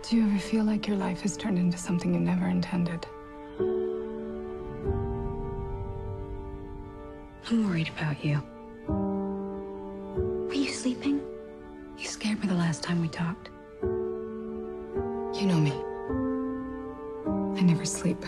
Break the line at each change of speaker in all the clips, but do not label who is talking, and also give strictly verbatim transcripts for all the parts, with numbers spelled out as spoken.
Do you ever feel like your life has turned into something you never intended?
I'm worried about you. Were you sleeping? You scared me the last time we talked.
You know me. I never sleep.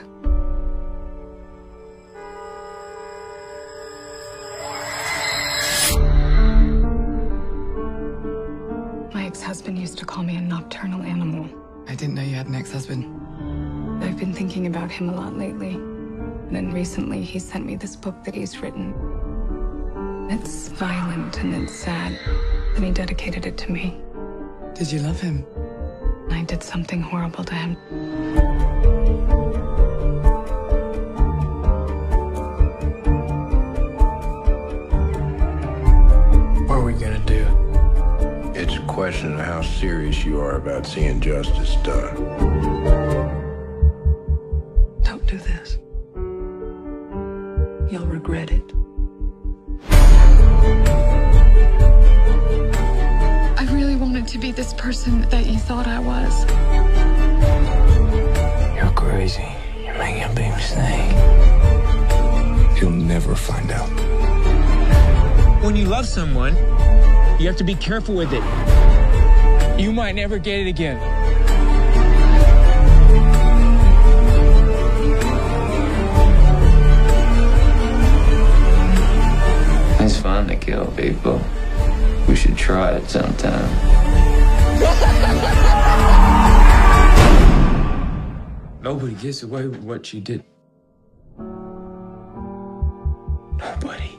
My ex-husband used to call me a nocturnal animal.
I didn't know you had an ex-husband.
I've been thinking about him a lot lately. And then recently, he sent me this book that he's written. It's violent and it's sad. And he dedicated it to me.
Did you love him?
I did something horrible to him.
What are we gonna do?
It's a question of how serious you are about seeing justice done.
Don't do this. You'll regret it.
I really wanted to be this person that you thought I was.
You're crazy. You're making a big mistake.
He'll never find out.
When you love someone, you have to be careful with it. You might never get it again.
It's fun to kill people. We should try it sometime.
Nobody gets away with what she did. Nobody.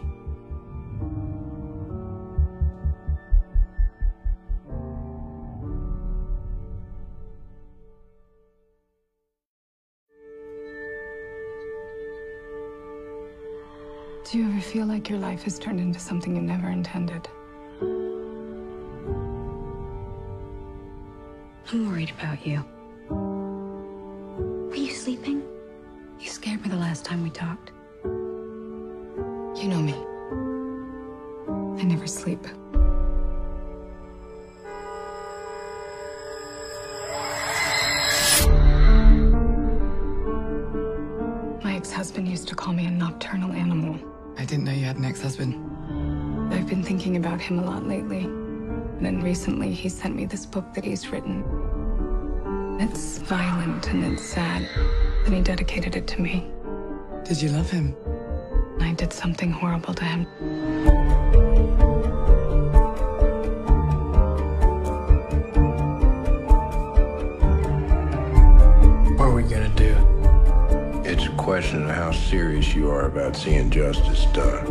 Do you ever feel like your life has turned into something you never intended?
I'm worried about you. Were you sleeping? You scared me the last time we talked.
You know me. I never sleep. My ex-husband used to call me a nocturnal animal.
I didn't know you had an ex-husband.
I've been thinking about him a lot lately. And then recently, he sent me this book that he's written. It's violent and it's sad. And he dedicated it to me.
Did you love him?
I did something horrible to him.
What are we gonna do?
It's a question of how serious you are about seeing justice done.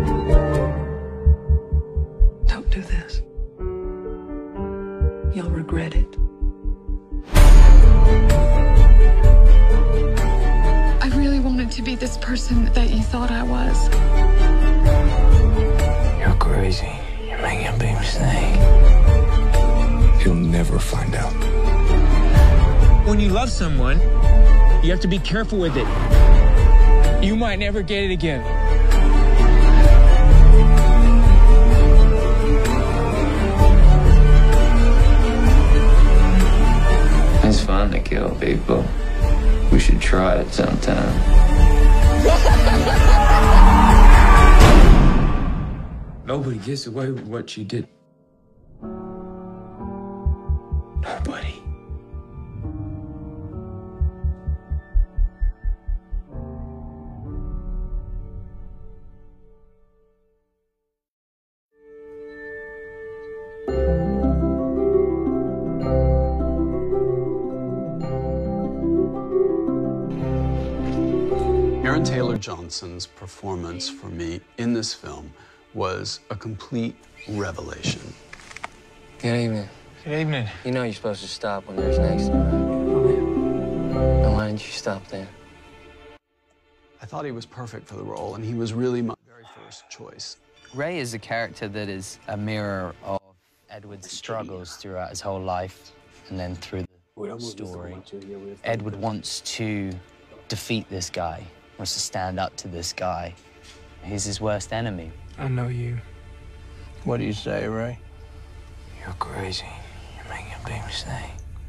Don't do this. You'll regret it.
I really wanted to be this person that you thought I was.
You're crazy. You're making a big mistake.
He'll never find out.
When you love someone, you have to be careful with it. You might never get it again.
It's fun to kill people. We should try it sometime.
Nobody gets away with what she did. Nobody.
Aaron Taylor Johnson's performance for me in this film was a complete revelation.
Good evening.
Good evening.
You know you're supposed to stop when there's an accident. And why didn't you stop then?
I thought he was perfect for the role, and he was really my very first choice.
Ray is a character that is a mirror of Edward's struggles throughout his whole life and then through the story. Edward wants to defeat this guy, wants to stand up to this guy. He's his worst enemy.
I know you.
What do you say, Ray?
You're crazy. You're making a big mistake.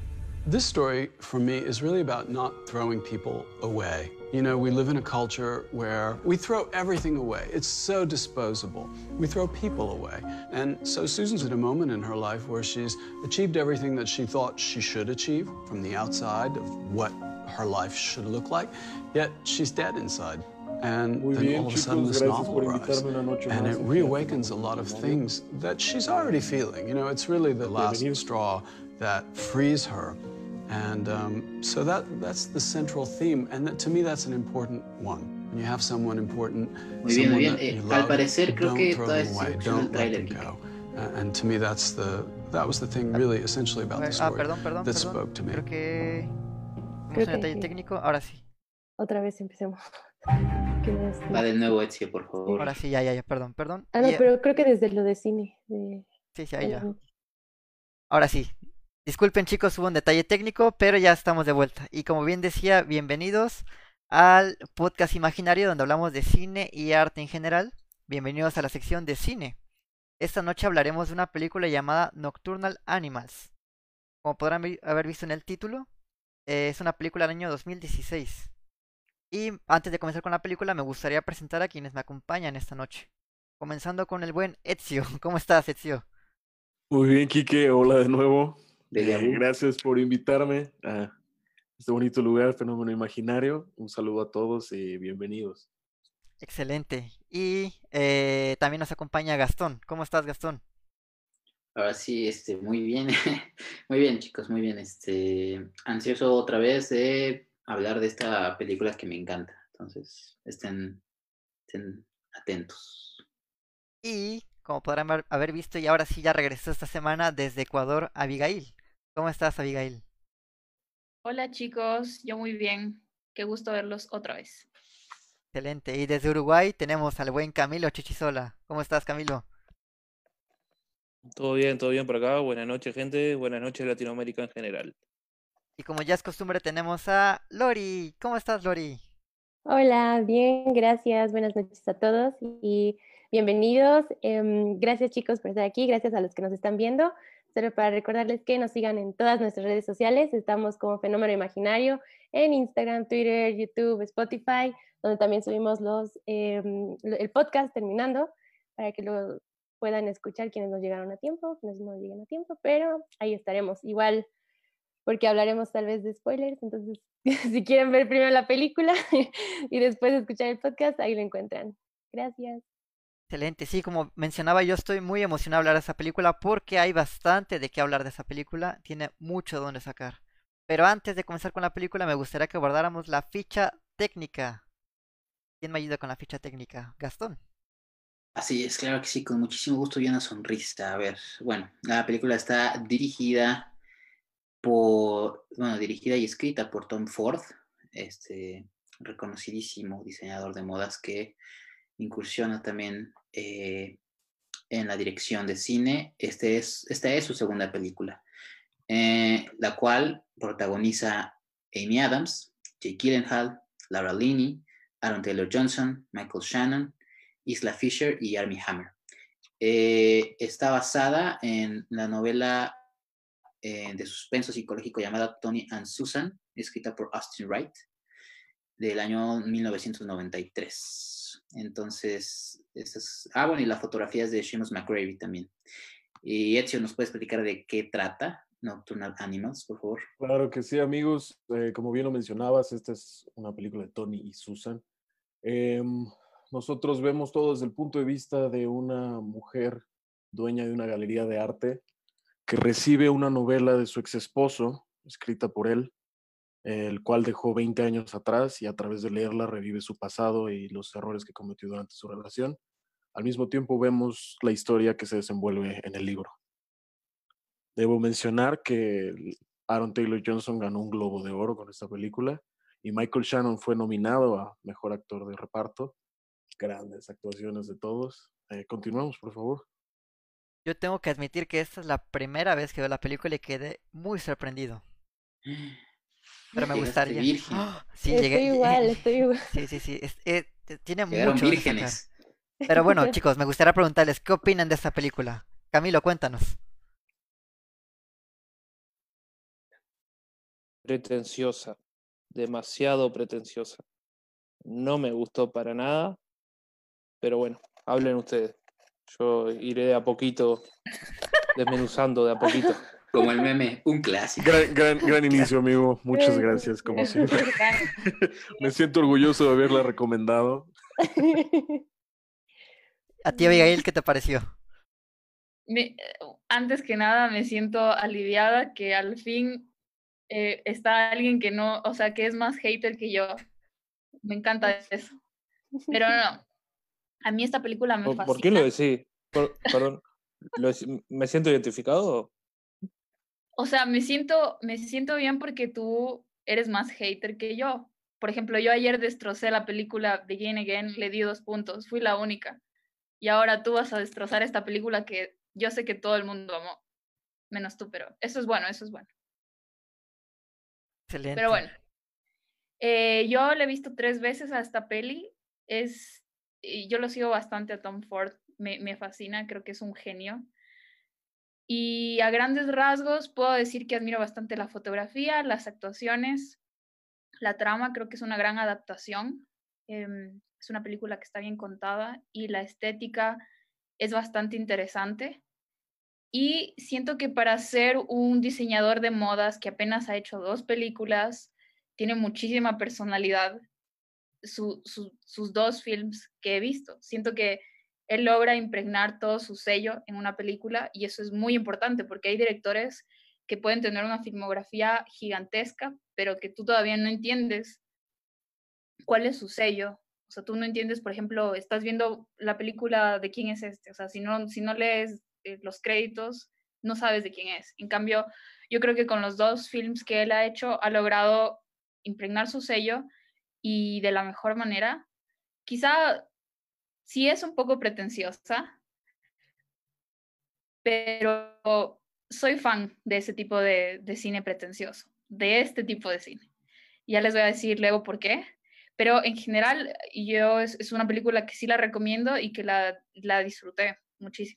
This story, for me, is really about not throwing people away. You know, we live in a culture where we throw everything away. It's so disposable. We throw people away. And so Susan's at a moment in her life where she's achieved everything that she thought she should achieve from the outside of what her life should look like, yet she's dead inside. And
Muy
then
bien,
all of a
chicos,
sudden this
gracias
novel
por
arrives,
invitarme una noche
and
más
it
aquí a
reawakens a
Fenómeno
lot of
Imaginario.
things that she's already feeling. You know, it's really the last
Bienvenido.
straw that frees her. And um, so that that's the central theme, and that, to me that's an important one. When you have someone important,
Muy bien,
someone
muy bien.
that
Eh,
you
al
love,
parecer creo
don't
que
throw
toda
them
esta
away,
discusión del
don't let
tráiler,
them
Kike.
go. Uh, and to me that's the that was the thing really essentially about
A
the
ver, ah,
story
perdón, perdón,
that
perdón.
spoke to me.
Creo que tenemos
Creo
un
que
detalle
sí.
técnico. Ahora sí.
Otra vez empecemos. Que no es-
Va de nuevo, Ezio, por favor.
Ahora sí, ya, ya, ya, perdón, perdón.
Ah, no,
Y, eh,
pero creo que desde lo de cine. De...
Sí, sí, ahí ya. Ahora sí. Disculpen chicos, hubo un detalle técnico, pero ya estamos de vuelta. Y como bien decía, bienvenidos al podcast imaginario donde hablamos de cine y arte en general. Bienvenidos a la sección de cine. Esta noche hablaremos de una película llamada Nocturnal Animals. Como podrán vi- haber visto en el título, eh, es una película del año dos mil dieciséis. Y antes de comenzar con la película, me gustaría presentar a quienes me acompañan esta noche. Comenzando con el buen Ezio. ¿Cómo estás, Ezio?
Muy bien, Quique, hola de nuevo.
Déjà
Eh,
vu.
gracias por invitarme a este bonito lugar, Fenómeno Imaginario. Un saludo a todos y bienvenidos.
Excelente. Y eh, también nos acompaña Gastón. ¿Cómo estás, Gastón?
Ahora sí, este, muy bien. Muy bien, chicos, muy bien. Este, ansioso otra vez de hablar de esta película que me encanta. Entonces, estén, estén atentos.
Y como podrán haber- haber visto, y ahora sí ya regresó esta semana desde Ecuador, Abigail. ¿Cómo estás, Abigail?
Hola chicos, yo muy bien. Qué gusto verlos otra vez.
Excelente. Y desde Uruguay tenemos al buen Camilo Chichisola. ¿Cómo estás, Camilo?
Todo bien, todo bien por acá. Buenas noches, gente. Buenas noches, Latinoamérica en general.
Y como ya es costumbre, tenemos a Lori. ¿Cómo estás, Lori?
Hola, bien, gracias. Buenas noches a todos y bienvenidos. Em, gracias chicos por estar aquí, gracias a los que nos están viendo. Solo para recordarles que nos sigan en todas nuestras redes sociales. Estamos como Fenómeno Imaginario en Instagram, Twitter, YouTube, Spotify, donde también subimos los em, lo- el podcast terminando para que lo puedan escuchar quienes nos llegaron a tiempo, quienes no lleguen a tiempo, pero ahí estaremos. Igual porque hablaremos tal vez de spoilers, entonces si quieren ver primero la película y después escuchar el podcast, ahí lo encuentran. Gracias.
Excelente, sí, como mencionaba, yo estoy muy emocionado de hablar de esa película porque hay bastante de qué hablar de esa película, tiene mucho de dónde sacar. Pero antes de comenzar con la película, me gustaría que abordáramos la ficha técnica. ¿Quién me ayuda con la ficha técnica? Gastón.
Así es, claro que sí, con muchísimo gusto y una sonrisa. A ver, bueno, la película está dirigida por, bueno, dirigida y escrita por Tom Ford, este reconocidísimo diseñador de modas que incursiona también eh, en la dirección de cine. Este es, esta es su segunda película, eh, la cual protagoniza Amy Adams, Jake Gyllenhaal, Laura Linney, Aaron Taylor Johnson, Michael Shannon, Isla Fisher y Armie Hammer. Eh, está basada en la novela eh, de suspenso psicológico llamada Tony and Susan, escrita por Austin Wright, del año mil novecientos noventa y tres. Entonces, esa es... ah, bueno, y la fotografía es de Seamus McGravy también. Y Ezio, ¿nos puedes platicar de qué trata Nocturnal Animals, por favor?
Claro que sí, amigos. Eh, como bien lo mencionabas, esta es una película de Tony y Susan. Em, nosotros vemos todo desde el punto de vista de una mujer dueña de una galería de arte que recibe una novela de su ex esposo, escrita por él, el cual dejó veinte años atrás, y a través de leerla revive su pasado y los errores que cometió durante su relación. Al mismo tiempo vemos la historia que se desenvuelve en el libro. Debo mencionar que Aaron Taylor Johnson ganó un Globo de Oro con esta película y Michael Shannon fue nominado a Mejor Actor de Reparto. Grandes actuaciones de todos. Eh, continuamos, por favor.
Yo tengo que admitir que esta es la primera vez que veo la película y quedé muy sorprendido. Pero me
Llegaste
gustaría.
virgen.
¡Ah! Sí,
Estoy
llegué.
igual, estoy igual.
Sí, sí, sí. es- eh, t- tiene
Llegaron
mucho de
vírgenes.
sacar. Pero bueno, chicos, me gustaría preguntarles qué opinan de esta película. Camilo, cuéntanos.
pretenciosa, demasiado pretenciosa. No me gustó para nada, pero bueno, hablen ustedes. Yo iré de a poquito, desmenuzando de a poquito.
Como el meme, un clásico.
Gran, gran, gran inicio, amigo. Muchas gracias, como siempre. Me siento orgulloso de haberla recomendado.
A ti, Abigail, ¿qué te pareció?
Me, antes que nada, me siento aliviada que al fin eh, está alguien que no, o sea, que es más hater que yo. Me encanta eso. Pero no, a mí esta película me
¿Por,
fascina.
¿por qué lo decís? Por, perdón, ¿lo decí- ¿me siento identificado?
O sea, me siento, me siento bien porque tú eres más hater que yo. Por ejemplo, yo ayer destrocé la película Begin Again, le di dos puntos, fui la única. Y ahora tú vas a destrozar esta película que yo sé que todo el mundo amó, menos tú, pero eso es bueno, eso es bueno.
Excelente.
Pero bueno, eh, yo le he visto tres veces a esta peli. Es, y yo lo sigo bastante a Tom Ford, me, me fascina, creo que es un genio. Y a grandes rasgos puedo decir que admiro bastante la fotografía, las actuaciones, la trama, creo que es una gran adaptación. Eh, es una película que está bien contada y la estética es bastante interesante. Y siento que para ser un diseñador de modas que apenas ha hecho dos películas, tiene muchísima personalidad. Su, su, sus dos films que he visto. Siento que él logra impregnar todo su sello en una película y eso es muy importante porque hay directores que pueden tener una filmografía gigantesca, pero que tú todavía no entiendes cuál es su sello. O sea, tú no entiendes, por ejemplo, estás viendo la película de quién es este. O sea, si no, si no lees eh, los créditos, no sabes de quién es. En cambio, yo creo que con los dos films que él ha hecho, ha logrado impregnar su sello y de la mejor manera. Quizá sí es un poco pretenciosa, pero soy fan de ese tipo de, de cine pretencioso, de este tipo de cine. Ya les voy a decir luego por qué, pero en general yo es, es una película que sí la recomiendo y que la, la disfruté muchísimo.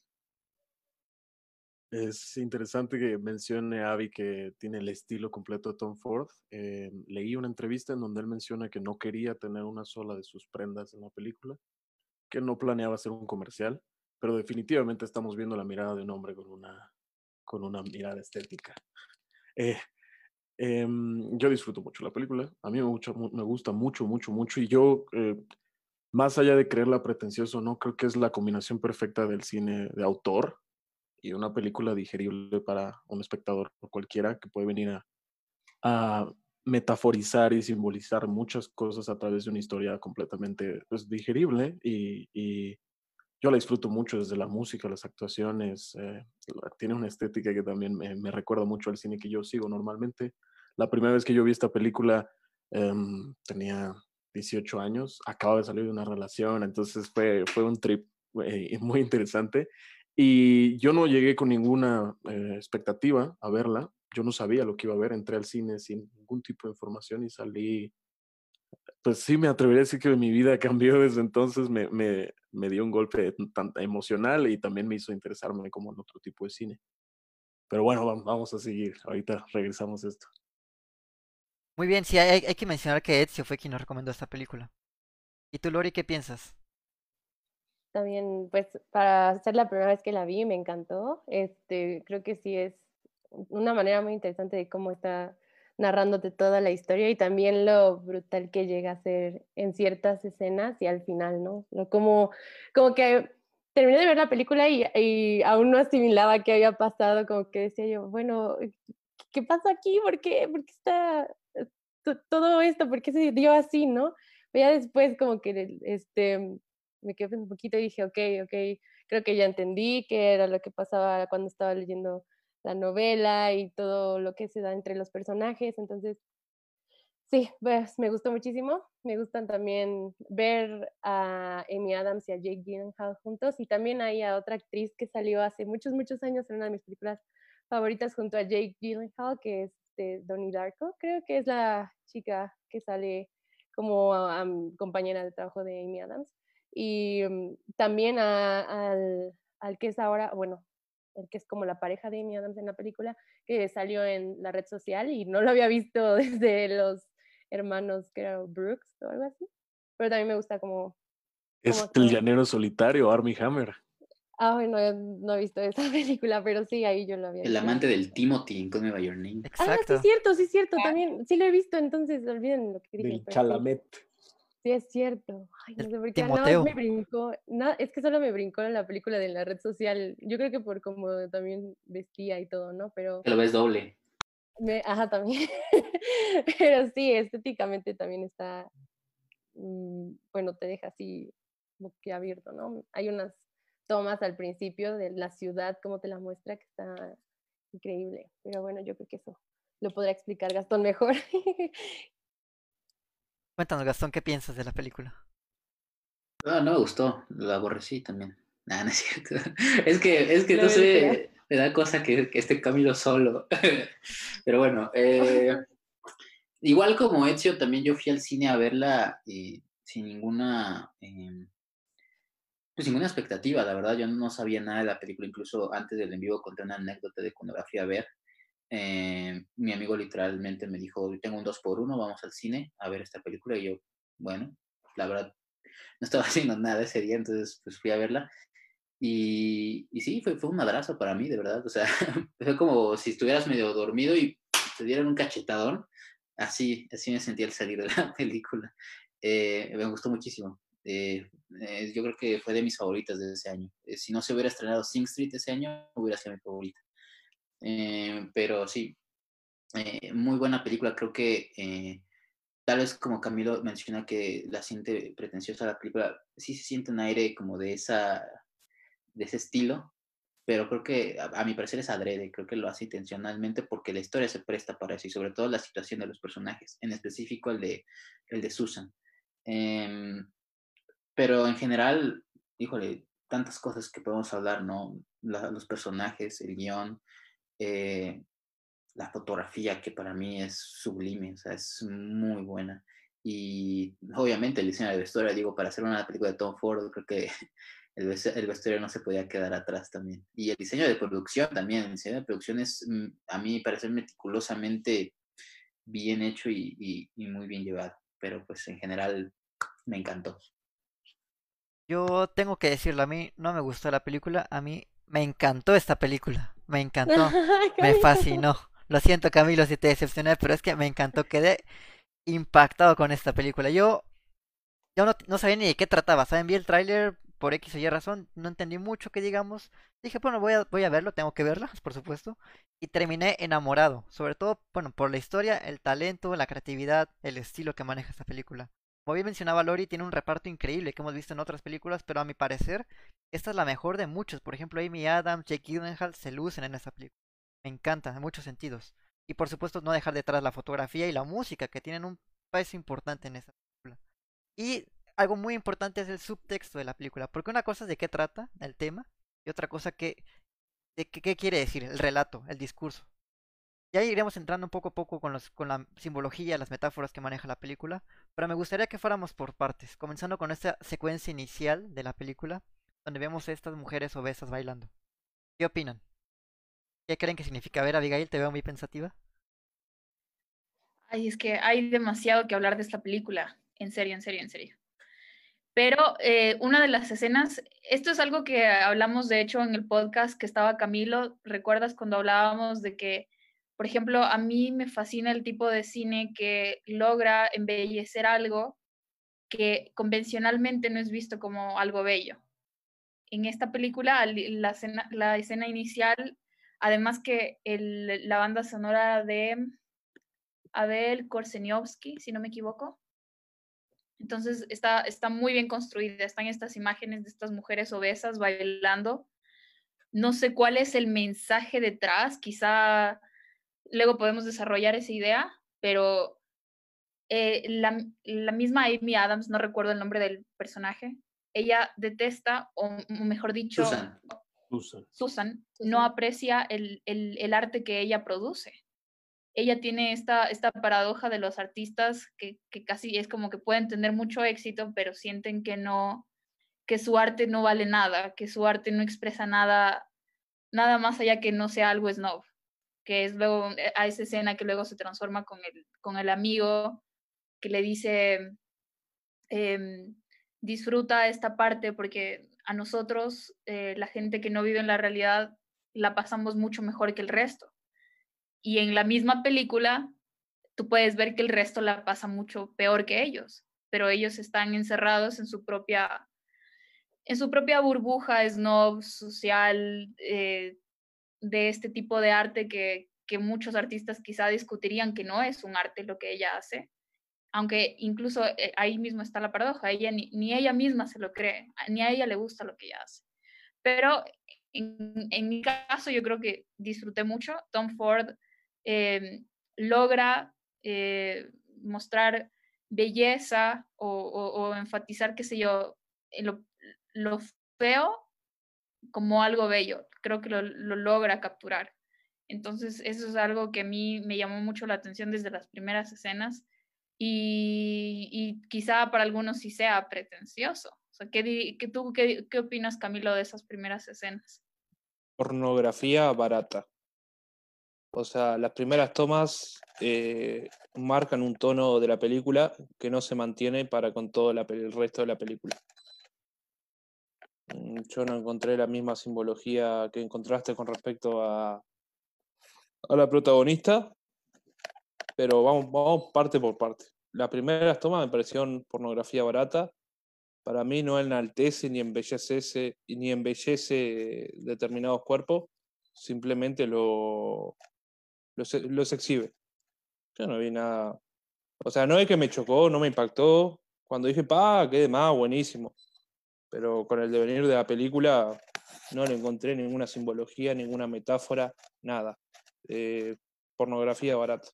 Es interesante que mencione Abby que tiene el estilo completo de Tom Ford. Eh, leí una entrevista en donde él menciona que no quería tener una sola de sus prendas en la película, que no planeaba hacer un comercial, pero definitivamente estamos viendo la mirada de un hombre con una, con una mirada estética. Eh, eh, yo disfruto mucho la película, a mí me, mucho, me gusta mucho, mucho, mucho, y yo, eh, más allá de creerla pretencioso, no creo que es la combinación perfecta del cine de autor y una película digerible para un espectador o cualquiera que puede venir a, a metaforizar y simbolizar muchas cosas a través de una historia completamente pues, digerible y, y yo la disfruto mucho desde la música, las actuaciones, eh, tiene una estética que también me, me recuerda mucho al cine que yo sigo normalmente. La primera vez que yo vi esta película eh, tenía dieciocho años, acababa de salir de una relación, entonces fue, fue un trip eh, muy interesante y yo no llegué con ninguna eh, expectativa a verla, yo no sabía lo que iba a ver, entré al cine sin ningún tipo de información y salí, pues sí, me atrevería a decir que mi vida cambió desde entonces, me, me, me dio un golpe tan emocional y también me hizo interesarme como en otro tipo de cine. Pero bueno, vamos a seguir, ahorita regresamos a esto.
Muy bien, sí, hay, hay que mencionar que Ezio fue quien nos recomendó esta película. ¿Y tú, Lori, qué piensas?
También, pues, para ser la primera vez que la vi, me encantó. Este, creo que sí es una manera muy interesante de cómo está narrándote toda la historia y también lo brutal que llega a ser en ciertas escenas y al final, ¿no? Lo, como, como que terminé de ver la película y, y aún no asimilaba qué había pasado, como que decía yo, bueno, ¿qué pasa aquí? ¿Por qué? ¿Por qué está todo esto? ¿Por qué se dio así, no? Pero ya después como que este, me quedé un poquito y dije, ok, ok, creo que ya entendí qué era lo que pasaba cuando estaba leyendo la novela y todo lo que se da entre los personajes, entonces sí, pues me gustó muchísimo, me gustan también ver a Amy Adams y a Jake Gyllenhaal juntos y también hay a otra actriz que salió hace muchos, muchos años en una de mis películas favoritas junto a Jake Gyllenhaal, que es de Donnie Darko, creo que es la chica que sale como um, compañera de trabajo de Amy Adams y um, también a, al, al que es ahora, bueno, el que es como la pareja de Amy Adams en la película, que salió en la red social y no lo había visto desde los hermanos que eran Brooks o algo así. Pero también me gusta como...
Es
como
el llanero solitario, Armie Hammer.
Ah, bueno, no he visto esa película, pero sí, ahí yo lo había
El
visto.
amante del Timothy en Call Me By Your Name.
Ah, sí es cierto, sí es cierto, también, sí lo he visto, entonces olviden lo que dije.
Del
pero
Chalamet.
Sí, sí es cierto. Ay, no sé por qué, nada
Timoteo.
más me brincó, no, es que solo me brincó en la película de la red social, yo creo que por como también vestía y todo, ¿no? Pero...
Te lo ves doble.
Me, ajá, también. Pero sí, estéticamente también está, mm, bueno, te deja así boquiabierto, ¿no? Hay unas tomas al principio de la ciudad, como te la muestra, que está increíble. Pero bueno, yo creo que eso lo podrá explicar Gastón mejor.
Cuéntanos, Gastón, ¿qué piensas de la película?
Ah, no me gustó, lo aborrecí también. Nah, no es cierto. Es que, es que
La
no
película.
sé, me da cosa que, que esté Camilo solo. Pero bueno, eh, igual como Ezio, también yo fui al cine a verla eh, sin ninguna, eh, pues ninguna expectativa, la verdad. Yo no sabía nada de la película, incluso antes del en vivo conté una anécdota de cuando la fui a ver. Eh, mi amigo literalmente me dijo, tengo un dos por uno, vamos al cine a ver esta película. Y yo, bueno, la verdad, no estaba haciendo nada ese día, entonces pues fui a verla. Y, y sí, fue, fue un madrazo para mí, de verdad. O sea, fue como si estuvieras medio dormido y te dieran un cachetadón. Así, así me sentí al salir de la película. Eh, me gustó muchísimo. Eh, eh, yo creo que fue de mis favoritas de ese año. Eh, si no se hubiera estrenado Sing Street ese año, hubiera sido mi favorita. Eh, pero sí, eh, muy buena película. Creo que eh, tal vez como Camilo menciona que la siente pretenciosa la película, sí se siente un aire como de esa de ese estilo, pero creo que a, a mi parecer es adrede, creo que lo hace intencionalmente porque la historia se presta para eso y sobre todo la situación de los personajes, en específico el de, el de Susan. Eh, pero en general, híjole, tantas cosas que podemos hablar, ¿no? La, los personajes, el guión, eh, la fotografía que para mí es sublime, o sea, es muy buena. Y obviamente el diseño de vestuario, digo, para hacer una película de Tom Ford, creo que el, el vestuario no se podía quedar atrás también. Y el diseño de producción también, el diseño de producción es, a mí parecer, meticulosamente bien hecho y, y, y muy bien llevado. Pero pues en general me encantó.
Yo tengo que decirlo, a mí no me gustó la película, a mí me encantó esta película, me encantó, me fascinó. Lo siento, Camilo, si te decepcioné, pero es que me encantó, quedé impactado con esta película. Yo, yo no, no sabía ni de qué trataba, ¿saben? Vi el tráiler por X o Y razón, no entendí mucho que digamos. Dije, bueno, voy a, voy a verlo, tengo que verla, por supuesto. Y terminé enamorado, sobre todo, bueno, por la historia, el talento, la creatividad, el estilo que maneja esta película. Como bien mencionaba Lori, tiene un reparto increíble que hemos visto en otras películas, pero a mi parecer, esta es la mejor de muchos. Por ejemplo, Amy Adams, Jake Gyllenhaal se lucen en esta película. Me encanta, en muchos sentidos. Y por supuesto, no dejar detrás la fotografía y la música, que tienen un peso importante en esta película. Y algo muy importante es el subtexto de la película, porque una cosa es de qué trata el tema, y otra cosa que, de qué, qué quiere decir, el relato, el discurso. Ya iremos entrando un poco a poco con, los, con la simbología, las metáforas que maneja la película, pero me gustaría que fuéramos por partes, comenzando con esta secuencia inicial de la película, donde vemos a estas mujeres obesas bailando. ¿Qué opinan? ¿Qué creen que significa? A ver, Abigail, te veo muy pensativa.
Ay, es que hay demasiado que hablar de esta película, en serio, en serio, en serio. Pero eh, una de las escenas, esto es algo que hablamos de hecho en el podcast que estaba Camilo, ¿recuerdas cuando hablábamos de que, por ejemplo, a mí me fascina el tipo de cine que logra embellecer algo que convencionalmente no es visto como algo bello? En esta película, la escena, la escena inicial, además que el, la banda sonora de Abel Korzeniowski, si no me equivoco, entonces está, está muy bien construida, están estas imágenes de estas mujeres obesas bailando. No sé cuál es el mensaje detrás, quizá luego podemos desarrollar esa idea, pero eh, la, la misma Amy Adams, no recuerdo el nombre del personaje, ella detesta, o mejor dicho,
Susan,
Susan.
Susan no aprecia el, el, el arte que ella produce. Ella tiene esta, esta paradoja de los artistas que, que casi es como que pueden tener mucho éxito, pero sienten que no, que su arte no vale nada, que su arte no expresa nada nada más allá que no sea algo snob, que es luego a esa escena que luego se transforma con el, con el amigo que le dice, eh, disfruta esta parte porque a nosotros, eh, la gente que no vive en la realidad, la pasamos mucho mejor que el resto. Y en la misma película, tú puedes ver que el resto la pasa mucho peor que ellos, pero ellos están encerrados en su propia, en su propia burbuja snob social, eh, de este tipo de arte que, que muchos artistas quizá discutirían que no es un arte lo que ella hace, aunque incluso eh, ahí mismo está la paradoja, ella ni, ni ella misma se lo cree, ni a ella le gusta lo que ella hace. Pero en, en mi caso yo creo que disfruté mucho. Tom Ford eh, logra eh, mostrar belleza o, o, o enfatizar, qué sé yo, lo, lo feo como algo bello. Creo que lo, lo logra capturar. Entonces eso es algo que a mí me llamó mucho la atención desde las primeras escenas y, y quizá para algunos sí sea pretencioso. O sea, ¿qué, qué, tú, qué, ¿qué opinas, Camilo, de esas primeras escenas?
Pornografía barata. O sea, las primeras tomas eh, marcan un tono de la película que no se mantiene para con todo la, el resto de la película. Yo no encontré la misma simbología que encontraste con respecto a, a la protagonista, pero vamos, vamos parte por parte. Las primeras tomas me parecieron pornografía barata. Para mí no enaltece ni embellece, ni embellece determinados cuerpos, simplemente lo, los, los exhibe. Yo no vi nada. O sea, no es que me chocó, no me impactó. Cuando dije, pa, qué demás, buenísimo. Pero con el devenir de la película no le encontré ninguna simbología, ninguna metáfora, nada. Eh, pornografía barata.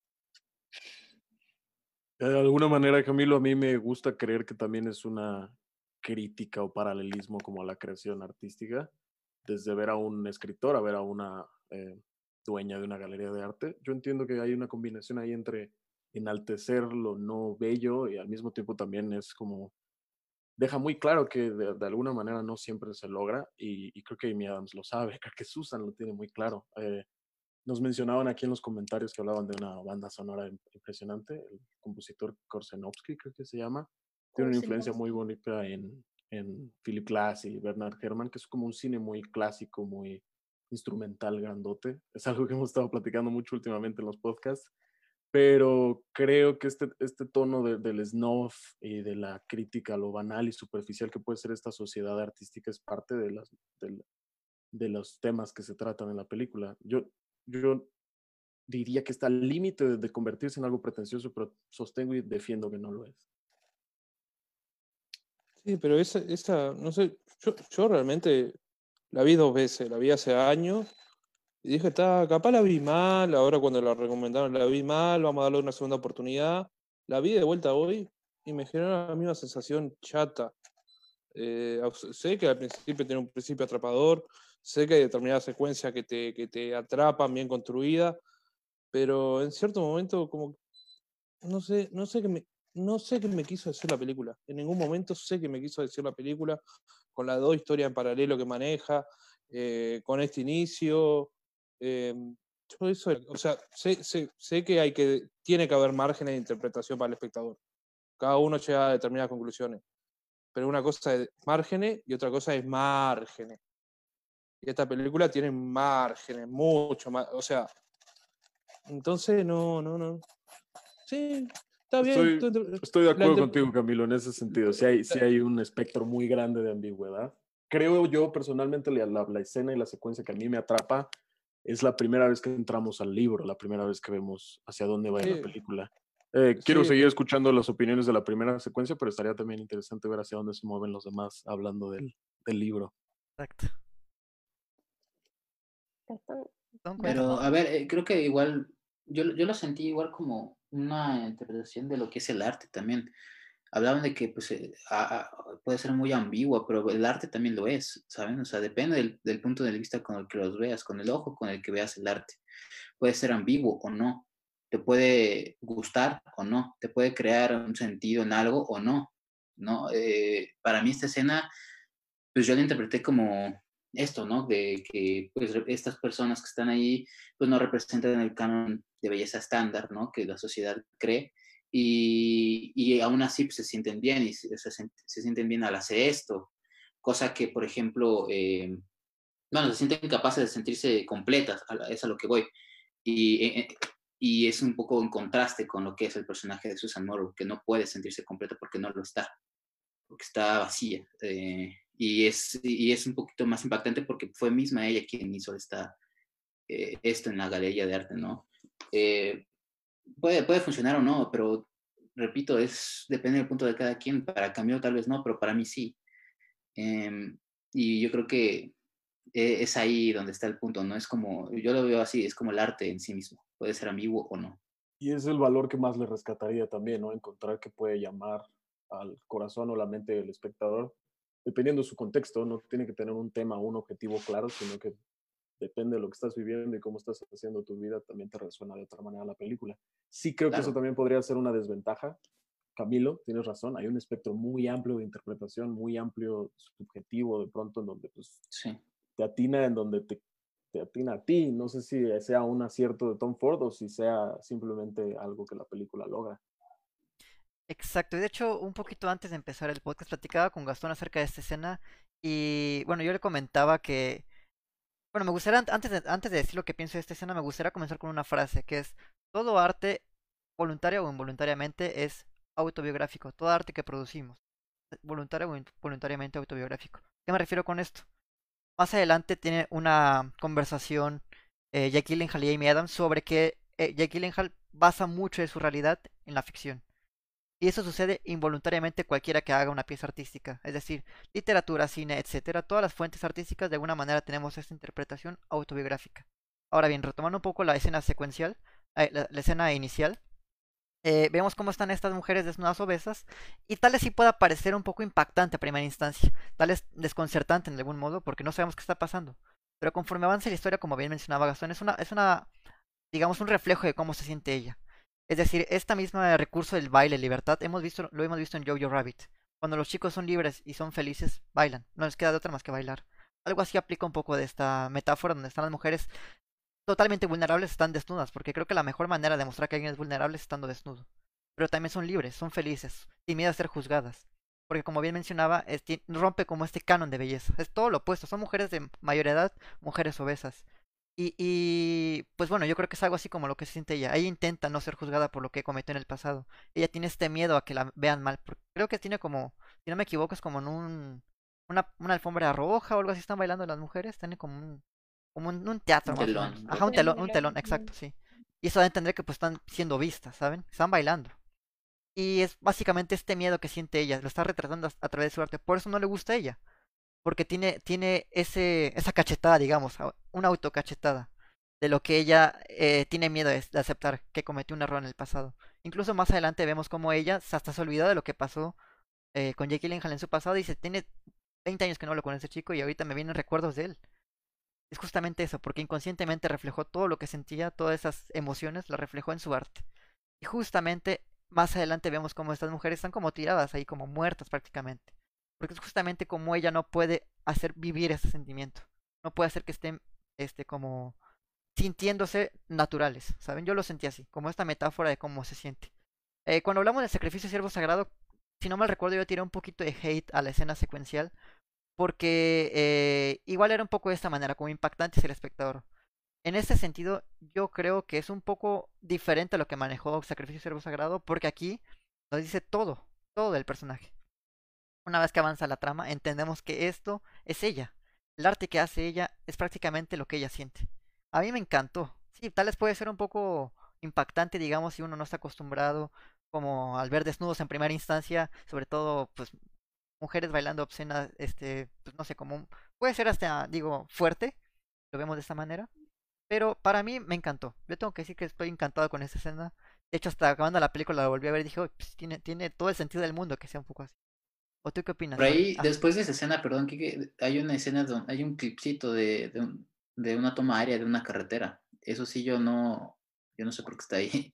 De alguna manera, Camilo, a mí me gusta creer que también es una crítica o paralelismo como a la creación artística, desde ver a un escritor a ver a una eh, dueña de una galería de arte. Yo entiendo que hay una combinación ahí entre enaltecer lo no bello y al mismo tiempo también es como deja muy claro que de, de alguna manera no siempre se logra y, y creo que Amy Adams lo sabe, creo que Susan lo tiene muy claro. Eh, nos mencionaban aquí en los comentarios que hablaban de una banda sonora impresionante, el compositor Korsenovsky creo que se llama, tiene una influencia muy bonita en, en Philip Glass y Bernard Herrmann, que es como un cine muy clásico, muy instrumental, grandote. Es algo que hemos estado platicando mucho últimamente en los podcasts, pero creo que este, este tono de, del snuff y de la crítica a lo banal y superficial que puede ser esta sociedad artística es parte de, las, de, de los temas que se tratan en la película. Yo, yo diría que está al límite de, de convertirse en algo pretencioso, pero sostengo y defiendo que no lo es.
Sí, pero esa, esa no sé, yo, yo realmente la vi dos veces, la vi hace años. Y dije, está, capaz la vi mal, ahora cuando la recomendaron la vi mal, vamos a darle una segunda oportunidad. La vi de vuelta hoy y me generó la misma sensación chata. Eh, sé que al principio tiene un principio atrapador, sé que hay determinadas secuencias que te, que te atrapan, bien construidas, pero en cierto momento como, no sé, no sé qué me, no sé qué me quiso decir la película. En ningún momento sé qué me quiso decir la película, con las dos historias en paralelo que maneja, eh, con este inicio. Eh, yo eso, o sea, sé, sé, sé que hay que tiene que haber márgenes de interpretación para el espectador. Cada uno llega a determinadas conclusiones. Pero una cosa es márgenes y otra cosa es márgenes. Y esta película tiene márgenes, mucho más. O sea, entonces no, no, no. Sí, está bien.
Estoy, estoy de acuerdo contigo, Camilo, en ese sentido. Sí hay, sí hay un espectro muy grande de ambigüedad. Creo yo personalmente la, la, la escena y la secuencia que a mí me atrapa es la primera vez que entramos al libro, la primera vez que vemos hacia dónde va sí. la película. Eh, quiero sí, seguir sí. escuchando las opiniones de la primera secuencia, pero estaría también interesante ver hacia dónde se mueven los demás hablando del, del libro.
Exacto.
Pero, a ver, eh, creo que igual, yo, yo lo sentí igual como una interpretación de lo que es el arte también. Hablaban de que pues, eh, a, a, puede ser muy ambigua, pero el arte también lo es, ¿saben? O sea, depende del, del punto de vista con el que los veas, con el ojo con el que veas el arte. Puede ser ambiguo o no, te puede gustar o no, te puede crear un sentido en algo o no, ¿no? Eh, para mí esta escena, pues yo la interpreté como, esto, ¿no? De que pues, estas personas que están ahí pues, no representan el canon de belleza estándar, ¿no? Que la sociedad cree. Y, y aún así pues, se sienten bien y se, se, se sienten bien al hacer esto. Cosa que, por ejemplo, eh, bueno, se sienten capaces de sentirse completas, es a lo que voy. Y, eh, y es un poco en contraste con lo que es el personaje de Susan Morrow, que no puede sentirse completa porque no lo está, porque está vacía. Eh, y, es, y es un poquito más impactante porque fue misma ella quien hizo esta, eh, esto en la galería de arte, ¿no? Eh, puede, puede funcionar o no, pero repito, es, depende del punto de cada quien. Para Camilo tal vez no, pero para mí sí. Eh, y yo creo que es ahí donde está el punto, ¿no? Es como, yo lo veo así, es como el arte en sí mismo, puede ser ambiguo o no.
Y es el valor que más le rescataría también, ¿no? Encontrar que puede llamar al corazón o la mente del espectador, dependiendo de su contexto, no tiene que tener un tema, un objetivo claro, sino que depende de lo que estás viviendo y cómo estás haciendo tu vida, también te resuena de otra manera la película. Sí creo claro. que eso también podría ser una desventaja. Camilo, tienes razón, hay un espectro muy amplio de interpretación, muy amplio, subjetivo, de pronto, en donde pues,
sí.
te atina en donde te, te atina a ti. No sé si sea un acierto de Tom Ford o si sea simplemente algo que la película logra.
Exacto, y de hecho, un poquito antes de empezar el podcast, platicaba con Gastón acerca de esta escena y, bueno, yo le comentaba que, bueno, me gustaría, antes de, antes de decir lo que pienso de esta escena, me gustaría comenzar con una frase, que es, todo arte, voluntario o involuntariamente, es autobiográfico, todo arte que producimos, voluntario o involuntariamente autobiográfico. ¿Qué me refiero con esto? Más adelante tiene una conversación eh, Jake Gyllenhaal y Amy Adams sobre que eh, Jake Gyllenhaal basa mucho de su realidad en la ficción. Y eso sucede involuntariamente cualquiera que haga una pieza artística, es decir, literatura, cine, etcétera. Todas las fuentes artísticas de alguna manera tenemos esta interpretación autobiográfica. Ahora bien, retomando un poco la escena secuencial, eh, la, la escena inicial, eh, vemos cómo están estas mujeres desnudas obesas y tal vez sí pueda parecer un poco impactante a primera instancia, tal vez desconcertante en algún modo porque no sabemos qué está pasando. Pero conforme avanza la historia, como bien mencionaba Gastón, es una, es una, digamos, un reflejo de cómo se siente ella. Es decir, este mismo recurso del baile, libertad, hemos visto, lo hemos visto en Jojo Rabbit. Cuando los chicos son libres y son felices, bailan. No les queda de otra más que bailar. Algo así aplica un poco de esta metáfora donde están las mujeres totalmente vulnerables, están desnudas, porque creo que la mejor manera de mostrar que alguien es vulnerable es estando desnudo. Pero también son libres, son felices, sin miedo a ser juzgadas. Porque como bien mencionaba, es, rompe como este canon de belleza. Es todo lo opuesto, son mujeres de mayor edad, mujeres obesas. Y, y pues bueno, yo creo que es algo así como lo que se siente ella. Ella intenta no ser juzgada por lo que cometió en el pasado. Ella tiene este miedo a que la vean mal. Porque creo que tiene como, si no me equivoco, es como en un, una, una alfombra roja o algo así están bailando las mujeres. Tienen como un, como un, un teatro
un
más
telón.
o menos. Ajá, un telón, un telón, exacto, sí. Y eso da a entender que pues están siendo vistas, ¿saben? Están bailando. Y es básicamente este miedo que siente ella. Lo está retratando a, a través de su arte. Por eso no le gusta a ella. Porque tiene, tiene ese, esa cachetada, digamos, una autocachetada de lo que ella eh, tiene miedo de, de aceptar que cometió un error en el pasado. Incluso más adelante vemos como ella hasta se olvidó de lo que pasó eh, con Jake Gyllenhaal en su pasado y dice, tiene veinte años que no hablo con ese chico y ahorita me vienen recuerdos de él. Es justamente eso, porque inconscientemente reflejó todo lo que sentía, todas esas emociones, las reflejó en su arte. Y justamente más adelante vemos como estas mujeres están como tiradas ahí, como muertas prácticamente. Porque es justamente como ella no puede hacer vivir ese sentimiento. No puede hacer que estén este, como sintiéndose naturales, ¿saben? Yo lo sentí así, como esta metáfora de cómo se siente. Eh, cuando hablamos del sacrificio de siervo sagrado, si no mal recuerdo, yo tiré un poquito de hate a la escena secuencial, porque eh, igual era un poco de esta manera, como impactante hacia el espectador. En este sentido, yo creo que es un poco diferente a lo que manejó Sacrificio de Siervo Sagrado, porque aquí nos dice todo, todo del personaje. Una vez que avanza la trama, entendemos que esto es ella. El arte que hace ella es prácticamente lo que ella siente. A mí me encantó. Sí, tal vez puede ser un poco impactante, digamos, si uno no está acostumbrado como al ver desnudos en primera instancia, sobre todo, pues, mujeres bailando obscenas, este, pues, no sé, como, puede ser hasta, digo, fuerte, lo vemos de esta manera, pero para mí me encantó. Yo tengo que decir que estoy encantado con esta escena. De hecho, hasta acabando la película la volví a ver y dije, oh, pues, tiene, tiene todo el sentido del mundo que sea un poco así. ¿O tú qué opinas?
Por ahí, ah. después de esa escena, perdón, Kike, hay una escena donde hay un clipcito de, de, un, de una toma aérea de una carretera. Eso sí, yo no, yo no sé por qué está ahí.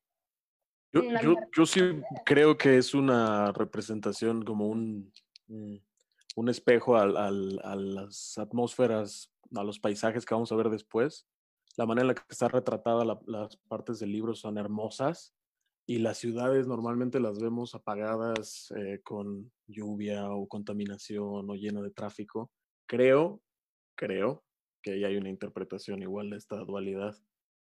Yo, yo, yo sí creo que es una representación como un, un espejo al, al, a las atmósferas, a los paisajes que vamos a ver después. La manera en la que está retratada la, las partes del libro son hermosas y las ciudades normalmente las vemos apagadas eh, con lluvia o contaminación o lleno de tráfico. Creo, creo que ahí hay una interpretación igual de esta dualidad.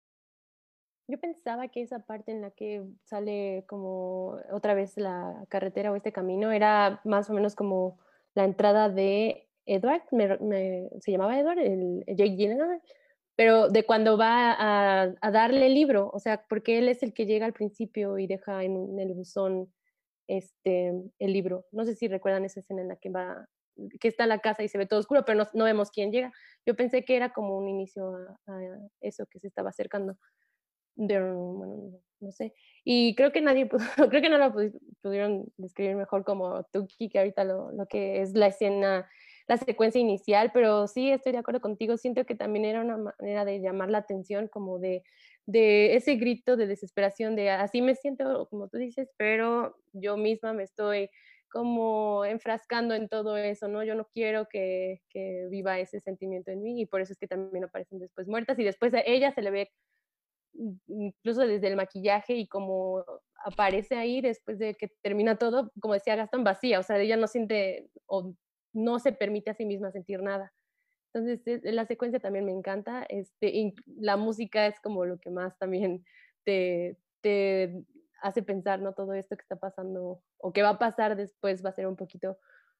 Yo pensaba que esa parte en la que sale como otra vez la carretera o este camino era más o menos como la entrada de Edward, me, me, se llamaba Edward, el, el Jake Gyllenhaal, pero de cuando va a, a darle el libro, o sea, porque él es el que llega al principio y deja en, en el buzón este, el libro. No sé si recuerdan esa escena en la que va, que está en la casa y se ve todo oscuro, pero no, no vemos quién llega. Yo pensé que era como un inicio a, a eso que se estaba acercando. De, bueno, no sé. Y creo que nadie pudo, creo que no lo pudieron describir mejor como Tuki, que ahorita lo, lo que es la escena, la secuencia inicial, pero sí estoy de acuerdo contigo, siento que también era una manera de llamar la atención, como de, de ese grito de desesperación, de así me siento, como tú dices, pero yo misma me estoy como enfrascando en todo eso, ¿no? Yo no quiero que, que viva ese sentimiento en mí y por eso es que también aparecen después muertas y después a ella se le ve incluso desde el maquillaje y como aparece ahí después de que termina todo, como decía Gastón, vacía, o sea, ella no siente o no se permite a sí misma sentir nada. Entonces, la secuencia también me encanta, este, y la música es como lo que más también te, te hace pensar, ¿no? Todo esto que está pasando o que va a pasar después va a ser un poquito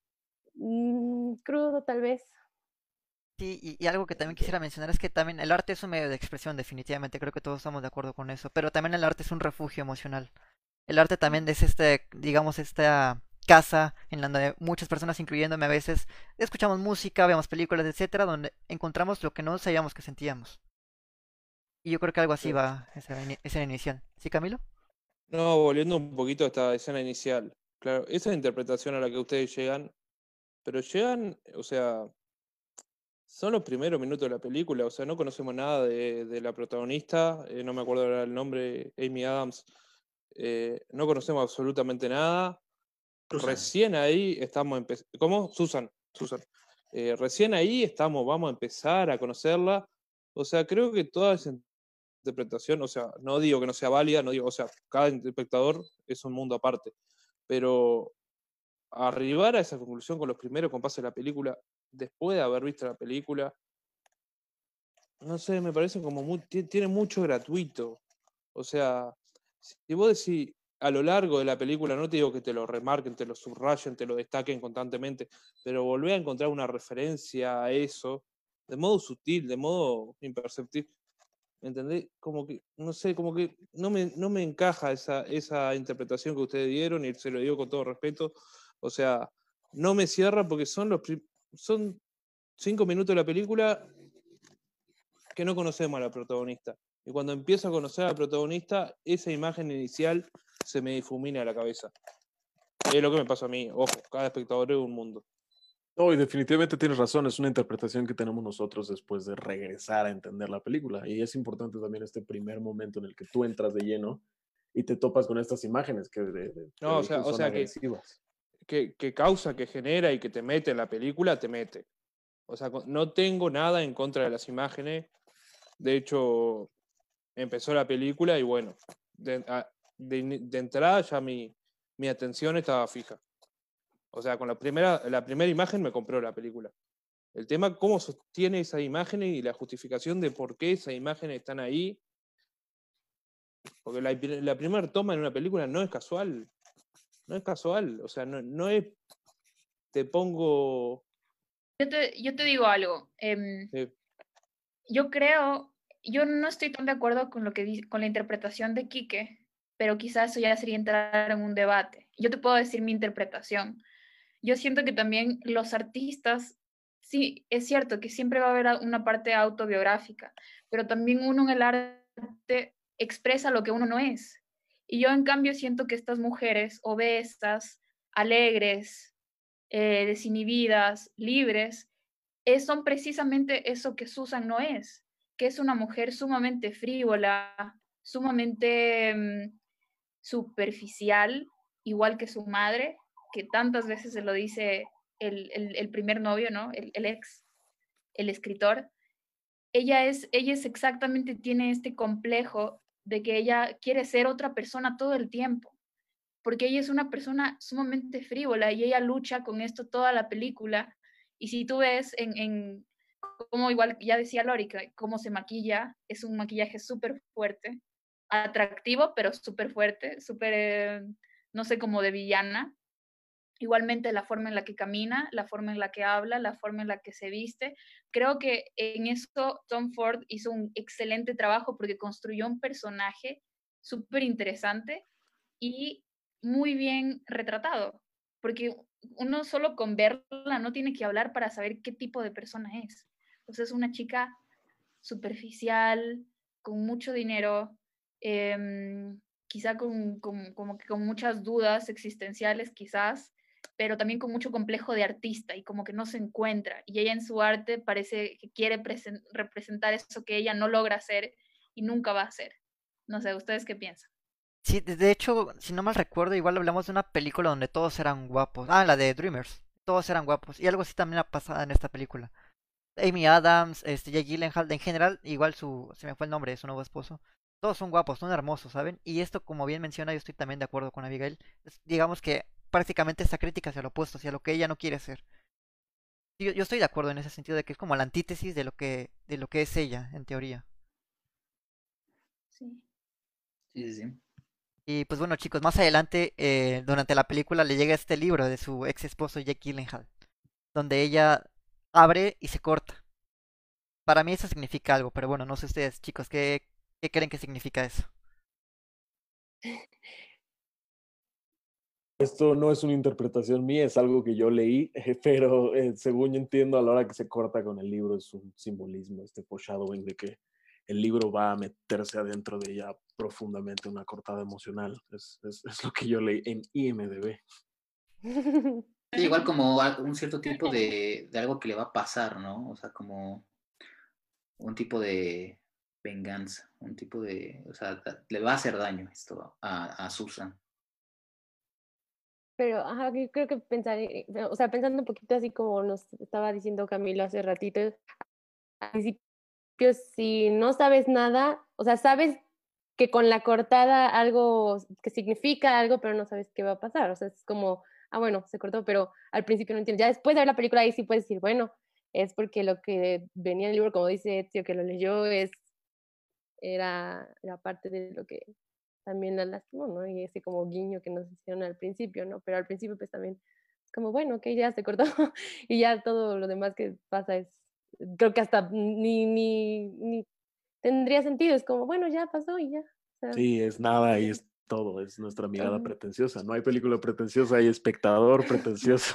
mmm, crudo tal vez.
Sí, y, y algo que también quisiera mencionar es que también el arte es un medio de expresión, definitivamente, creo que todos estamos de acuerdo con eso, pero también el arte es un refugio emocional. El arte también es este, digamos, esta casa en la donde muchas personas, incluyéndome a veces, escuchamos música, vemos películas, etcétera, donde encontramos lo que no sabíamos que sentíamos. Y yo creo que algo así va esa escena inicial. ¿Sí, Camilo?
No, volviendo un poquito a esta escena inicial. Claro, esa interpretación a la que ustedes llegan, pero llegan, o sea, son los primeros minutos de la película, o sea, no conocemos nada de, de la protagonista, eh, no me acuerdo ahora el nombre, Amy Adams, eh, no conocemos absolutamente nada. Susan. Recién ahí estamos empezando. ¿Cómo? Susan, Susan. Eh, recién ahí estamos, vamos a empezar a conocerla. O sea, creo que toda esa interpretación, o sea, no digo que no sea válida, no digo, o sea, cada espectador es un mundo aparte, pero arribar a esa conclusión con los primeros compases de la película, después de haber visto la película, no sé, me parece como muy, tiene mucho gratuito. O sea, si vos decís a lo largo de la película, no te digo que te lo remarquen, te lo subrayen, te lo destaquen constantemente, pero volver a encontrar una referencia a eso, de modo sutil, de modo imperceptible, ¿me entendés? Como que, no sé, como que no me, no me encaja esa, esa interpretación que ustedes dieron, y se lo digo con todo respeto. O sea, no me cierra porque son los son cinco minutos de la película que no conocemos a la protagonista. Y cuando empiezo a conocer a la protagonista, esa imagen inicial se me difumina a la cabeza. Es lo que me pasa a mí. Ojo, cada espectador es un mundo.
No, y definitivamente tienes razón, es una interpretación que tenemos nosotros después de regresar a entender la película. Y es importante también este primer momento en el que tú entras de lleno y te topas con estas imágenes que, de, de,
no, o sea,
son
o sea
agresivas.
Que, que, que causa, que genera y que te mete en la película, te mete. O sea, no tengo nada en contra de las imágenes. De hecho, empezó la película y bueno, de, de, de entrada ya mi, mi atención estaba fija. O sea, con la primera, la primera imagen me compró la película. El tema, cómo sostiene esa imagen y la justificación de por qué esas imágenes están ahí. Porque la, la primera toma en una película no es casual. No es casual. O sea, no, no es... Te pongo...
Yo te, yo te digo algo. Eh,
sí.
Yo creo... Yo no estoy tan de acuerdo con, lo que, con la interpretación de Quique, pero quizás eso ya sería entrar en un debate. Yo te puedo decir mi interpretación. Yo siento que también los artistas, sí, es cierto que siempre va a haber una parte autobiográfica, pero también uno en el arte expresa lo que uno no es. Y yo en cambio siento que estas mujeres obesas, alegres, eh, desinhibidas, libres, eh, son precisamente eso que Susan no es, que es una mujer sumamente frívola, sumamente um, superficial, igual que su madre, que tantas veces se lo dice el, el, el primer novio, ¿no? El, el ex, el escritor. Ella es, ella es exactamente, tiene este complejo de que ella quiere ser otra persona todo el tiempo, porque ella es una persona sumamente frívola y ella lucha con esto toda la película. Y si tú ves en, en como igual ya decía Lori, cómo se maquilla, es un maquillaje súper fuerte, atractivo, pero súper fuerte, súper, eh, no sé, como de villana. Igualmente la forma en la que camina, la forma en la que habla, la forma en la que se viste. Creo que en eso Tom Ford hizo un excelente trabajo porque construyó un personaje súper interesante y muy bien retratado. Porque uno solo con verla no tiene que hablar para saber qué tipo de persona es. Entonces es una chica superficial, con mucho dinero, eh, quizá con, con, como que con muchas dudas existenciales quizás, pero también con mucho complejo de artista y como que no se encuentra. Y ella en su arte parece que quiere representar eso que ella no logra hacer y nunca va a hacer. No sé, ¿ustedes qué piensan?
Sí, de hecho, si no mal recuerdo, igual hablamos de una película donde todos eran guapos. Ah, la de Dreamers. Todos eran guapos. Y algo así también ha pasado en esta película. Amy Adams, este, Jake Gyllenhaal, en general, igual su, se me fue el nombre de su nuevo esposo. Todos son guapos, son hermosos, ¿saben? Y esto, como bien menciona, yo estoy también de acuerdo con Abigail. Es, digamos que prácticamente esta crítica hacia lo opuesto, hacia lo que ella no quiere ser. Yo, yo estoy de acuerdo en ese sentido de que es como la antítesis de lo que, de lo que es ella, en teoría.
Sí. Sí, sí, sí.
Y pues bueno, chicos, más adelante, eh, durante la película, le llega este libro de su ex esposo Jake Gyllenhaal, donde ella abre y se corta. Para mí eso significa algo, pero bueno, no sé ustedes, chicos, ¿qué, qué creen que significa eso?
Esto no es una interpretación mía, es algo que yo leí, pero eh, según yo entiendo, a la hora que se corta con el libro es un simbolismo, este foreshadowing de que el libro va a meterse adentro de ella profundamente, una cortada emocional. Es, es, es lo que yo leí en I M D B.
Sí, igual como un cierto tipo de, de algo que le va a pasar, ¿no? O sea, como un tipo de venganza, un tipo de, o sea, le va a hacer daño esto a, a Susan.
Pero, ajá, yo creo que pensar, o sea, pensando un poquito así como nos estaba diciendo Camilo hace ratito, al principio, si no sabes nada, o sea, sabes que con la cortada algo, que significa algo, pero no sabes qué va a pasar, o sea, es como, ah, bueno, se cortó, pero al principio no entiendes. Ya después de ver la película ahí sí puedes decir, bueno, es porque lo que venía en el libro, como dice Ezio, que lo leyó, es, era, era parte de lo que también la lastimó, ¿no? Y ese como guiño que nos hicieron al principio, ¿no? Pero al principio pues también es como, bueno, que ya se cortó y ya todo lo demás que pasa es, creo que hasta ni, ni, ni tendría sentido, es como, bueno, ya pasó y ya. O sea,
sí, es nada y es todo, es nuestra mirada uh-huh. pretenciosa. No hay película pretenciosa, hay espectador pretencioso.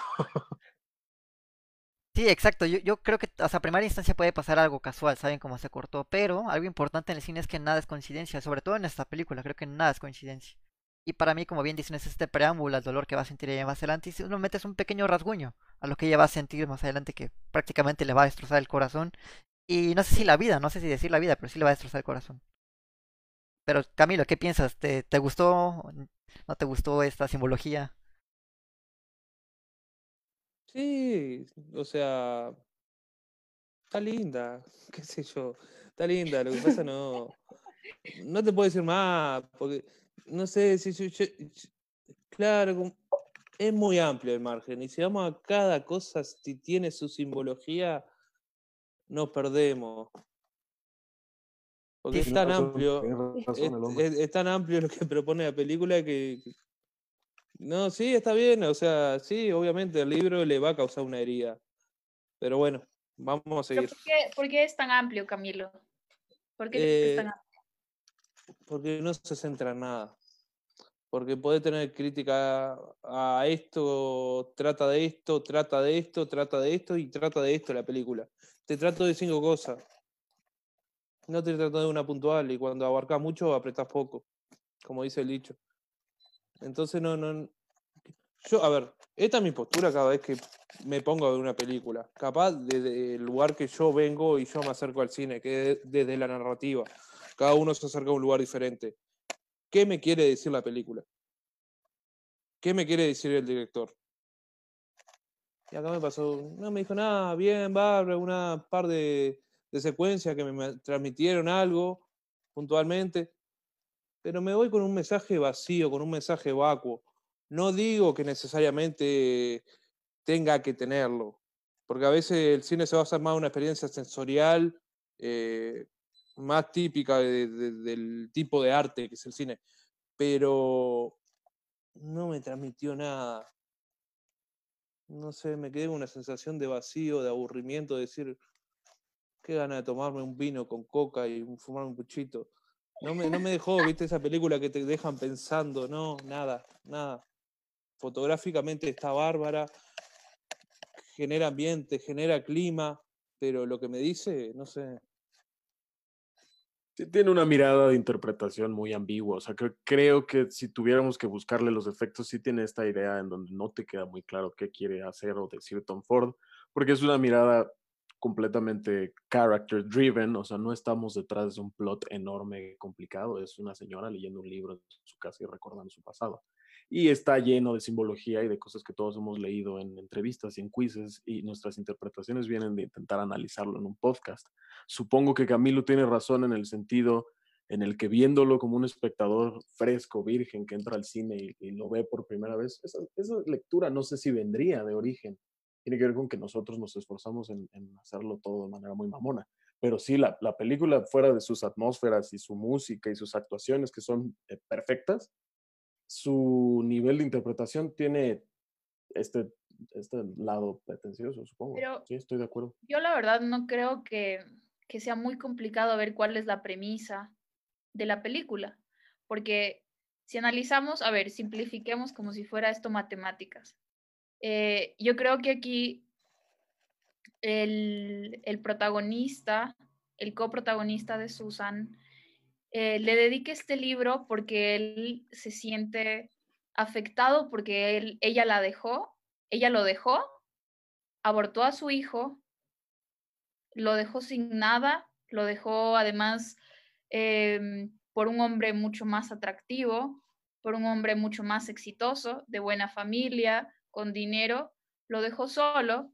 Sí, exacto. Yo, yo creo que hasta primera instancia puede pasar algo casual, saben cómo se cortó, pero algo importante en el cine es que nada es coincidencia, sobre todo en esta película, creo que nada es coincidencia. Y para mí, como bien dicen, es este preámbulo al dolor que va a sentir ella más adelante, y si uno mete es un pequeño rasguño a lo que ella va a sentir más adelante que prácticamente le va a destrozar el corazón. Y no sé si la vida, no sé si decir la vida, pero sí le va a destrozar el corazón. Pero Camilo, ¿qué piensas? ¿Te, te gustó? ¿No te gustó esta simbología?
Sí, o sea, está linda, qué sé yo, está linda, lo que pasa no, no te puedo decir más, porque no sé si yo, yo, yo, claro, es muy amplio el margen, y si vamos a cada cosa, si tiene su simbología, nos perdemos. Porque sí, es tan razón, amplio, razón, es, es, es tan amplio lo que propone la película que, que no, sí, está bien, o sea, sí, obviamente el libro le va a causar una herida. Pero bueno, vamos a seguir.
¿Por qué, por qué es tan amplio, Camilo? ¿Por qué eh, es tan amplio?
Porque no se centra en nada. Porque puede tener crítica a esto, trata de esto, trata de esto, trata de esto y trata de esto la película. Te trato de cinco cosas. No te trato de una puntual y cuando abarcas mucho apretás poco, como dice el dicho. Entonces no, no. Yo, a ver, esta es mi postura cada vez que me pongo a ver una película. Capaz desde el lugar que yo vengo y yo me acerco al cine, que es desde la narrativa. Cada uno se acerca a un lugar diferente. ¿Qué me quiere decir la película? ¿Qué me quiere decir el director? Y acá me pasó, no me dijo nada, bien, bárbaro, una par de, de secuencias que me, me transmitieron algo puntualmente, pero me voy con un mensaje vacío, con un mensaje vacuo. No digo que necesariamente tenga que tenerlo, porque a veces el cine se basa más en una experiencia sensorial eh, más típica de, de, del tipo de arte que es el cine, pero no me transmitió nada. No sé, me quedé con una sensación de vacío, de aburrimiento, de decir, qué gana de tomarme un vino con coca y fumar un puchito. No me, no me dejó, viste, esa película que te dejan pensando, no, nada, nada. Fotográficamente está bárbara, genera ambiente, genera clima, pero lo que me dice, no sé.
Sí, tiene una mirada de interpretación muy ambigua. O sea, que, creo que si tuviéramos que buscarle los efectos, sí tiene esta idea en donde no te queda muy claro qué quiere hacer o decir Tom Ford, porque es una mirada completamente character driven, o sea, no estamos detrás de un plot enorme, complicado, es una señora leyendo un libro en su casa y recordando su pasado. Y está lleno de simbología y de cosas que todos hemos leído en entrevistas y en quizzes, y nuestras interpretaciones vienen de intentar analizarlo en un podcast. Supongo que Camilo tiene razón en el sentido en el que viéndolo como un espectador fresco, virgen, que entra al cine y, y lo ve por primera vez, esa, esa lectura no sé si vendría de origen. Tiene que ver con que nosotros nos esforzamos en, en hacerlo todo de manera muy mamona. Pero sí, la, la película, fuera de sus atmósferas y su música y sus actuaciones, que son eh, perfectas, su nivel de interpretación tiene este, este lado pretencioso, supongo.
Pero
sí, estoy de acuerdo.
Yo la verdad no creo que, que sea muy complicado ver cuál es la premisa de la película, porque si analizamos, a ver, simplifiquemos como si fuera esto matemáticas. Eh, yo creo que aquí el, el protagonista, el coprotagonista de Susan, eh, le dedica este libro porque él se siente afectado porque él, ella la dejó, ella lo dejó, abortó a su hijo, lo dejó sin nada, lo dejó además eh, por un hombre mucho más atractivo, por un hombre mucho más exitoso, de buena familia, con dinero, lo dejó solo,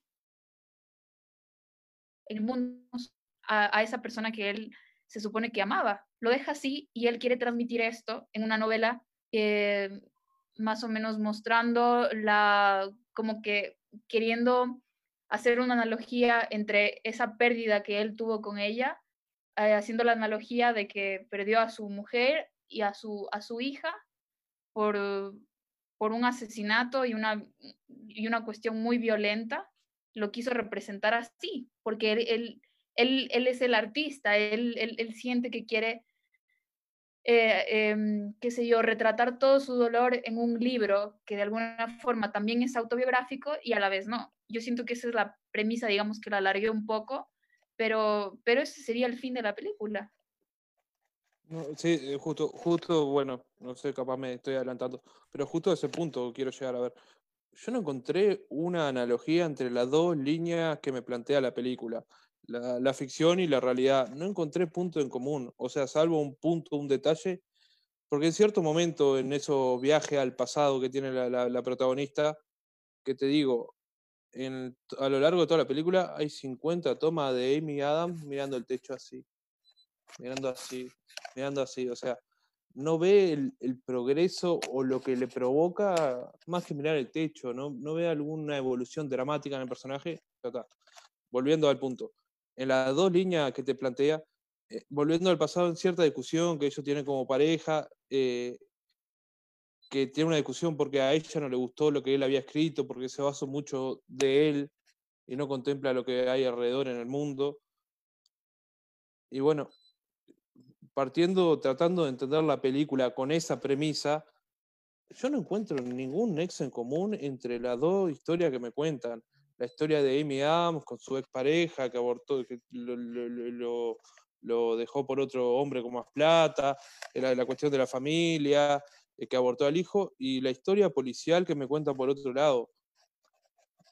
el mundo, a, a esa persona que él se supone que amaba. Lo deja así y él quiere transmitir esto en una novela eh, más o menos mostrando la, como que queriendo hacer una analogía entre esa pérdida que él tuvo con ella, eh, haciendo la analogía de que perdió a su mujer y a su, a su hija por, por un asesinato y una, y una cuestión muy violenta. Lo quiso representar así, porque él, él, él, él es el artista, él, él, él siente que quiere, eh, eh, qué sé yo, retratar todo su dolor en un libro que de alguna forma también es autobiográfico y a la vez no. Yo siento que esa es la premisa, digamos que la alargué un poco, pero, pero ese sería el fin de la película.
No, sí, justo, justo, bueno, no sé, capaz me estoy adelantando, pero justo a ese punto quiero llegar a ver. Yo no encontré una analogía entre las dos líneas que me plantea la película, la, la ficción y la realidad. No encontré punto en común, o sea, salvo un punto, un detalle, porque en cierto momento, en esos viajes al pasado que tiene la, la, la protagonista, que te digo, en, a lo largo de toda la película hay cincuenta tomas de Amy Adams mirando el techo así, mirando así, mirando así, o sea, no ve el, el progreso o lo que le provoca más que mirar el techo, no, no ve alguna evolución dramática en el personaje. Volviendo al punto, en las dos líneas que te plantea, eh, volviendo al pasado en cierta discusión que ellos tienen como pareja, eh, que tiene una discusión porque a ella no le gustó lo que él había escrito, porque se basó mucho de él y no contempla lo que hay alrededor en el mundo. Y bueno, partiendo, tratando de entender la película con esa premisa, yo no encuentro ningún nexo en común entre las dos historias que me cuentan. La historia de Amy Adams con su expareja que abortó, que lo, lo, lo, lo dejó por otro hombre con más plata, la, la cuestión de la familia, eh, que abortó al hijo, y la historia policial que me cuenta por otro lado.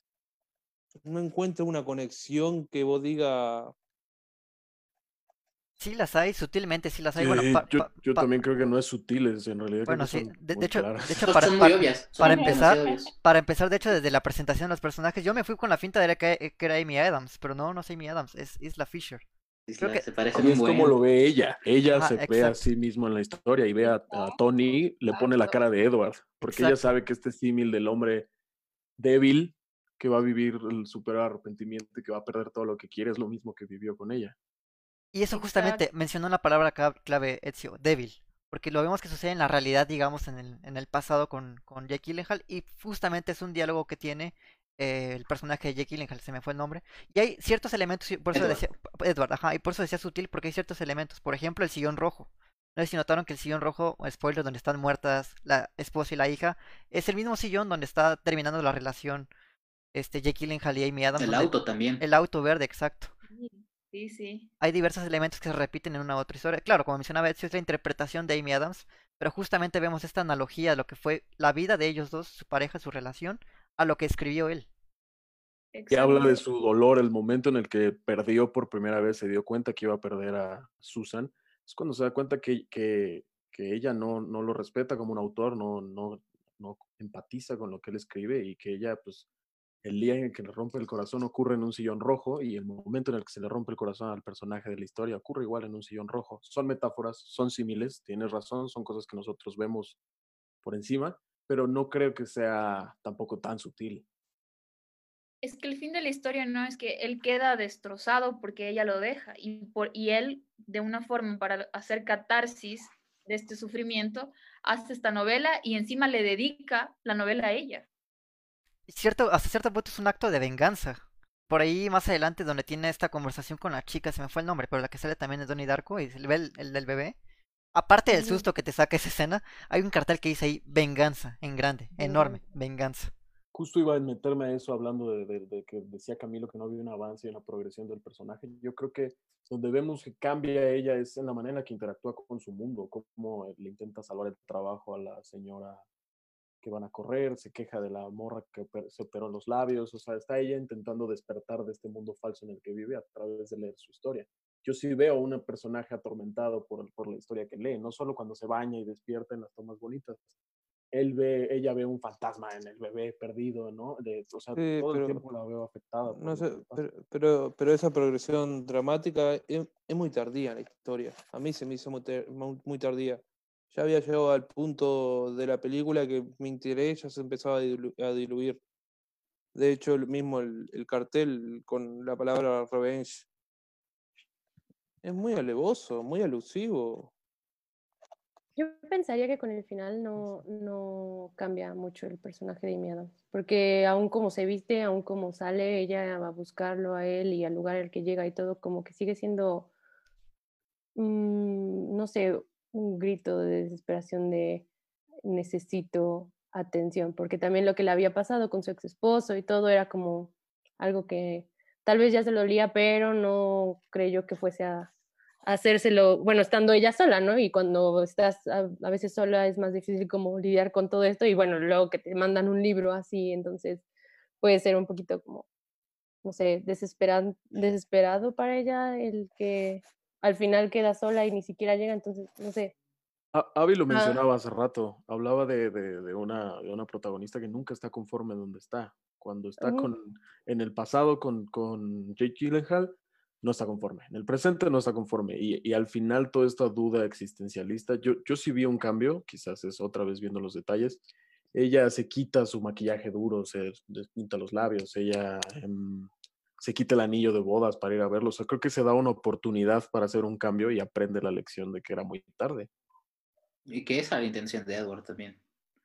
No encuentro una conexión que vos diga,
Sí las hay, sutilmente sí las hay.
Sí,
Bueno, pa-
yo,
pa-
yo
pa-
también creo que no es sutiles, en realidad creo
Bueno,
que
sí,
son
de, de
muy
hecho,
claras.
de hecho
Son-
para,
son muy
para,
obvias, son
para
demasiado
empezar,
obvias.
para empezar, de hecho, desde la presentación de los personajes, yo me fui con la finta de que, que era Amy Adams, pero no, no es Amy Adams, es Isla Fisher. Creo
Isla,
que,
se parecen
Y
un
es como
buen.
lo ve ella. Ella
ajá,
se ve a
exacto,
sí misma en la historia y ve a, a Tony, le pone la cara de Edward, porque ella
exacto.
sabe que este símil del hombre débil que va a vivir el super arrepentimiento y que va a perder todo lo que quiere es lo mismo que vivió con ella.
Y eso justamente
Exacto.
mencionó la palabra ca- clave, Ezio, débil. Porque lo vemos que sucede en la realidad, digamos, en el, en el pasado con, con Jake Gyllenhaal. Y justamente es un diálogo que tiene eh, el personaje de Jake Gyllenhaal, se me fue el nombre. Y hay ciertos elementos, y por eso
Edward.
decía, Edward, ajá, y por eso decía sutil, porque hay ciertos elementos. Por ejemplo, el sillón rojo. No sé si notaron que el sillón rojo, spoiler, donde están muertas la esposa y la hija, es el mismo sillón donde está terminando la relación este Jake Gyllenhaal y Amy Adams.
El
Donde,
auto también.
el auto verde, exacto.
Sí, sí.
Hay diversos elementos que se repiten en una u otra historia. Claro, como mencionaba Ezio, es la interpretación de Amy Adams, pero justamente vemos esta analogía de lo que fue la vida de ellos dos, su pareja, su relación, a lo que escribió él.
Y habla de
Exacto.
su dolor, el momento en el que perdió por primera vez, se dio cuenta que iba a perder a Susan. Es cuando se da cuenta que, que, que ella no, no lo respeta como un autor, no, no, no empatiza con lo que él escribe y que ella, pues, el día en el que le rompe el corazón ocurre en un sillón rojo y el momento en el que se le rompe el corazón al personaje de la historia ocurre igual en un sillón rojo. Son metáforas, son símiles, tienes razón, son cosas que nosotros vemos por encima, pero no creo que sea tampoco tan sutil.
Es que el fin de la historia no es que él queda destrozado porque ella lo deja y, por, y él, de una forma para hacer catarsis de este sufrimiento, hace esta novela y encima le dedica la novela a ella.
Y cierto, hasta cierto punto es un acto de venganza. Por ahí más adelante donde tiene esta conversación con la chica, se me fue el nombre, pero la que sale también es Donnie Darko y se le ve el, el del bebé. Aparte del
Ujú.
susto que te saca esa escena, hay un cartel que dice ahí venganza, en grande, enorme, venganza.
Justo iba a meterme a eso hablando de, de, de que decía Camilo que no había un avance y una progresión del personaje. Yo creo que donde vemos que cambia ella es en la manera en la que interactúa con su mundo, cómo le intenta salvar el trabajo a la señora que van a correr, se queja de la morra que se operó los labios, o sea, está ella intentando despertar de este mundo falso en el que vive a través de leer su historia. Yo sí veo a un personaje atormentado por, por la historia que lee, no solo cuando se baña y despierta en las tomas bonitas. Él ve, ella ve un fantasma en el bebé perdido, ¿no? De, o sea,
Sí,
todo el
pero
tiempo la veo afectada por
no
lo
sé,
que le pasa.
pero, pero, pero esa progresión dramática es, es muy tardía en la historia. A mí se me hizo muy, ter- muy, muy tardía. Ya había llegado al punto de la película que mi interés ya se empezaba a, dilu- a diluir. De hecho, el mismo el, el cartel con la palabra revenge es muy alevoso, muy alusivo.
Yo pensaría que con el final no, no cambia mucho el personaje de Amy Adams, porque aún como se viste, aún como sale, ella va a buscarlo a él y al lugar al que llega y todo, como que sigue siendo, mm, no sé, un grito de desesperación de necesito atención, porque también lo que le había pasado con su ex esposo y todo era como algo que tal vez ya se lo olía, pero no creyó que fuese a hacérselo, bueno, estando ella sola, ¿no? Y cuando estás a, a veces sola es más difícil como lidiar con todo esto y bueno, luego que te mandan un libro así, entonces puede ser un poquito como, no sé, desesperan, desesperado para ella el que al final queda sola y ni siquiera llega, entonces, no sé.
A- Avi lo
Ah,
mencionaba hace rato, hablaba de, de, de una, de una protagonista que nunca está conforme donde está. Cuando está
ujú.
con, en el pasado con, con Jake Gyllenhaal, no está conforme. En el presente no está conforme. Y, y al final toda esta duda existencialista, yo, yo sí vi un cambio, quizás es otra vez viendo los detalles. Ella se quita su maquillaje duro, se despinta los labios, ella em, se quita el anillo de bodas para ir a verlo. O sea, creo que se da una oportunidad para hacer un cambio y aprende la lección de que era muy tarde.
Y que esa era la intención de Edward también.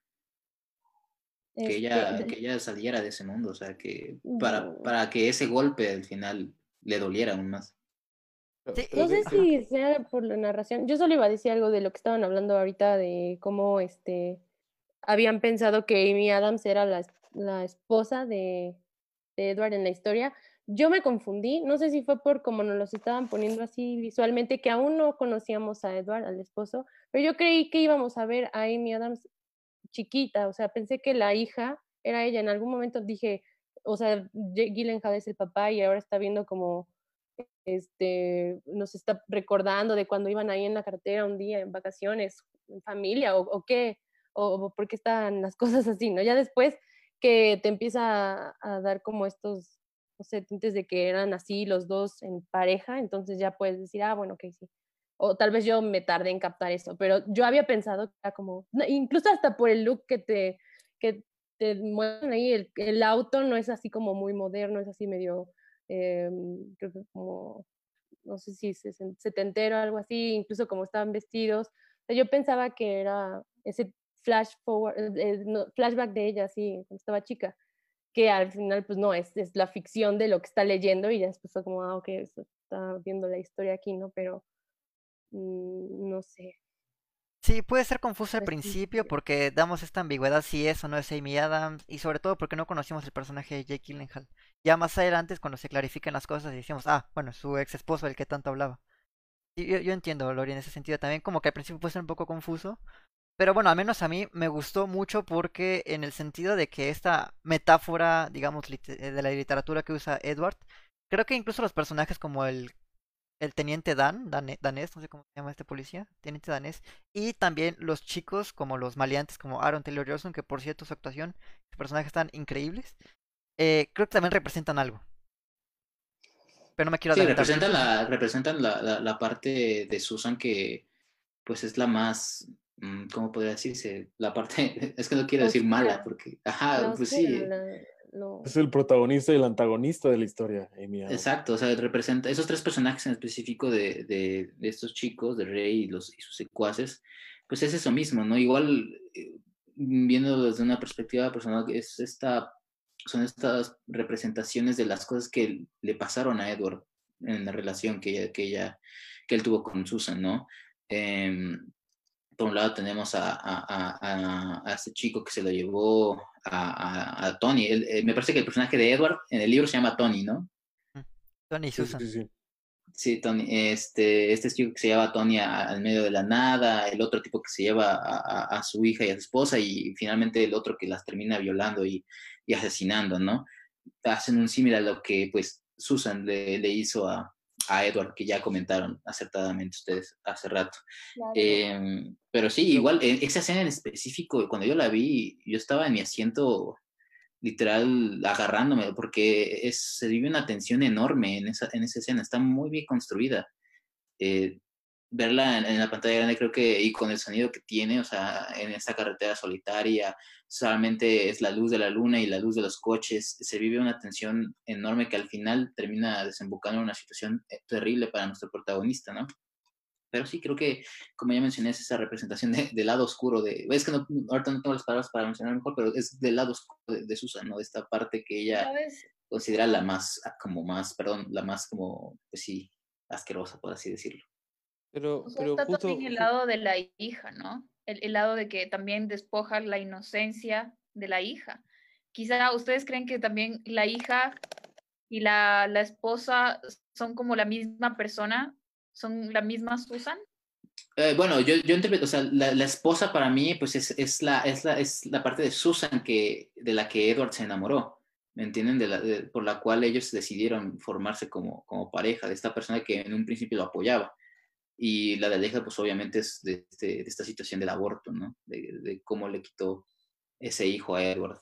Que
Este,
ella, que
de-
ella saliera de ese mundo, o sea, que para,
mm,
para que ese golpe al final le doliera aún más.
Sí,
no
y-
sé
ajá.
si sea por la narración. Yo solo iba a decir algo de lo que estaban hablando ahorita de cómo este habían pensado que Amy Adams era la, es- la esposa de, de Edward en la historia. Yo me confundí, no sé si fue por como nos los estaban poniendo así visualmente, que aún no conocíamos a Edward, al esposo, pero yo creí que íbamos a ver a Amy Adams chiquita, o sea, pensé que la hija era ella. En algún momento dije, o sea, Jake Gyllenhaal es el papá y ahora está viendo como este, nos está recordando de cuando iban ahí en la carretera un día en vacaciones, en familia, o, o qué, o, o por qué están las cosas así, ¿no? Ya después que te empieza a, a dar como estos, no sé, tintes de que eran así los dos en pareja, entonces ya puedes decir, ah, bueno, ok, sí. O tal vez yo me tardé en captar eso, pero yo había pensado que era como, no, incluso hasta por el look que te, que te muestran ahí, el, el auto no es así como muy moderno, es así medio, eh, creo que como, no sé si setentero o algo así, incluso como estaban vestidos. O sea, yo pensaba que era ese flash forward, eh, no, flashback de ella, así, cuando estaba chica, que al final, pues no, es, es la ficción de lo que está leyendo y ya después fue como, ah, ok, eso está viendo la historia aquí, ¿no? Pero mmm, no sé.
Sí, puede ser confuso al principio porque damos esta ambigüedad si es o no es Amy Adams y sobre todo porque no conocimos el personaje de Jake Gyllenhaal. Ya más adelante es cuando se clarifican las cosas y decimos, ah, bueno, su ex esposo el que tanto hablaba. Y yo, yo entiendo, Lori, en ese sentido también como que al principio puede ser un poco confuso, pero bueno, al menos a mí me gustó mucho porque en el sentido de que esta metáfora, digamos, de la literatura que usa Edward, creo que incluso los personajes como el el teniente Dan, Dan, danés, no sé cómo se llama este policía, teniente danés, y también los chicos como los maleantes como Aaron Taylor Johnson, que por cierto su actuación, sus personajes están increíbles, eh, creo que también representan algo. Pero no me quiero
sí,
adelantar.
representan, la, representan la, la, la parte de Susan que pues es la más, ¿cómo podría decirse? La parte, es que no quiero decir mala, porque, ajá, pues sí.
No.
Es el protagonista y el antagonista de la historia, Amy Adams.
Exacto, o sea, representa esos tres personajes en específico de, de, de estos chicos, de Rey y, los, y sus secuaces, pues es eso mismo, ¿no? Igual, eh, viéndolo desde una perspectiva personal, es esta, son estas representaciones de las cosas que le pasaron a Edward en la relación que, ella, que, ella, que él tuvo con Susan, ¿no? Eh, por un lado tenemos a, a, a, a este chico que se lo llevó a, a, a Tony. El, eh, me parece que el personaje de Edward en el libro se llama Tony, ¿no?
Tony y Susan.
Sí, sí, sí.
Sí, Tony. Este, este chico que se lleva a Tony al medio de la nada, el otro tipo que se lleva a, a, a su hija y a su esposa, y finalmente el otro que las termina violando y, y asesinando, ¿no? Hacen un símil a lo que pues Susan le, le hizo a, a Edward, que ya comentaron acertadamente ustedes hace rato. Claro. Eh, pero sí, igual, en esa escena en específico, cuando yo la vi, yo estaba en mi asiento literal agarrándome, porque es, se vive una tensión enorme en esa, en esa escena, está muy bien construida. Eh, verla en, en la pantalla grande creo que, y con el sonido que tiene, o sea, en esta carretera solitaria, solamente es la luz de la luna y la luz de los coches, se vive una tensión enorme que al final termina desembocando en una situación terrible para nuestro protagonista, ¿no? Pero sí, creo que, como ya mencioné, es esa representación de, del lado oscuro de... Es que no, ahorita no tengo las palabras para mencionar mejor, pero es del lado oscuro de, de Susan, ¿no? De esta parte que ella ¿sabes? Considera la más, como más, perdón, la más como, pues sí, asquerosa, por así decirlo.
Pero,
o sea,
pero
está
justo,
también el lado de la hija, ¿no? El, el lado de que también despoja la inocencia de la hija. Quizá ustedes creen que también la hija y la, la esposa son como la misma persona, son la misma Susan.
Eh, bueno, yo, yo interpreto, o sea, la, la esposa para mí, pues es, es, la, es, la, es la parte de Susan que, de la que Edward se enamoró, ¿me entienden? De la, de, por la cual ellos decidieron formarse como, como pareja, de esta persona que en un principio lo apoyaba. Y la de Aleja, pues obviamente es de, de, de esta situación del aborto, ¿no? De, de cómo le quitó ese hijo a Edward.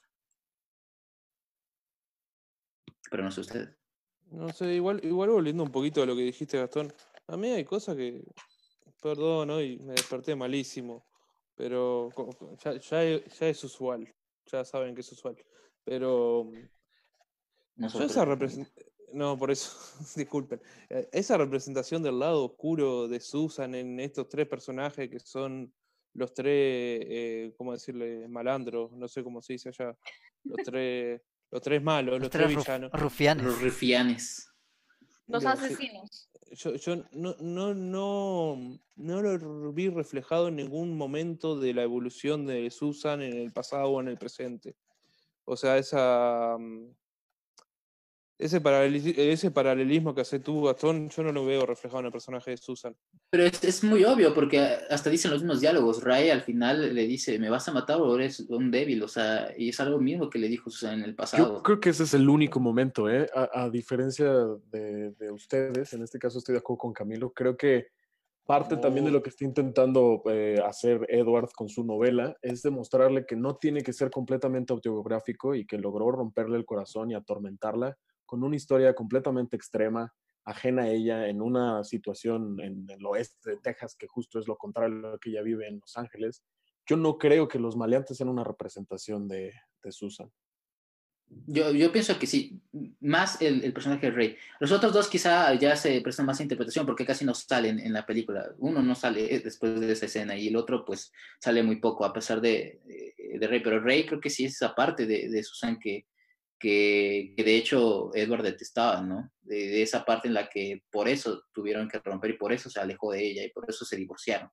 Pero no sé usted.
No sé, igual, igual volviendo un poquito a lo que dijiste, Gastón, a mí hay cosas que, perdón, hoy me desperté malísimo, pero ya, ya, ya es usual, ya saben que es usual, pero
no,
yo esa representación, no, por eso, disculpen, esa representación del lado oscuro de Susan en estos tres personajes que son los tres, eh, ¿cómo decirle? Malandros, no sé cómo se dice allá, los tres... Los tres malos, los, los tres, tres villanos.
Rufianes.
Los rufianes.
Los asesinos.
Yo, yo no, no, no, no lo vi reflejado en ningún momento de la evolución de Susan en el pasado o en el presente. O sea, esa, Ese, paraleli- ese paralelismo que hace tú, Gastón, yo no lo veo reflejado en el personaje de Susan.
Pero es, es muy obvio, porque hasta dicen los mismos diálogos. Ray al final le dice, ¿me vas a matar o eres un débil? O sea, y es algo mismo que le dijo Susan en el pasado.
Yo creo que ese es el único momento, ¿eh? A, a diferencia de, de ustedes, en este caso estoy de acuerdo con Camilo, creo que parte también de lo que está intentando eh, hacer Edward con su novela es demostrarle que no tiene que ser completamente autobiográfico y que logró romperle el corazón y atormentarla con una historia completamente extrema, ajena a ella, en una situación en el oeste de Texas, que justo es lo contrario a lo que ella vive en Los Ángeles. Yo no creo que Los Maleantes sean una representación de, de Susan.
Yo, yo pienso que sí, más el, el personaje de Rey. Los otros dos quizá ya se prestan más a interpretación porque casi no salen en la película. Uno no sale después de esa escena y el otro pues sale muy poco a pesar de, de, de Rey. Pero Rey creo que sí es esa parte de, de Susan que, que, que de hecho Edward detestaba, ¿no? De, de esa parte en la que por eso tuvieron que romper y por eso se alejó de ella y por eso se divorciaron.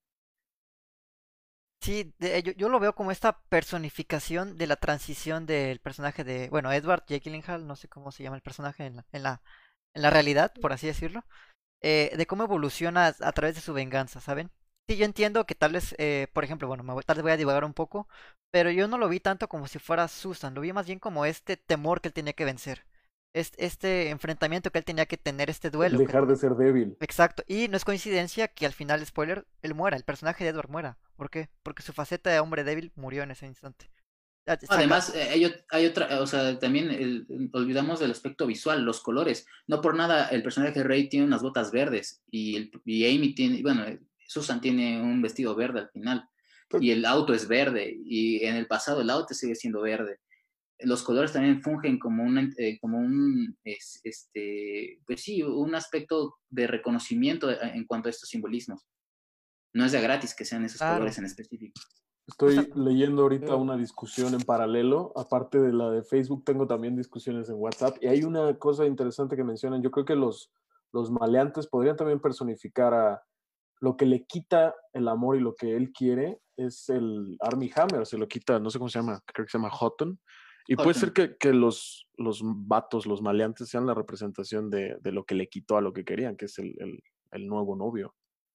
Sí, de- yo, yo lo veo como esta personificación de la transición del personaje de, bueno, Edward Jake Gyllenhaal, no sé cómo se llama el personaje en la, en la, en la realidad, por así decirlo, eh, de cómo evoluciona a, a través de su venganza, ¿saben? Sí, yo entiendo que tal vez, eh, por ejemplo, bueno, me voy- tal vez voy a divagar un poco, pero yo no lo vi tanto como si fuera Susan, lo vi más bien como este temor que él tenía que vencer, este, este enfrentamiento que él tenía que tener, este duelo. que-
Dejar de ser débil.
Exacto, y no es coincidencia que al final, spoiler, él muera, el personaje de Edward muera. ¿Por qué? Porque su faceta de hombre débil murió en ese instante. Ya, saca-
Además, eh, hay, ot- hay otra, o sea, también el- el- olvidamos del aspecto visual, los colores. No por nada el personaje de Rey tiene unas botas verdes y, el, y Amy tiene, bueno, eh, Susan tiene un vestido verde al final y el auto es verde y en el pasado el auto sigue siendo verde. Los colores también fungen como un, eh, como un es- este, pues sí, un aspecto de reconocimiento eh, en cuanto a estos simbolismos. No es de gratis que sean esos
Claro.
colores en específico.
Estoy leyendo ahorita una discusión en paralelo, aparte de la de Facebook, tengo también discusiones en WhatsApp, y hay una cosa interesante que mencionan, yo creo que los, los maleantes podrían también personificar a lo que le quita el amor y lo que él quiere, es el Armie Hammer, se lo quita, no sé cómo se llama, creo que se llama Houghton, y puede
Houghton.
ser que, que los, los vatos, los maleantes sean la representación de, de lo que le quitó a lo que querían, que es el, el, el nuevo novio.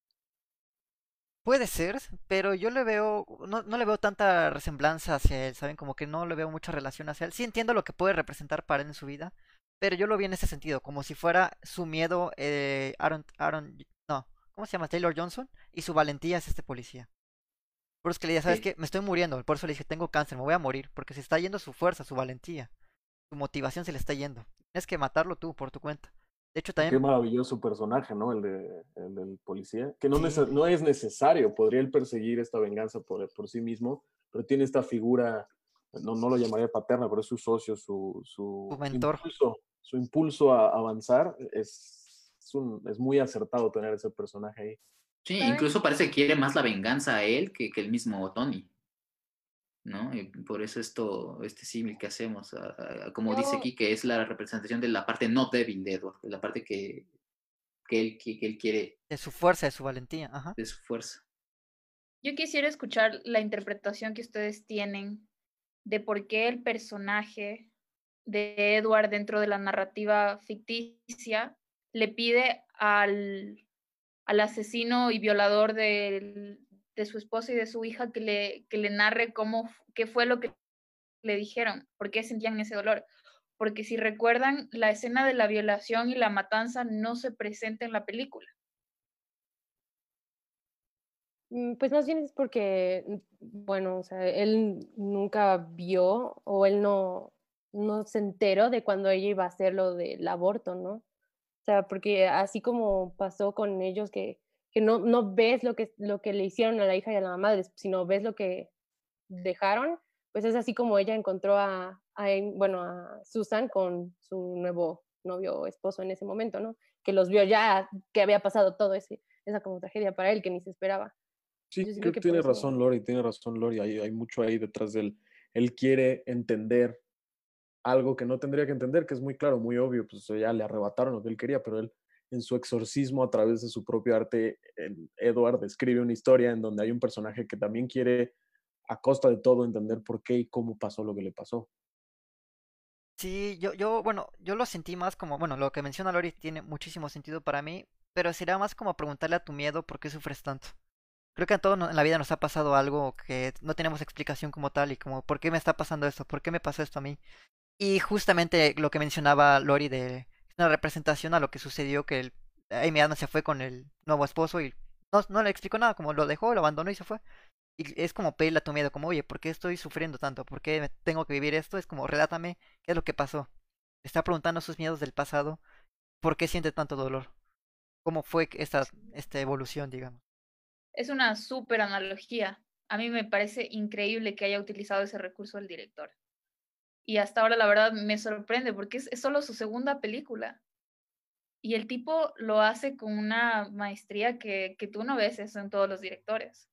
Puede ser, pero yo le veo, no, no le veo tanta resemblanza hacia él, ¿saben? Como que no le veo mucha relación hacia él. Sí entiendo lo que puede representar para él en su vida, pero yo lo vi en ese sentido, como si fuera su miedo, eh, Aaron, Aaron, no, ¿cómo se llama? Taylor Johnson, y su valentía es este policía. Por eso que le dije, ¿sabes
Sí.
qué? Me estoy muriendo, por eso le dije, tengo cáncer, me voy a morir, porque se está yendo su fuerza, su valentía, su motivación se le está yendo. Tienes que matarlo tú, por tu cuenta. De hecho,
Qué
también,
maravilloso personaje, ¿no? El, de, el del policía. Que no,
sí,
nece- no es necesario, podría él perseguir esta venganza por, por sí mismo, pero tiene esta figura, no, no lo llamaría paterna, pero es su socio, su,
su
su
mentor.
impulso, su impulso a avanzar. Es, es, un- es muy acertado tener ese personaje ahí.
Sí,
¿Saben?
incluso parece que quiere más la venganza a él que, que el mismo Tony, ¿no? Y por eso esto, este símil que hacemos, a- a- como dice
Yo,
aquí, que es la representación de la parte no débil de Edward, de la parte que, que, él, que, que él quiere
De su fuerza, de su valentía, ajá.
de su fuerza.
yo quisiera escuchar la interpretación que ustedes tienen de por qué el personaje de Edward dentro de la narrativa ficticia le pide al, al asesino y violador de, de su esposa y de su hija que le, que le narre cómo, qué fue lo que le dijeron, por qué sentían ese dolor. Porque si recuerdan, la escena de la violación y la matanza no se presenta en la película.
Mm, Pues más bien es porque, mm, bueno, o sea, él nunca vio o él no, no se enteró de cuando ella iba a hacer lo del aborto, ¿no? O sea, porque así como pasó con ellos que, que no, no ves lo que, lo que le hicieron a la hija y a la mamá, des- sino ves lo que dejaron, pues es así como ella encontró a, a, Em- bueno, a Susan con su nuevo novio o esposo en ese momento, ¿no? Que los vio ya, que había pasado todo ese, esa como tragedia para él que ni se esperaba.
Sí,
Yo sí creo
creo que
que por
tiene
eso.
razón Lori, tiene razón Lori, hay, hay mucho ahí detrás de él. Él quiere entender algo que no tendría que entender, que es muy claro, muy obvio, pues ya le arrebataron lo que él quería, pero él en su exorcismo a través de su propio arte, el Edward escribe una historia en donde hay un personaje que también quiere a costa de todo entender por qué y cómo pasó lo que le pasó.
Sí, yo, yo, bueno, yo lo sentí más como, bueno, lo que menciona Lori tiene muchísimo sentido para mí, pero sería más como preguntarle a tu miedo por qué sufres tanto. Creo que a todos no- en la vida nos ha pasado algo que no tenemos explicación como tal y como, ¿por qué me está pasando esto? ¿Por qué me pasó esto a mí? Y justamente lo que mencionaba Lori de una representación a lo que sucedió que el, Amy Adams se fue con el nuevo esposo y no, no le explicó nada, como lo dejó, lo abandonó y se fue. Y es como pedirle a tu miedo, como, oye, ¿por qué estoy sufriendo tanto? ¿Por qué me tengo que vivir esto? Es como, relátame qué es lo que pasó. Está preguntando sus miedos del pasado, ¿por qué siente tanto dolor? ¿Cómo fue esta, esta evolución, digamos?
Es una súper analogía. A mí me parece increíble que haya utilizado ese recurso el director. Y hasta ahora, la verdad, me sorprende porque es, es solo su segunda película. Y el tipo lo hace con una maestría que, que tú no ves eso en todos los directores.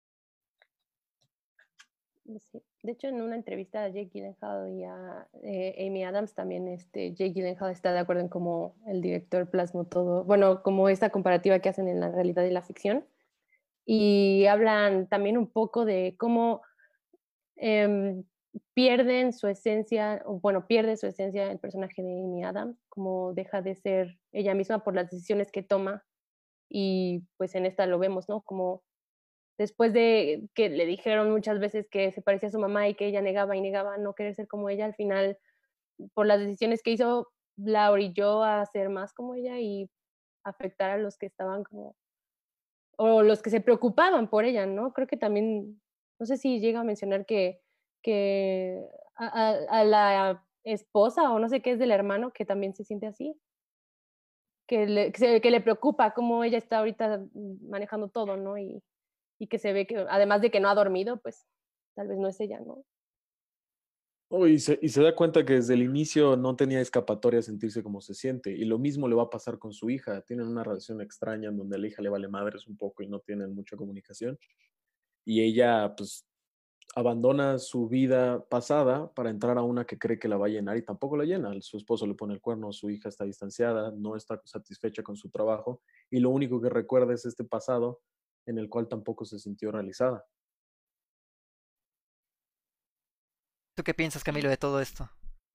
Sí. De hecho, en una entrevista a Jake Gyllenhaal y a eh, Amy Adams también, este, Jake Gyllenhaal está de acuerdo en cómo el director plasmó todo, bueno, como esta comparativa que hacen en la realidad y la ficción. Y hablan también un poco de cómo eh, pierden su esencia, o bueno, pierde su esencia el personaje de Amy Adams, como deja de ser ella misma por las decisiones que toma. Y pues en esta lo vemos, ¿no? Como después de que le dijeron muchas veces que se parecía a su mamá y que ella negaba y negaba no querer ser como ella, al final, por las decisiones que hizo, la orilló a ser más como ella y afectar a los que estaban como, o los que se preocupaban por ella, ¿no? Creo que también, no sé si llega a mencionar que, que a, a, a la esposa o no sé qué es del hermano que también se siente así, que le, que, se, que le preocupa cómo ella está ahorita manejando todo, ¿no? Y, y que se ve que, además de que no ha dormido, pues tal vez no es ella, ¿no?
Oh, y, se, y se da cuenta que desde el inicio no tenía escapatoria a sentirse como se siente. Y lo mismo le va a pasar con su hija. Tienen una relación extraña en donde a la hija le vale madres un poco y no tienen mucha comunicación. Y ella, pues, abandona su vida pasada para entrar a una que cree que la va a llenar y tampoco la llena. Su esposo le pone el cuerno, su hija está distanciada, no está satisfecha con su trabajo y lo único que recuerda es este pasado en el cual tampoco se sintió realizada.
¿Tú qué piensas, Camilo, de todo esto?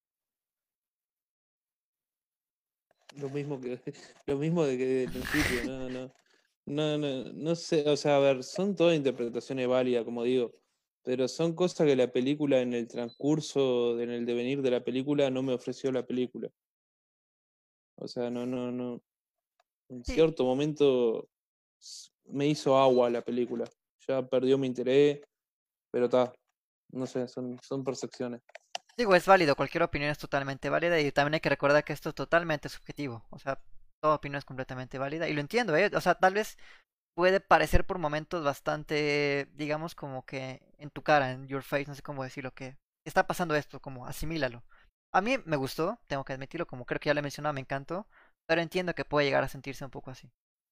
Lo mismo que lo mismo de que del principio, no, no. No, no, no sé, o sea, a ver, son todas interpretaciones válidas, como digo, pero son cosas que la película en el transcurso, en el devenir de la película, no me ofreció la película. O sea, no, no, no. En cierto momento s- me hizo agua la película. Ya perdió mi interés, pero está, no sé, son, son percepciones.
Digo, es válido, cualquier opinión es totalmente válida y también hay que recordar que esto es totalmente subjetivo, o sea, toda opinión es completamente válida y lo entiendo, ¿eh? O sea, tal vez puede parecer por momentos bastante, digamos, como que en tu cara, en your face, no sé cómo decirlo, que está pasando esto, como asimílalo. A mí me gustó, tengo que admitirlo, como creo que ya lo he mencionado, me encantó, pero entiendo que puede llegar a sentirse un poco así.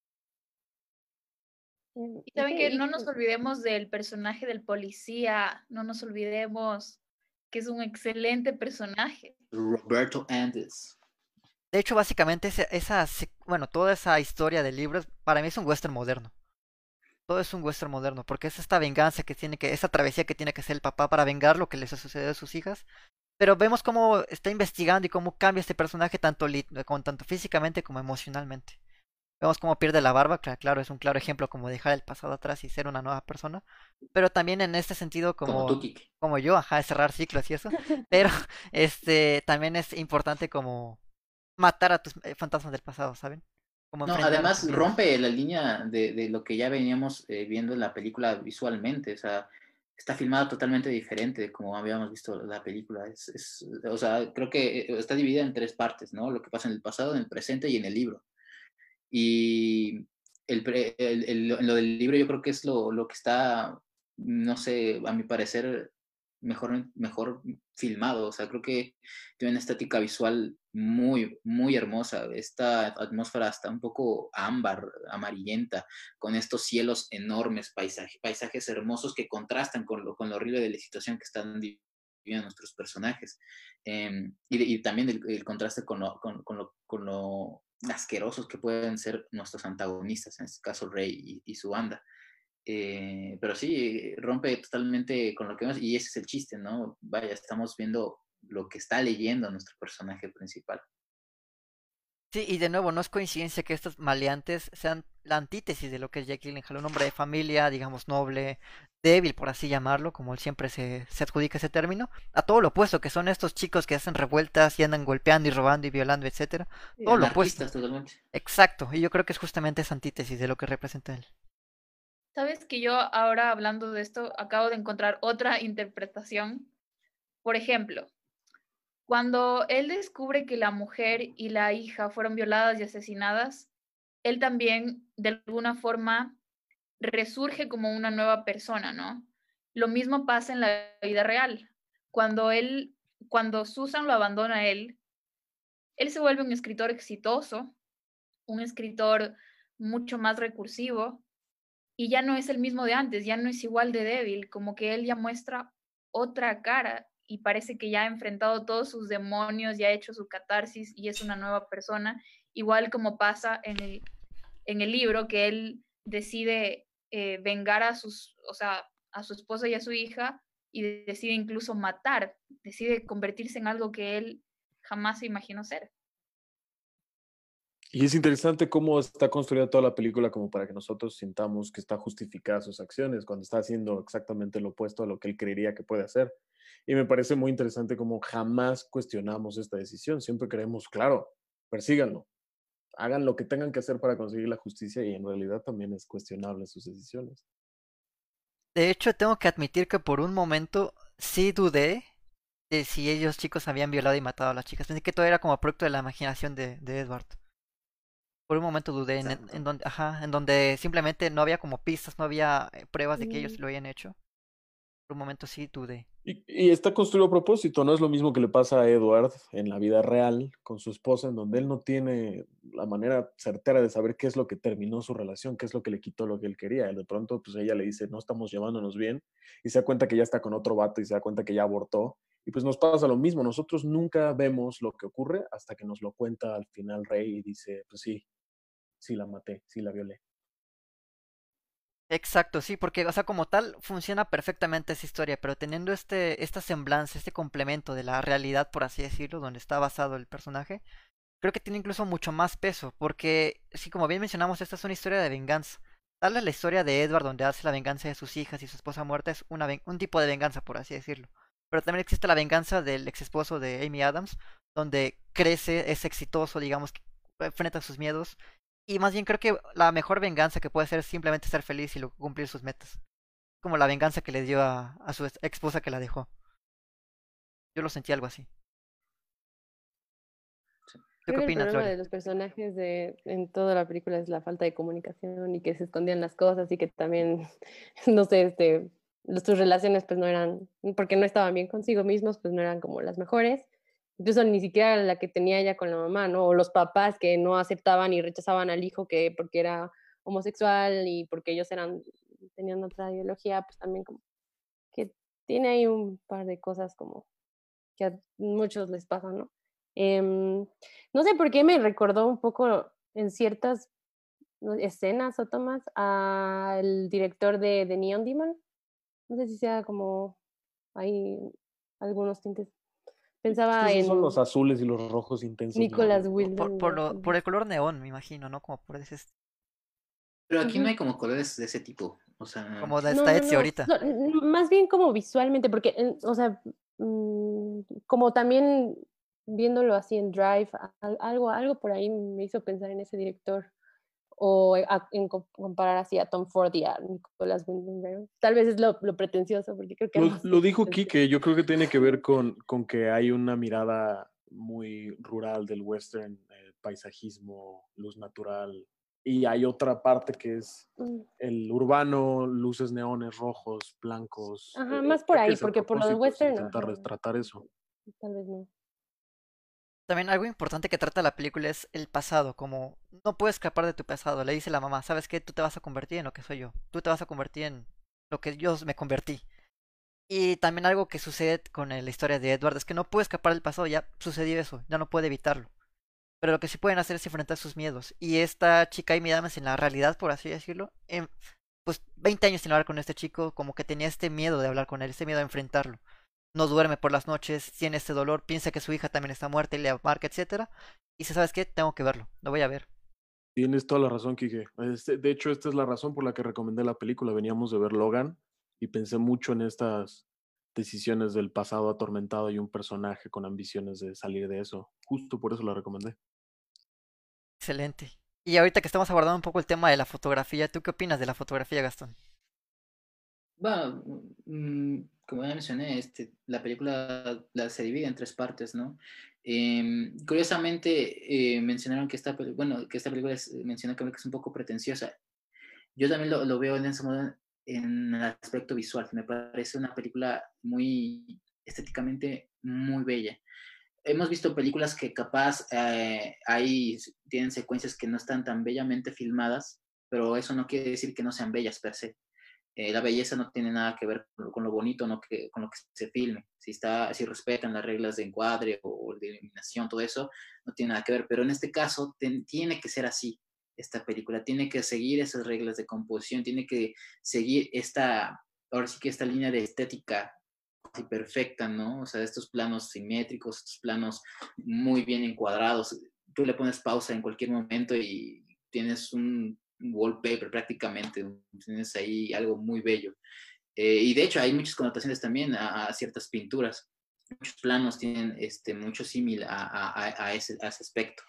Y saben que no nos olvidemos del personaje del policía, no nos olvidemos que es un excelente personaje.
Roberto Andes.
De hecho, básicamente esa, esa, bueno, toda esa historia del libro para mí es un western moderno. Todo es un western moderno, porque es esta venganza que tiene que, esa travesía que tiene que hacer el papá para vengar lo que les ha sucedido a sus hijas. Pero vemos cómo está investigando y cómo cambia este personaje tanto, con, tanto físicamente como emocionalmente. Vemos cómo pierde la barba, claro, claro, es un claro ejemplo como dejar el pasado atrás y ser una nueva persona. Pero también en este sentido como,
como, tú,
como yo, ajá, cerrar ciclos y eso. Pero este también es importante como matar a tus fantasmas del pasado, ¿saben? Como
no, además rompe la línea de, de lo que ya veníamos eh, viendo en la película visualmente, o sea, está filmado totalmente diferente de como habíamos visto la película, es, es, o sea, creo que está dividida en tres partes, ¿no? Lo que pasa en el pasado, en el presente y en el libro. Y el, el, el, lo del libro yo creo que es lo, lo que está, no sé, a mi parecer, mejor, mejor filmado. O sea, creo que tiene una estética visual muy, muy hermosa. Esta atmósfera hasta un poco ámbar, amarillenta, con estos cielos enormes, paisaje, paisajes hermosos que contrastan con lo, con lo horrible de la situación que están viviendo nuestros personajes. Eh, y, y también el, el contraste con lo, con, con lo, con lo asquerosos que pueden ser nuestros antagonistas, en este caso Rey y, y su banda. Eh, pero sí, rompe totalmente con lo que vemos y ese es el chiste, ¿no? Vaya, estamos viendo lo que está leyendo nuestro personaje principal.
Sí, y de nuevo, no es coincidencia que estos maleantes sean la antítesis de lo que es Jake Gyllenhaal, un hombre de familia, digamos, noble, débil, por así llamarlo, como él siempre se, se adjudica ese término, a todo lo opuesto, que son estos chicos que hacen revueltas y andan golpeando y robando y violando, etcétera.
Sí,
Todo lo opuesto.
anarquistas totalmente.
Exacto, y yo creo que es justamente esa antítesis de lo que representa él.
Sabes que yo ahora hablando de esto acabo de encontrar otra interpretación. Por ejemplo, cuando él descubre que la mujer y la hija fueron violadas y asesinadas, él también de alguna forma resurge como una nueva persona, ¿no? Lo mismo pasa en la vida real. Cuando él, cuando Susan lo abandona a él, él se vuelve un escritor exitoso, un escritor mucho más recursivo, y ya no es el mismo de antes, ya no es igual de débil, como que él ya muestra otra cara y parece que ya ha enfrentado todos sus demonios, ya ha hecho su catarsis y es una nueva persona, igual como pasa en el, en el libro, que él decide eh, vengar a sus, o sea, a su esposa y a su hija y decide incluso matar, decide convertirse en algo que él jamás se imaginó ser.
Y es interesante cómo está construida toda la película como para que nosotros sintamos que está justificada sus acciones cuando está haciendo exactamente lo opuesto a lo que él creería que puede hacer. Y me parece muy interesante cómo jamás cuestionamos esta decisión. Siempre creemos, claro, persíganlo, hagan lo que tengan que hacer para conseguir la justicia y en realidad también es cuestionable sus decisiones.
De hecho, tengo que admitir que por un momento sí dudé de si ellos chicos habían violado y matado a las chicas. Pensé que todo era como producto de la imaginación de, de Edward. Por un momento dudé en, en, donde, ajá, en donde simplemente no había como pistas, no había pruebas de que ellos lo habían hecho. Por un momento sí dudé.
Y, y está construido a propósito, no es lo mismo que le pasa a Edward en la vida real con su esposa, en donde él no tiene la manera certera de saber qué es lo que terminó su relación, qué es lo que le quitó lo que él quería. Y de pronto, pues ella le dice, no estamos llevándonos bien, y se da cuenta que ya está con otro vato y se da cuenta que ya abortó. Y pues nos pasa lo mismo, nosotros nunca vemos lo que ocurre hasta que nos lo cuenta al final Rey y dice, pues sí, sí la maté, sí la violé.
Exacto, sí, porque, o sea, como tal, funciona perfectamente esa historia, pero teniendo este, esta semblanza, este complemento de la realidad, por así decirlo, donde está basado el personaje, creo que tiene incluso mucho más peso, porque, sí, como bien mencionamos, esta es una historia de venganza. Tal es la historia de Edward, donde hace la venganza de sus hijas y su esposa muerta, es una un tipo de venganza, por así decirlo. Pero también existe la venganza del ex esposo de Amy Adams, donde crece, es exitoso, digamos, que enfrenta sus miedos. Y más bien creo que la mejor venganza que puede hacer es simplemente ser feliz y cumplir sus metas. Como la venganza que le dio a, a su ex esposa que la dejó. Yo lo sentí algo así.
¿Tú qué opinas, el problema
Flori?
de los personajes de, en toda la película es la falta de comunicación y que se escondían las cosas y que también, no sé, este, sus relaciones pues no eran, porque no estaban bien consigo mismos, pues no eran como las mejores. Incluso ni siquiera la que tenía ella con la mamá, ¿no? O los papás que no aceptaban y rechazaban al hijo que porque era homosexual y porque ellos eran, tenían otra ideología, pues también como que tiene ahí un par de cosas como que a muchos les pasan, ¿no? Eh, no sé por qué me recordó un poco en ciertas escenas o tomas al director de, de Neon Demon. No sé si sea como hay algunos tintes. Pensaba
es que esos
en
son los azules y los rojos intensos.
Nicholas
¿no?
Winding
Por, por, lo, por el color neón, me imagino, ¿no? Como por ese...
Pero aquí uh-huh. no hay como colores de ese tipo, o sea...
Como de esta
no, no,
Etsy
no,
ahorita.
No, más bien como visualmente, porque, o sea, mmm, como también viéndolo así en Drive, algo, algo por ahí me hizo pensar en ese director. O a, en comparar así a Tom Ford y a Nicholas Winding Refn. Tal vez es lo, lo pretencioso, porque creo que...
Lo, lo dijo Quique, yo creo que tiene que ver con, con que hay una mirada muy rural del western, eh, paisajismo, luz natural, y hay otra parte que es mm. el urbano, luces neones rojos, blancos.
Ajá,
eh,
más por ahí, porque por lo del western...
Intentar ajá. retratar eso.
Tal vez no.
También algo importante que trata la película es el pasado, como no puedes escapar de tu pasado. Le dice la mamá, ¿sabes qué? Tú te vas a convertir en lo que soy yo. Tú te vas a convertir en lo que yo me convertí. Y también algo que sucede con la historia de Edward es que no puede escapar del pasado, ya sucedió eso, ya no puede evitarlo. Pero lo que sí pueden hacer es enfrentar sus miedos. Y esta chica Amy Adams en la realidad, por así decirlo, en, pues veinte años sin hablar con este chico, como que tenía este miedo de hablar con él, este miedo de enfrentarlo. no duerme por las noches, tiene este dolor, piensa que su hija también está muerta y le marca, etcétera. Y dice, ¿sabes qué? Tengo que verlo, lo voy a ver.
Tienes toda la razón, Quique. Este, de hecho, esta es la razón por la que recomendé la película. Veníamos de ver Logan y pensé mucho en estas decisiones del pasado atormentado y un personaje con ambiciones de salir de eso. Justo por eso la recomendé.
Excelente. Y ahorita que estamos abordando un poco el tema de la fotografía, ¿tú qué opinas de la fotografía, Gastón?
Bueno, mm, como ya mencioné, este, la película la, se divide en tres partes, ¿no? Eh, curiosamente, eh, mencionaron que esta, bueno, que esta película es, menciona que es un poco pretenciosa. Yo también lo, lo veo en ese modo en el aspecto visual. Me parece una película muy estéticamente muy bella. Hemos visto películas que capaz eh, ahí tienen secuencias que no están tan bellamente filmadas, pero eso no quiere decir que no sean bellas per se. Eh, la belleza no tiene nada que ver con lo, con lo bonito, no que, con lo que se filme. Si, está, si respetan las reglas de encuadre o de iluminación, todo eso, no tiene nada que ver. Pero en este caso ten, tiene que ser así. Esta película tiene que seguir esas reglas de composición, tiene que seguir esta, ahora sí que esta línea de estética casi perfecta, ¿no? O sea, estos planos simétricos, estos planos muy bien encuadrados. Tú le pones pausa en cualquier momento y tienes un wallpaper prácticamente, tienes ahí algo muy bello. Eh, y de hecho hay muchas connotaciones también a, a ciertas pinturas. Muchos planos tienen este, mucho símil a, a, a, ese, a ese aspecto.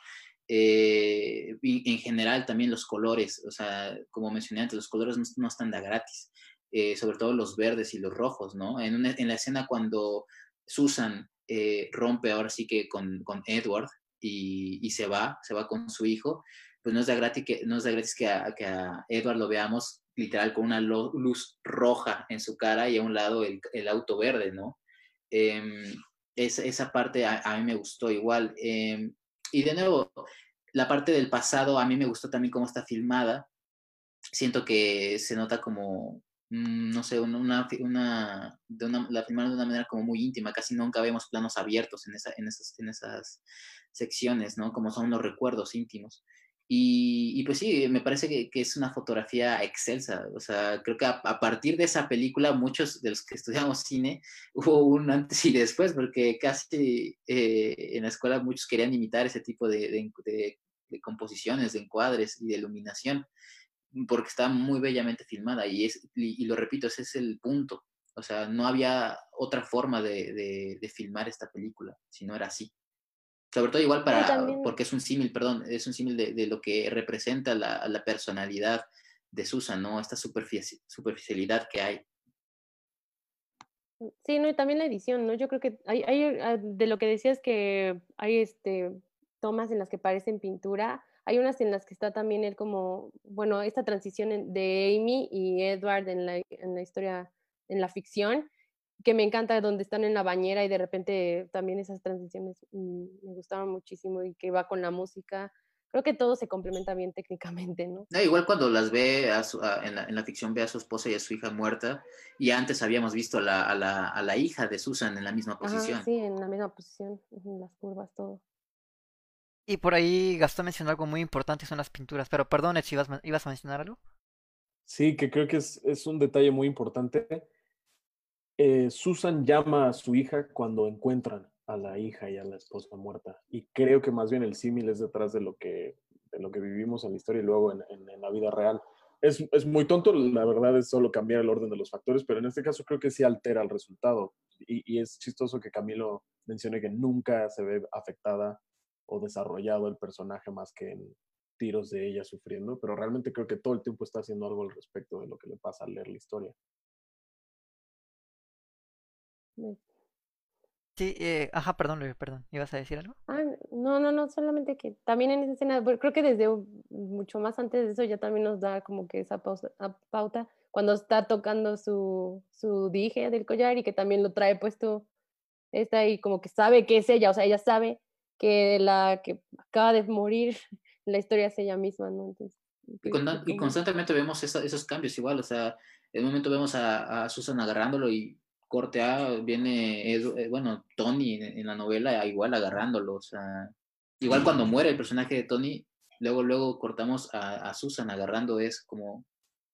Eh, y en general también los colores, o sea, como mencioné antes, los colores no, no están de gratis, eh, sobre todo los verdes y los rojos, ¿no? En, una, en la escena cuando Susan eh, rompe ahora sí que con, con Edward y, y se va, se va con su hijo, pues no es de gratis que, no es de gratis que, a, que a Edward lo veamos literal con una lo, luz roja en su cara y a un lado el, el auto verde, ¿no? Eh, esa, esa parte a, a mí me gustó igual. Eh, y de nuevo, la parte del pasado a mí me gustó también cómo está filmada. Siento que se nota como, mmm, no sé, una, una, de una, la filmaron de una manera como muy íntima, casi nunca vemos planos abiertos en, esa, en, esas, en esas secciones, ¿no? Como son los recuerdos íntimos. Y, y pues sí, me parece que, que es una fotografía excelsa. O sea, creo que a, a partir de esa película, muchos de los que estudiamos cine, hubo un antes y después, porque casi eh, en la escuela muchos querían imitar ese tipo de, de, de, de composiciones, de encuadres y de iluminación, porque está muy bellamente filmada. Y, es, y, y lo repito, ese es el punto. O sea, no había otra forma de, de, de filmar esta película, si no era así. Sobre todo igual para, también, porque es un símil, perdón, es un símil de, de lo que representa la, la personalidad de Susan, ¿no? Esta superfici superficialidad que hay.
Sí, no, y también la edición, ¿no? Yo creo que hay, hay de lo que decías que hay este tomas en las que parecen pintura, hay unas en las que está también él como, bueno, esta transición de Amy y Edward en la, en la historia, en la ficción, que me encanta, donde están en la bañera y de repente también esas transiciones mmm, me gustaron muchísimo y que va con la música. Creo que todo se complementa bien técnicamente, ¿no?
No, igual cuando las ve a su, a, en, la, en la ficción, ve a su esposa y a su hija muerta, y antes habíamos visto a la, a la, a la hija de Susan en la misma posición.
Ajá, sí, en la misma posición, en las curvas, todo.
Y por ahí Gastón mencionó algo muy importante, son las pinturas, pero perdón, Ed, ¿ibas, ¿ibas a mencionar algo?
Sí, que creo que es, es un detalle muy importante. Eh, Susan llama a su hija cuando encuentran a la hija y a la esposa muerta. Y creo que más bien el símil es detrás de lo que, de lo que vivimos en la historia y luego en, en, en la vida real. Es, es muy tonto, la verdad es solo cambiar el orden de los factores, pero en este caso creo que sí altera el resultado. Y, y es chistoso que Camilo mencione que nunca se ve afectada o desarrollado el personaje más que en tiros de ella sufriendo, pero realmente creo que todo el tiempo está haciendo algo al respecto de lo que le pasa al leer la historia.
Sí, eh, ajá, perdón, perdón, ¿ibas a decir algo?
Ah, no, no, no, solamente que también en esa escena, creo que desde mucho más antes de eso ya también nos da como que esa pausa, pauta, cuando está tocando su, su dije del collar y que también lo trae puesto, está ahí como que sabe que es ella, o sea, ella sabe que la que acaba de morir, la historia es ella misma, ¿no? Entonces,
y, con, y constantemente vemos esa, esos cambios igual, o sea, en un momento vemos a, a Susan agarrándolo y corte A, viene, eh, bueno, Tony en, en la novela igual agarrándolo, o sea, igual cuando muere el personaje de Tony, luego, luego cortamos a, a Susan agarrando, es como,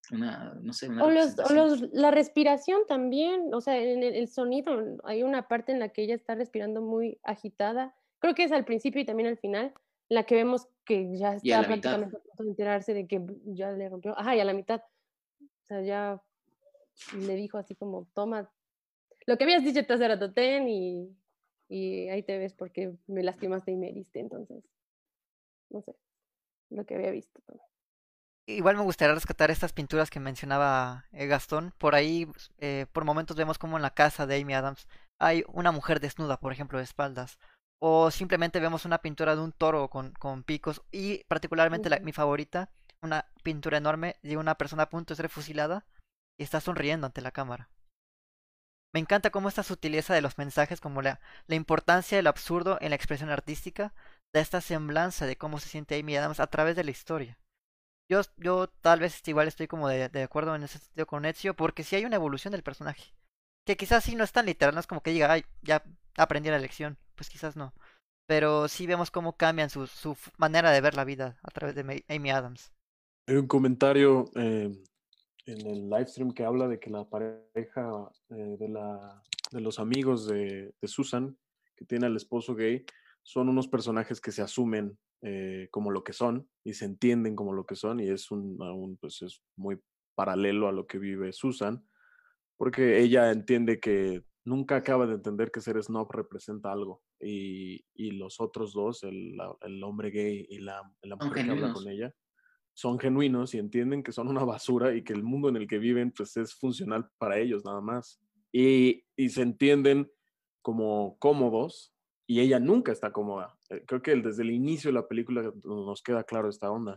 una, no sé, una
O, los, o
representación.
los, la respiración también, o sea, en el, el sonido, hay una parte en la que ella está respirando muy agitada, creo que es al principio y también al final, en la que vemos que ya
Y a
está
la mitad.
prácticamente a punto de enterarse de que ya le rompió, ajá, y a la mitad, o sea, ya le dijo así como, toma, lo que habías dicho te hace rato, ten y, y ahí te ves porque me lastimaste y me heriste, entonces, no sé, lo que había visto también.
Igual me gustaría rescatar estas pinturas que mencionaba eh, Gastón. Por ahí, eh, por momentos vemos como en la casa de Amy Adams hay una mujer desnuda, por ejemplo, de espaldas. O simplemente vemos una pintura de un toro con, con picos. Y particularmente la,
Ujú.
mi favorita, una pintura enorme de una persona a punto de ser fusilada y está sonriendo ante la cámara. Me encanta cómo esta sutileza de los mensajes, como la, la importancia del absurdo en la expresión artística, da esta semblanza de cómo se siente Amy Adams a través de la historia. Yo, yo tal vez igual estoy como de, de acuerdo en ese sentido con Ezio, porque sí hay una evolución del personaje. Que quizás sí no es tan literal, no es como que diga, ay, ya aprendí la lección. Pues quizás no. Pero sí vemos cómo cambian su, su f- manera de ver la vida a través de Ma- Amy Adams.
Hay un comentario eh, en el live stream que habla de que la pareja eh, de, la, de los amigos de, de Susan, que tiene al esposo gay, son unos personajes que se asumen eh, como lo que son y se entienden como lo que son, y es un, un, pues es muy paralelo a lo que vive Susan, porque ella entiende que nunca acaba de entender que ser snob representa algo, y, y los otros dos, el, la- el hombre gay y la, la
Son
mujer que habla con
genuinos.
ella, son genuinos y entienden que son una basura y que el mundo en el que viven pues es funcional para ellos nada más. Y, y se entienden como cómodos y ella nunca está cómoda. Eh, Creo que el- desde el inicio de la película nos queda claro esta onda.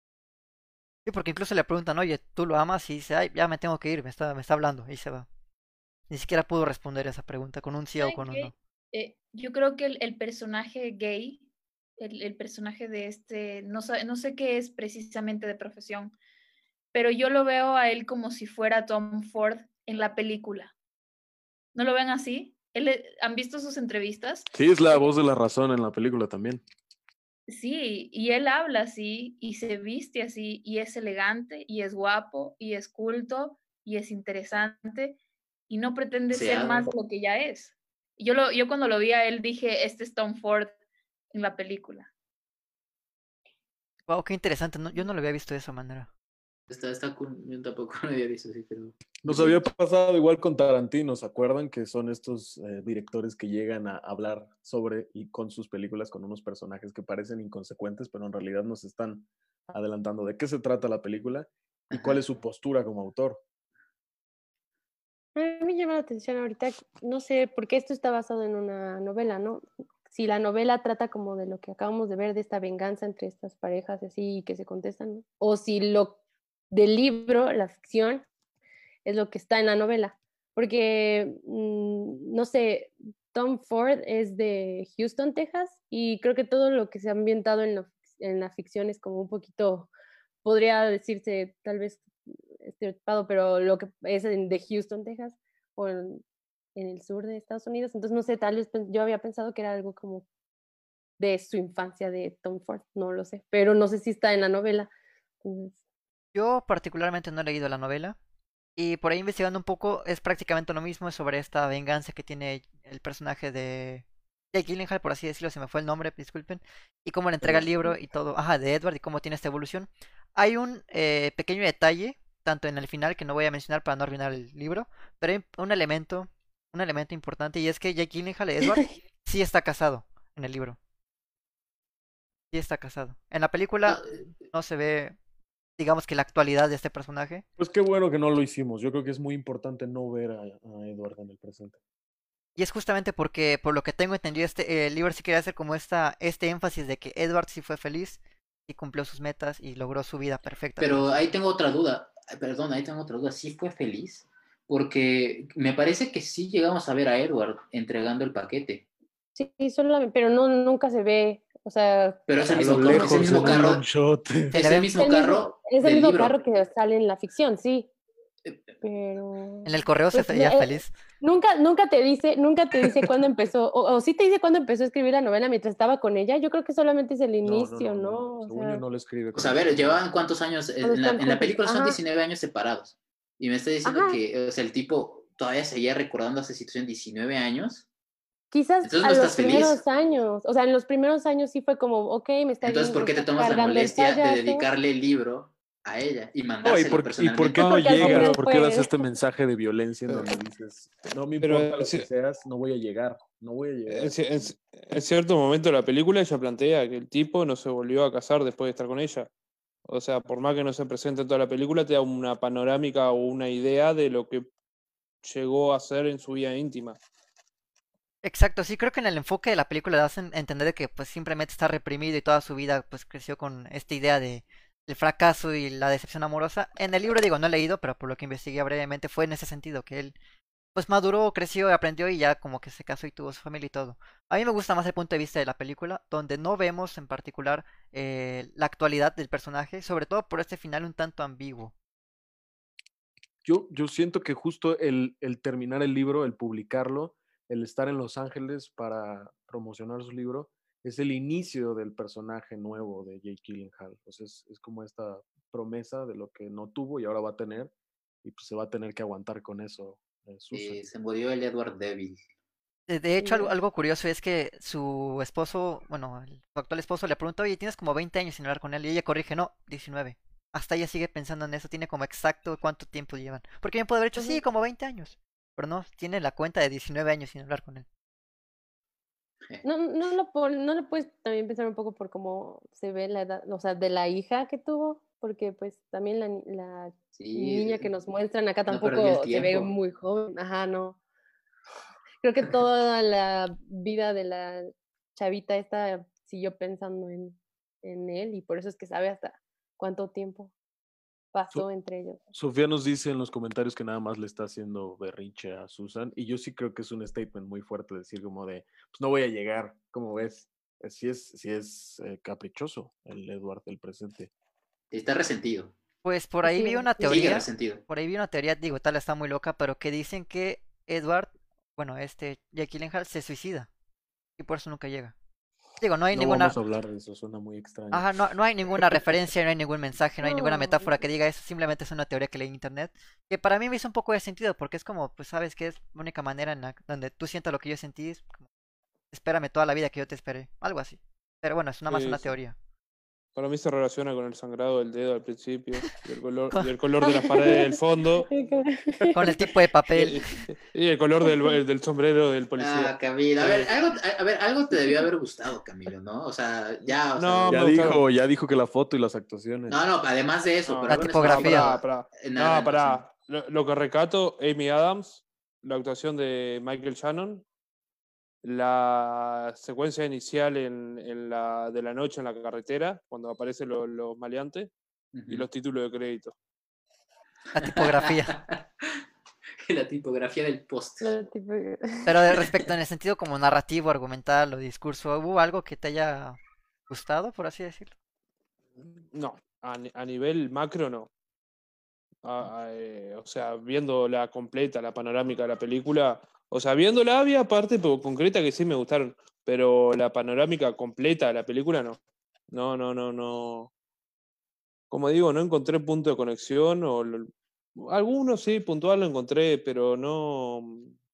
Sí, porque incluso le preguntan, oye, ¿tú lo amas? Y dice, ay, ya me tengo que ir, me está, me está hablando, y se va. Ni siquiera pudo responder esa pregunta con un sí o
¿Saben
con un
qué?
no.
Eh, yo creo que el, el personaje gay, el, el personaje de este, no, sa- no sé qué es precisamente de profesión, pero yo lo veo a él como si fuera Tom Ford en la película. ¿No lo ven así? Él, e- ¿han visto sus entrevistas?
Sí, es la voz de la razón en la película también.
Sí, y él habla así y se viste así y es elegante y es guapo y es culto y es interesante y no pretende
Se
ser más
abre.
de lo que ya es. Y Yo, lo, yo cuando lo vi a él dije, este es Tom Ford en la película.
Wow, qué interesante, no, yo no lo había visto de esa manera.
Está, está cool. Yo tampoco lo había visto así, pero...
Nos había pasado igual con Tarantino, ¿se acuerdan? Que son estos eh, directores que llegan a hablar sobre y con sus películas con unos personajes que parecen inconsecuentes, pero en realidad nos están adelantando de qué se trata la película y cuál es su postura como autor.
A mí me llama la atención ahorita, no sé, porque esto está basado en una novela, ¿no? Si la novela trata como de lo que acabamos de ver, de esta venganza entre estas parejas así que se contestan, ¿no? O si lo del libro, la ficción, es lo que está en la novela. Porque, mmm, no sé, Tom Ford es de Houston, Texas, y creo que todo lo que se ha ambientado en, lo, en la ficción es como un poquito, podría decirse tal vez estereotipado, pero lo que es en, de Houston, Texas, o en, en el sur de Estados Unidos. Entonces, no sé, tal vez yo había pensado que era algo como de su infancia de Tom Ford, no lo sé, pero no sé si está en la novela. Entonces,
Yo particularmente no he leído la novela. Y por ahí investigando un poco, es prácticamente lo mismo, es sobre esta venganza que tiene el personaje de Jake Gyllenhaal, por así decirlo, se me fue el nombre, disculpen, y cómo le entrega el libro y todo, ajá, de Edward y cómo tiene esta evolución. Hay un eh, pequeño detalle, tanto en el final, que no voy a mencionar para no arruinar el libro, pero hay un elemento, un elemento importante, y es que Jake Gyllenhaal, Edward, sí está casado en el libro. Sí está casado. En la película no se ve, digamos que la actualidad de este personaje.
Pues qué bueno que no lo hicimos. Yo creo que es muy importante no ver a, a Edward en el presente.
Y es justamente porque, por lo que tengo entendido, este el libro sí quería hacer como esta, este énfasis de que Edward sí fue feliz y cumplió sus metas y logró su vida perfecta.
Pero ahí tengo otra duda. Perdón, ahí tengo otra duda. ¿Sí fue feliz? Porque me parece que sí llegamos a ver a Edward entregando el paquete.
sí, solo, pero no, nunca se ve, o sea...
Pero es el
A
mismo,
lo
carro,
lejos,
es el mismo
en un
carro.
long shot.
Es el mismo
el mismo,
carro
es el
del
mismo
libro.
carro que sale en la ficción, sí. Pero...
En el correo
pues,
se veía
eh,
feliz.
Nunca, nunca te dice, nunca te dice cuándo empezó, o, o sí te dice cuándo empezó a escribir la novela mientras estaba con ella. Yo creo que solamente es el
No, no,
inicio,
no,
¿no?
no.
O
Según
sea,
yo no lo escribe.
O sea, a ver, llevaban cuántos años, eh,
cuando
en la,
están
en la
juntos.
película son
Ajá.
diecinueve años separados. Y me está diciendo
Ajá.
que, o sea, el tipo todavía seguía recordando esa situación diecinueve años.
Quizás
Entonces
a
no
los
estás feliz.
primeros años, o sea, en los primeros años sí fue como, ok, me está,
Entonces, ¿por qué te
está
tomas la
cargando el
molestia de
payaso.
dedicarle el libro a ella y
No, ¿y
mandárselo
por, ¿y
personalmente?
por qué no
Porque al
llegas?
final
¿Por qué das
fue-
este mensaje de violencia en
Pero-
donde dices, no me
pero
importa lo
sí-
que seas, no voy a llegar, no voy a llegar?
En, ci- en ci- en cierto momento de la película ella plantea que el tipo no se volvió a casar después de estar con ella. O sea, por más que no se presente en toda la película, te da una panorámica o una idea de lo que llegó a hacer en su vida íntima.
Exacto, sí, creo que en el enfoque de la película le hacen entender de que pues simplemente está reprimido y toda su vida pues creció con esta idea de el fracaso y la decepción amorosa. En el libro digo, no he leído, pero por lo que investigué brevemente fue en ese sentido, que él pues maduró, creció, aprendió y ya como que se casó y tuvo su familia y todo. A mí me gusta más el punto de vista de la película, donde no vemos en particular eh, la actualidad del personaje, sobre todo por este final un tanto ambiguo.
Yo, yo siento que justo el, el terminar el libro, el publicarlo, el estar en Los Ángeles para promocionar su libro, es el inicio del personaje nuevo de Jake Gyllenhaal. Pues es, es como esta promesa de lo que no tuvo y ahora va a tener, y pues se va a tener que aguantar con eso. eh, Susan.
Y se murió el Edward Devil.
De de hecho, algo, algo curioso es que su esposo, bueno, el- su actual esposo le pregunta, oye, tienes como veinte años sin hablar con él, y ella corrige, no, diecinueve. Hasta ella sigue pensando en eso, tiene como exacto cuánto tiempo llevan. Porque bien puede haber hecho, sí, como veinte años. Pero no, tiene la cuenta de diecinueve años sin hablar con él.
No, no, lo, pon- no lo puedes también pensar un poco por cómo se ve la edad, o sea, de la hija que tuvo, porque pues también la, ni- la
Sí,
niña que nos muestran acá
no perdió el
tampoco se ve
tiempo.
muy joven, ajá, no. Creo que toda la vida de la chavita esta siguió pensando en, en él y por eso es que sabe hasta cuánto tiempo pasó
So-
entre ellos.
Sofía nos dice en los comentarios que nada más le está haciendo berrinche a Susan, y yo sí creo que es un statement muy fuerte decir como de, pues no voy a llegar, ¿cómo ves? Eh, Sí es, sí es eh, caprichoso el Edward del presente.
Está resentido.
Pues por ahí
Sí,
vi una
sí.
Sigue
teoría,
resentido.
por ahí vi una teoría, digo, tal está muy loca, pero que dicen que Edward, bueno, este Jake Gyllenhaal se suicida y por eso nunca llega. Digo, no hay
No
ninguna,
vamos a hablar de eso, suena muy extraño.
ajá, no, no hay ninguna referencia, no hay ningún mensaje, no hay ninguna
No.
metáfora que diga eso, simplemente es una teoría que leí en internet, que para mí me hizo un poco de sentido, porque es como, pues sabes que es la única manera en la donde tú sientas lo que yo sentí, es como, espérame toda la vida que yo te esperé, algo así. Pero bueno, es nada más
Sí,
una
sí.
teoría.
Para mí se relaciona con el sangrado del dedo al principio y el color, y el color de las paredes del fondo
Con el tipo de papel.
y, y el color del, del sombrero del policía.
Ah, Camilo. A ver, algo, a, a ver, algo te debió haber gustado, Camilo, ¿no? O sea, ya, o
No,
sea,
Ya
me
dijo,
gustaron.
ya dijo que la foto y las actuaciones.
no, no, además de eso,
No.
pero
La
algo no
tipografía.
estaba
No, pará,
en nada,
no, pará. Lo, lo que recato, Amy Adams, la actuación de Michael Shannon, la secuencia inicial en, en la, de la noche en la carretera, cuando aparecen los, los maleantes,
entonces.
y los títulos de crédito.
La tipografía.
La tipografía del post.
La tipo-
Pero de respecto en el sentido como narrativo, argumental o discurso, ¿hubo algo que te haya gustado, por así decirlo?
No, a, ni- a nivel macro no. A- a, eh, o sea, viendo la completa, la panorámica de la película, o sea, viéndola había parte pero concreta que sí me gustaron, pero la panorámica completa de la película no. No, no, no, no. Como digo, no encontré punto de conexión, o lo- algunos sí, puntual lo encontré, pero no,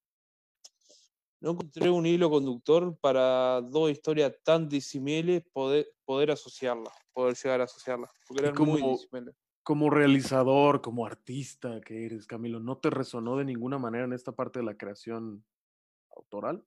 no encontré un hilo conductor para dos historias tan disímiles poder, poder asociarlas, poder llegar a asociarlas, porque
Y
eran muy
como,
disímiles.
como realizador, como artista que eres, Camilo, ¿no te resonó de ninguna manera en esta parte de la creación autoral?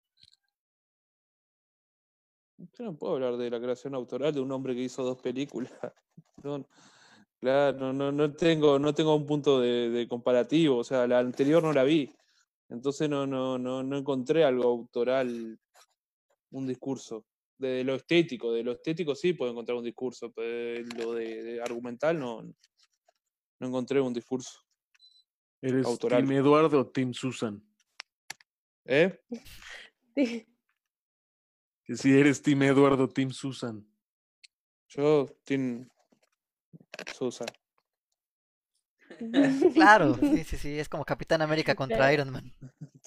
Yo no puedo hablar de la creación autoral de un hombre que hizo dos películas. No, claro, no, no, no tengo, no tengo un punto de, de comparativo. O sea, la anterior no la vi. Entonces no, no, no, no encontré algo autoral, un discurso. De lo estético, de lo estético sí puedo encontrar un discurso, pero de lo de, de argumental no, no encontré un discurso
¿Eres
autoral.
Team Eduardo o Team Susan?
¿Eh?
Sí.
Que si eres Team Eduardo o Team Susan.
Yo, Tim Susan.
Claro, sí, sí, sí, es como Capitán América contra
Claro.
Iron Man.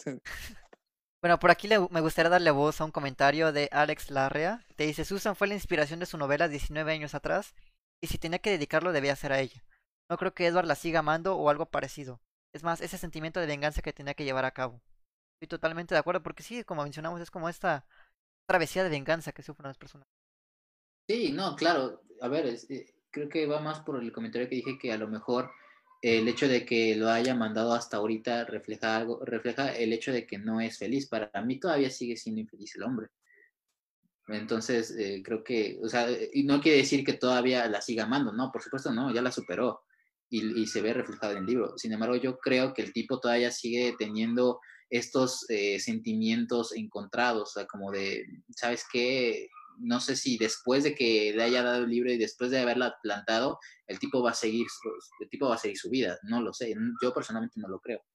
Bueno, por aquí le- me gustaría darle voz a un comentario de Alex Larrea. Te dice, Susan fue la inspiración de su novela diecinueve años atrás, y si tenía que dedicarlo debía ser a ella. No creo que Edward la siga amando o algo parecido. Es más, ese sentimiento de venganza que tenía que llevar a cabo. Estoy totalmente de acuerdo, porque sí, como mencionamos, es como esta travesía de venganza que sufren las personas.
Sí, no, claro. A ver, es- eh, creo que va más por el comentario que dije que a lo mejor el hecho de que lo haya mandado hasta ahorita refleja algo, refleja el hecho de que no es feliz. Para mí todavía sigue siendo infeliz el hombre. Entonces, eh, creo que, o sea, eh, y no quiere decir que todavía la siga amando, no, por supuesto no, ya la superó y, y se ve reflejado en el libro. Sin embargo, yo creo que el tipo todavía sigue teniendo estos eh, sentimientos encontrados, o sea, como de, ¿sabes qué? No sé si después de que le haya dado el libro y después de haberla plantado, el tipo va a seguir, su- el tipo va a seguir su vida, no lo sé, yo personalmente no lo creo.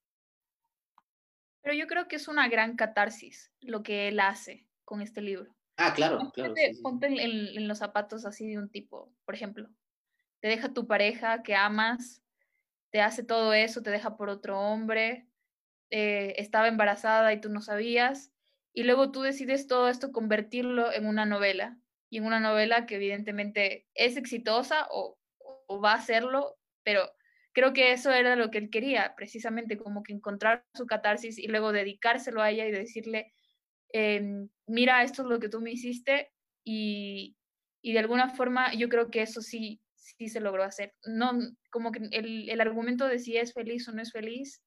Pero yo creo que es una gran catarsis lo que él hace con este libro.
Ah, claro, claro, sí,
Ponte,
sí, sí.
ponte en, en- en los zapatos así de un tipo, por ejemplo. Te deja tu pareja que amas, te hace todo eso, te deja por otro hombre, eh, estaba embarazada y tú no sabías, y luego tú decides todo esto convertirlo en una novela, y en una novela que evidentemente es exitosa o, o va a serlo, pero creo que eso era lo que él quería, precisamente como que encontrar su catarsis y luego dedicárselo a ella y decirle, em, mira, esto es lo que tú me hiciste, y, y de alguna forma yo creo que eso sí, sí se logró hacer. No, como que el, el argumento de si es feliz o no es feliz,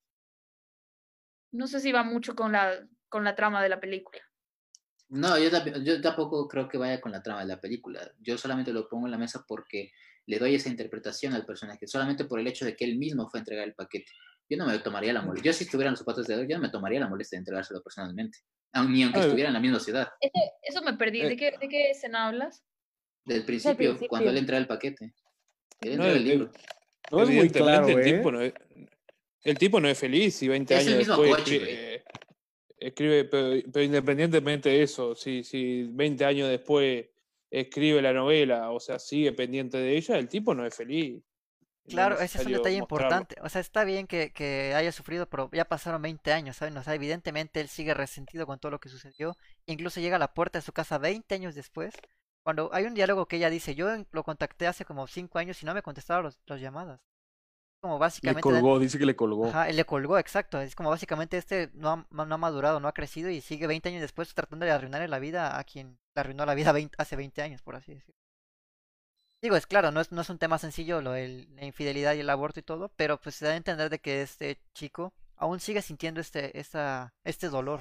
no sé si va mucho con la, con la trama de la película.
No, yo, tamp- yo tampoco creo que vaya con la trama de la película. Yo solamente lo pongo en la mesa porque le doy esa interpretación al personaje, solamente por el hecho de que él mismo fue a entregar el paquete. Yo no me tomaría la molestia. Yo si estuviera en los zapatos de él, yo no me tomaría la molestia de entregárselo personalmente. Aun- Ni aunque
Ah,
estuviera en la misma ciudad.
Eso, eso me perdí. ¿De
eh,
qué, de qué escena hablas?
Del
Al
principio, cuando él
principio.
entrega el paquete. Él
no,
entrega el
eh,
libro.
No es muy
evidentemente
claro,
el
¿eh?
tipo no es, el tipo no es feliz y veinte
Es el
años
mismo
después
coche,
escribe, eh, escribe, pero, pero independientemente de eso, si, si veinte años después escribe la novela, o sea, sigue pendiente de ella, el tipo no es feliz. No es
Claro, ese es un
necesario
detalle
mostrarlo.
importante. O sea, está bien que, que haya sufrido, pero ya pasaron veinte años, ¿saben? O sea, evidentemente él sigue resentido con todo lo que sucedió. Incluso llega a la puerta de su casa veinte años después. Cuando hay un diálogo que ella dice, yo en- lo contacté hace como cinco años y no me contestaron los, las llamadas. Como
Le
básicamente... dan-
colgó, dice que le colgó.
Ajá, él le colgó, exacto. Es como básicamente este no ha, no ha madurado, no ha crecido y sigue veinte años después tratando de arruinarle la vida a quien le arruinó la vida veinte hace veinte años, por así decirlo. Digo, es claro, no es, no es un tema sencillo lo de la infidelidad y el aborto y todo, pero pues se da a entender de que este chico aún sigue sintiendo este, esta, este dolor.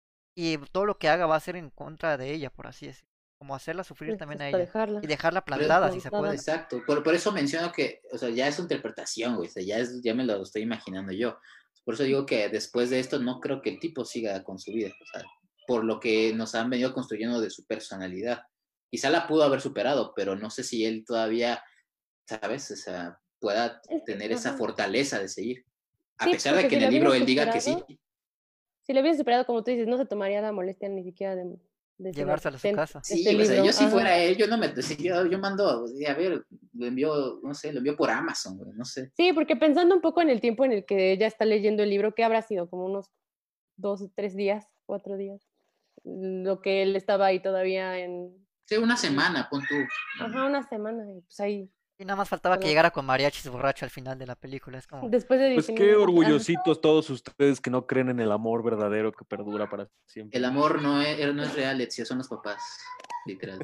Y todo lo que haga va a ser en contra de ella, por así decirlo. Como hacerla sufrir
Pues,
también a
hasta
ella.
dejarla.
Y dejarla
Pero-
plantada, si se
plantada.
puede.
Exacto. Por, por eso menciono que, o sea, ya es su interpretación, güey. O sea, ya, es, ya me lo estoy imaginando yo. Por eso digo que después de esto no creo que el tipo siga con su vida. O sea, por lo que nos han venido construyendo de su personalidad. Quizá la pudo haber superado, pero no sé si él todavía, ¿sabes? O sea, pueda
Es que,
tener esa
ajá.
fortaleza de seguir. A
Sí,
pesar de
porque
que
si
en el
lo
libro
hubiera
él diga que sí.
superado- Si lo hubiese superado, como tú dices, no se tomaría la molestia ni siquiera de, de decirle,
Llevársela a su
"Ten
casa".
Sí,
este
o sea,
libro".
yo si
Ajá.
fuera él, yo no me, si yo, yo mando, a ver, lo envío, no sé, lo envío por Amazon, güey, no sé.
Sí, porque pensando un poco en el tiempo en el que ella está leyendo el libro, ¿qué habrá sido? Como unos dos, tres días, cuatro días. Lo que él estaba ahí todavía en...
Sí, una semana, pon tú.
Ajá, una semana. Y pues ahí,
Y nada más faltaba que
Solo-
llegara con mariachis borracho al final de la película. Es como...
después de
Pues
diecinueve
qué
años.
orgullositos todos ustedes que no creen en el amor verdadero que perdura para siempre.
El amor no es, no es real, Ezio, son los papás, literal.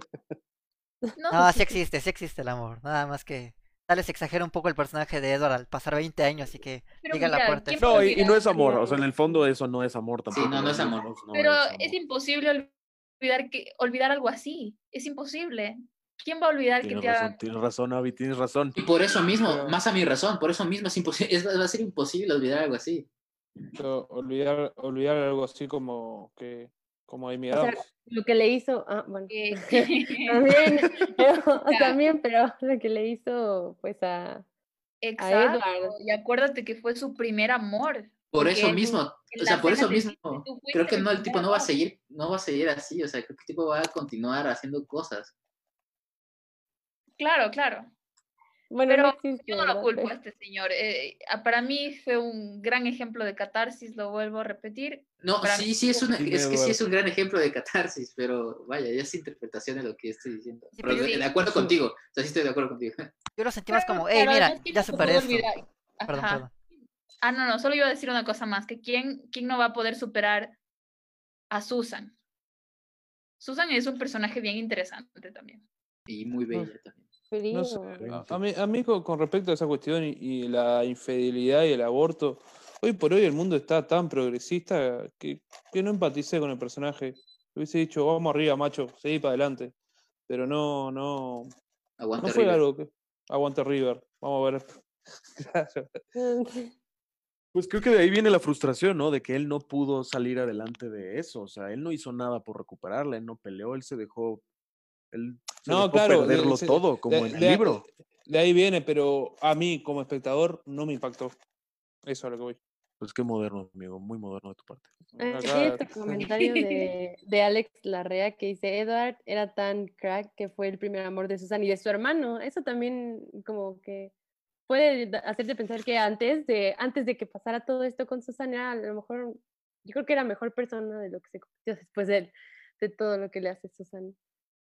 No,
No,
sé
sí existe, sí existe el amor. Nada más que tal vez exagera un poco el personaje de Edward al pasar veinte años y que
Pero
llega a la
mira,
puerta.
¿quién
No, y, y
olvida?
no es amor, o sea, en el fondo eso no es amor tampoco.
no, no es amor.
No
Pero
es amor.
es imposible olvidar que olvidar algo así. Es imposible. ¿Quién va a olvidar que
Tienes
te
razón,
haga?
tienes razón, Abby, tienes razón.
Y por eso mismo,
Pero-
más a mi razón, por eso mismo es imposible, es, va a ser imposible olvidar algo así.
Pero olvidar, olvidar algo así como que como Amy
O sea,
Adams.
lo que le hizo, ah, bueno,
Que-
también, pero,
Ya.
también, pero lo que le hizo, pues, a,
Exacto.
Edward.
Y acuérdate que fue su primer amor.
Por
porque
eso
él-
mismo,
en
o
la
sea, por
cena
eso
te dice,
mismo,
"Tú fuiste
creo que
mi
no, el
primer
tipo no va a
amor".
seguir, no va a seguir así, o sea, creo que el tipo va a continuar haciendo cosas.
Claro, claro.
Bueno,
Pero
no existe,
yo no lo
¿verdad?
culpo
Pero-
a este señor. Eh, a- para mí fue un gran ejemplo de catarsis, lo vuelvo a repetir.
No,
Para
sí,
mí
sí, es, una,
Dime,
es que sí
Eduardo.
es un gran ejemplo de catarsis, pero vaya, ya es interpretación de lo que estoy diciendo.
Sí,
Pero
pero
de,
yo-
de acuerdo contigo, o sea, sí estoy de acuerdo contigo.
Yo lo sentí más
Pero,
como, hey,
claro,
mira,
además, ¿quién
ya
no se
superé
puede
esto.
olvidar?
Perdón,
Ajá.
perdón.
Ah, no, no, solo iba a decir una cosa más, que quién, quién no va a poder superar a Susan. Susan es un personaje bien interesante también.
Y muy bella también.
No sé,
Frío.
a, a mí, a mí con, con respecto a esa cuestión y, y la infidelidad y el aborto, hoy por hoy el mundo está tan progresista que, que no empaticé con el personaje. Hubiese dicho, vamos arriba, macho, seguí para adelante. Pero no, no,
Aguante
no fue
River.
algo que... Aguante River, vamos a ver. Claro.
Pues creo que de ahí viene la frustración, ¿no? De que él no pudo salir adelante de eso. O sea, él no hizo nada por recuperarla, él no peleó, él se dejó, él se
No,
dejó
claro, de,
perderlo
se-
todo, como
de-
en el
de-
libro.
de ahí viene, pero a mí como espectador no me impactó. Eso es a lo que voy.
Pues qué moderno, amigo, muy moderno de tu parte.
Aquí
Acá-
este comentario de, de Alex Larrea que dice, Edward era tan crack que fue el primer amor de Susan y de su hermano. Eso también como que puede da- hacerte pensar que antes de, antes de que pasara todo esto con Susan era a lo mejor, yo creo que era mejor persona de lo que se convirtió después de, de todo lo que le hace Susan.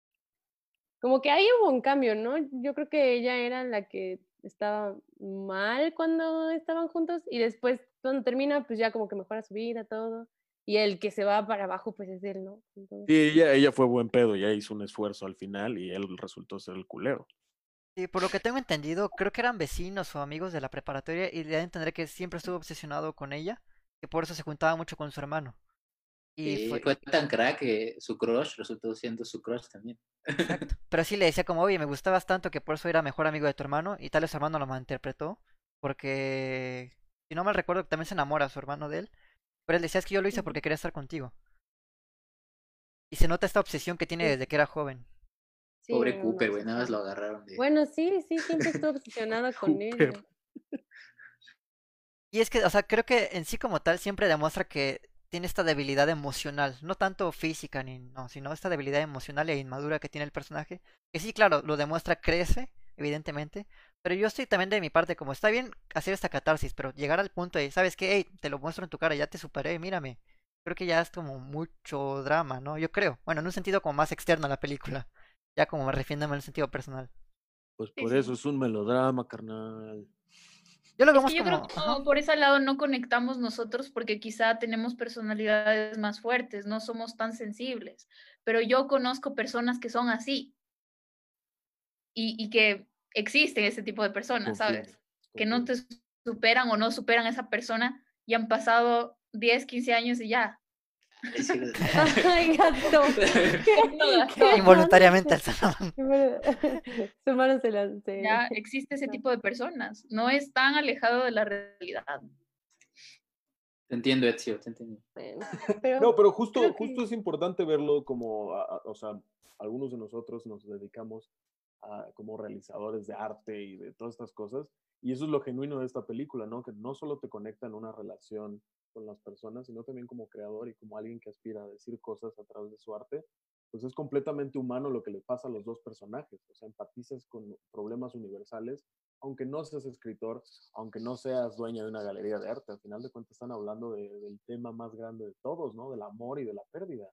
Como que ahí hubo un cambio, ¿no? Yo creo que ella era la que estaba mal cuando estaban juntos y después cuando termina pues ya como que mejora su vida, todo. Y el que se va para abajo pues es él, ¿no? Entonces,
Sí, ella, ella fue buen pedo, ya hizo un esfuerzo al final y él resultó ser el culero.
Sí, por lo que tengo entendido, creo que eran vecinos o amigos de la preparatoria y le da a entender que siempre estuvo obsesionado con ella, que por eso se juntaba mucho con su hermano. Y
Y
fue,
fue tan crack que su crush resultó siendo su crush también.
exacto. Pero sí le decía como, oye, me gustabas tanto que por eso era mejor amigo de tu hermano, y tal vez su hermano lo malinterpretó, porque si no mal recuerdo también se enamora su hermano de él, pero él decía es que yo lo hice porque quería estar contigo. Y se nota esta obsesión que tiene
Sí.
desde que era joven.
sí,
Pobre
era
Cooper,
una
güey, nada más lo
obsesión.
agarraron de...
Bueno, sí, sí, siempre estuvo obsesionada con
Cooper.
ella.
Y es que, o sea, creo que en sí como tal siempre demuestra que tiene esta debilidad emocional, no tanto física ni no, sino esta debilidad emocional e inmadura que tiene el personaje, que sí, claro, lo demuestra, crece, evidentemente, pero yo estoy también de mi parte, como está bien hacer esta catarsis, pero llegar al punto de, ¿sabes qué? Hey, te lo muestro en tu cara, ya te superé, mírame. Creo que ya es como mucho drama, ¿no? Yo creo, bueno, en un sentido como más externo a la película, ya como refiriéndome en un sentido personal.
Pues
Sí,
por
sí.
eso es un melodrama, carnal.
Yo lo
Es
vemos
que yo
como,
creo que
ajá.
no, por ese lado no conectamos nosotros porque quizá tenemos personalidades más fuertes, no somos tan sensibles, pero yo conozco personas que son así y, y que existen ese tipo de personas,
Confirmo,
¿sabes? Que no te superan o no superan a esa persona y han pasado diez, quince años y ya.
Ay, gato.
Involuntariamente al salón.
Su mano se la... se-
Ya existe ese tipo de personas, no es tan alejado de la realidad.
Te entiendo, Ezio, te entiendo.
Bueno, pero
No, pero justo,
creo que-
justo es importante verlo como, a- a- o sea, algunos de nosotros nos dedicamos a, como realizadores de arte y de todas estas cosas, y eso es lo genuino de esta película, ¿no? Que no solo te conecta en una relación con las personas, sino también como creador y como alguien que aspira a decir cosas a través de su arte, pues es completamente humano lo que le pasa a los dos personajes, o sea, empatizas con problemas universales, aunque no seas escritor, aunque no seas dueña de una galería de arte, al final de cuentas están hablando de- del tema más grande de todos, ¿no? Del amor y de la pérdida.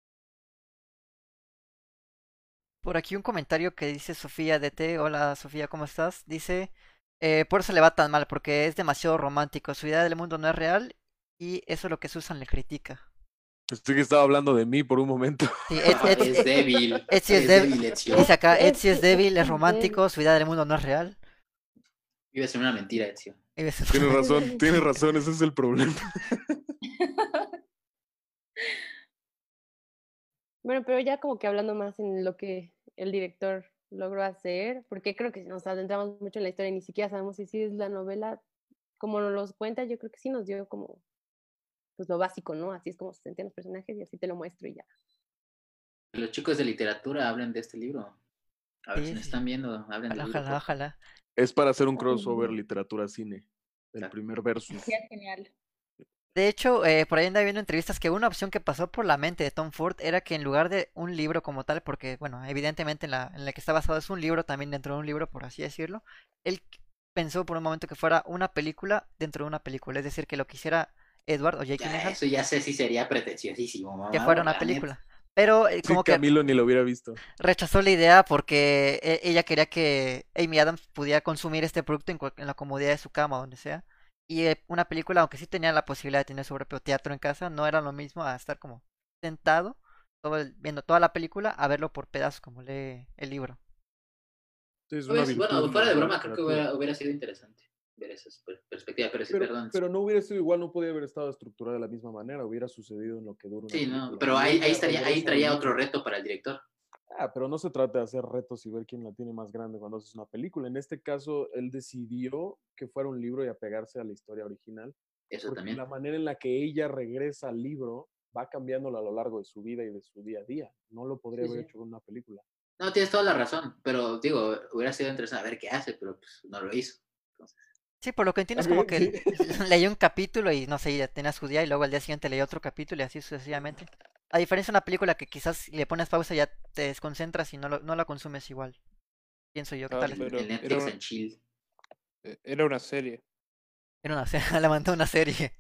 Por aquí un comentario que dice Sofía D T. Hola Sofía, ¿cómo estás? Dice, eh, por eso le va tan mal, porque es demasiado romántico. Su idea del mundo no es real y eso es lo que Susan le critica.
Estoy que estaba hablando de mí por un momento.
Sí, Ed-
Ah,
Ed-
es débil.
Etsy es
Es
débil.
débil, Ezio.
Dice acá,
Es-
Etsy es débil, es
es
romántico, su idea del mundo no es real.
Iba a ser una mentira, Ezio.
Y ves-
Tienes razón, tienes razón, ese es el problema.
Bueno, pero ya como que hablando más en lo que el director logró hacer, porque creo que si nos adentramos mucho en la historia y ni siquiera sabemos si sí es la novela, como nos los cuenta, yo creo que sí nos dio como pues lo básico, ¿no? Así es como se sentían los personajes y así te lo muestro y ya.
Los chicos de literatura hablen de este libro. A ver
Sí,
si nos
sí.
están viendo, hablen del
Ojalá,
libro.
ojalá,
por-
De hecho, eh, por ahí andaba viendo entrevistas que una opción que pasó por la mente de Tom Ford era que en lugar de un libro como tal, porque, bueno, evidentemente en la, en la que está basado es un libro, también dentro de un libro, por así decirlo, él pensó por un momento que fuera una película dentro de una película, es decir, que lo que hiciera Edward o Jake
Ya,
Gyllenhaal,
eso ya sé si sería pretenciosísimo, mamá.
que fuera una
la
película.
neta.
Pero eh,
Sí,
como que
Camilo ni lo hubiera visto.
rechazó la idea porque e- ella quería que Amy Adams pudiera consumir este producto en, cual- en la comodidad de su cama, donde sea. Y eh, una película, aunque sí tenía la posibilidad de tener su propio teatro en casa, no era lo mismo a estar como sentado, todo el- viendo toda la película, a verlo por pedazos como lee el libro.
Es una
Pues,
virtud
bueno, fuera de
la
broma, creo que
literatura.
hubiera, hubiera sido interesante ver esa per- perspectiva, pero sí,
Pero,
perdón.
pero no hubiera sido igual, no podía haber estado estructurada de la misma manera, hubiera sucedido en lo que dura una
Sí,
película.
no, pero
Y
ahí,
ella
ahí, estaría, ahí
regresa al
traía otro
libro.
reto para el director.
Ah, pero no se trata de hacer retos y ver quién la tiene más grande cuando haces una película. En este caso, él decidió que fuera un libro y apegarse a la historia original.
Eso
Porque
también.
la manera en la que ella regresa al libro va cambiándola a lo largo de su vida y de su día a día. No lo podría
Sí,
haber
sí.
hecho con una película.
No, tienes toda la razón, pero digo, hubiera sido interesante ver qué hace, pero pues no lo hizo. Entonces,
Sí, por lo que entiendo es como que leyó un capítulo y no sé, ya tenía su día y luego al día siguiente leyó otro capítulo y así sucesivamente. A diferencia de una película que quizás si le pones pausa ya te desconcentras y no, lo- no la consumes igual. Pienso yo que
Ah,
tal vez
pero
el
era
Netflix
una,
en chill.
eh, era una serie.
era una serie, la mandó una serie.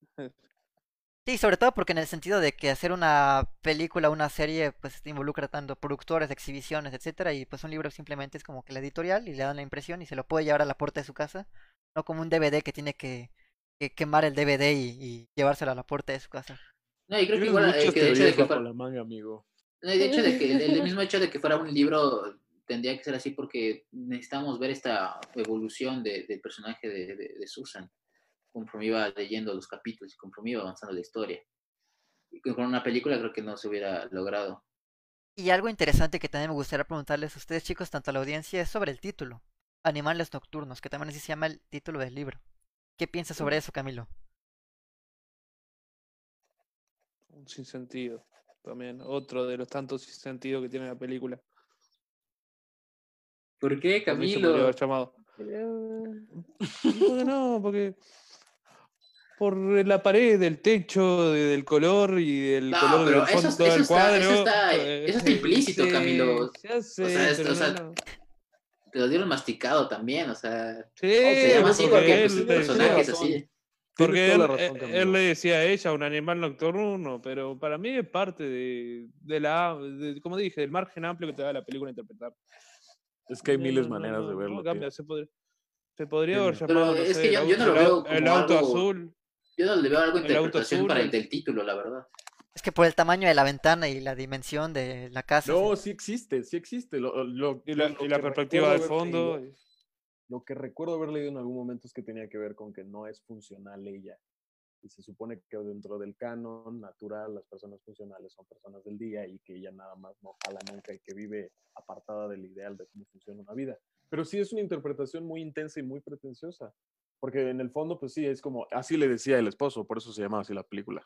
Sí, sobre todo porque en el sentido de que hacer una película, una serie, pues involucra tanto productores, exhibiciones, etcétera, y pues un libro simplemente es como que la editorial y le dan la impresión y se lo puede llevar a la puerta de su casa, no como un D V D que tiene que, que quemar el D V D y, y llevárselo a la puerta de su casa.
No, y creo que
Tienes
igual, eh,
muchas
que de hecho de
teorías
que
bajo
fuera,
la manga, amigo.
no, y de hecho de que el, el mismo hecho de que fuera un libro tendría que ser así porque necesitamos ver esta evolución de, del personaje de, de, de Susan, conforme iba leyendo los capítulos y conforme iba avanzando la historia. Y con una película creo que no se hubiera logrado.
Y algo interesante que también me gustaría preguntarles a ustedes chicos, tanto a la audiencia, es sobre el título, Animales Nocturnos, que también así se llama el título del libro. ¿Qué piensas sobre eso, Camilo?
Un sinsentido. También otro de los tantos sinsentidos que tiene la película.
¿Por qué,
Por mí se podría
Camilo?
haber llamado. Porque no, porque por la pared, del techo, de- del color y del
No,
color
pero
del
eso,
fondo
eso,
del
está,
cuadro.
eso, está,
eh,
eso está implícito,
sí,
Camilo.
ya sé,
o sea, esto,
pero
o sea,
no.
te lo dieron masticado también, o sea,
Sí,
se llama así porque
porque
pues,
él
el
le
personaje
decía,
es así.
porque
Tienes
él,
toda la razón,
él-
Camilo.
él le decía a ella un animal nocturno, pero para mí es parte de, de la, de- como dije, del margen amplio que te da la película a interpretar.
Es que hay
No,
miles
no, no,
maneras de
no,
verlo,
no
tío.
cambia, se podría, se podría
Tiene-
haber
Pero
llamado, no
es
sé,
que
el,
yo,
au-
yo no lo
el
veo
au- el
como
auto
algo,
azul.
yo no le veo algo de
El auto
interpretación
azul.
para el del título, la verdad.
Es que por el tamaño de la ventana y la dimensión de la casa.
No,
se-
sí existe, sí existe. Lo, lo-
Y la,
lo
y la
que
perspectiva
recuerdo
del
haber
fondo.
leído- lo que recuerdo haber leído en algún momento es que tenía que ver con que no es funcional ella. Y se supone que dentro del canon natural las personas funcionales son personas del día y que ella nada más no jala nunca y que vive apartada del ideal de cómo funciona una vida. Pero sí es una interpretación muy intensa y muy pretenciosa. Porque en el fondo, pues sí, es como, así le decía el esposo, por eso se llama así la película.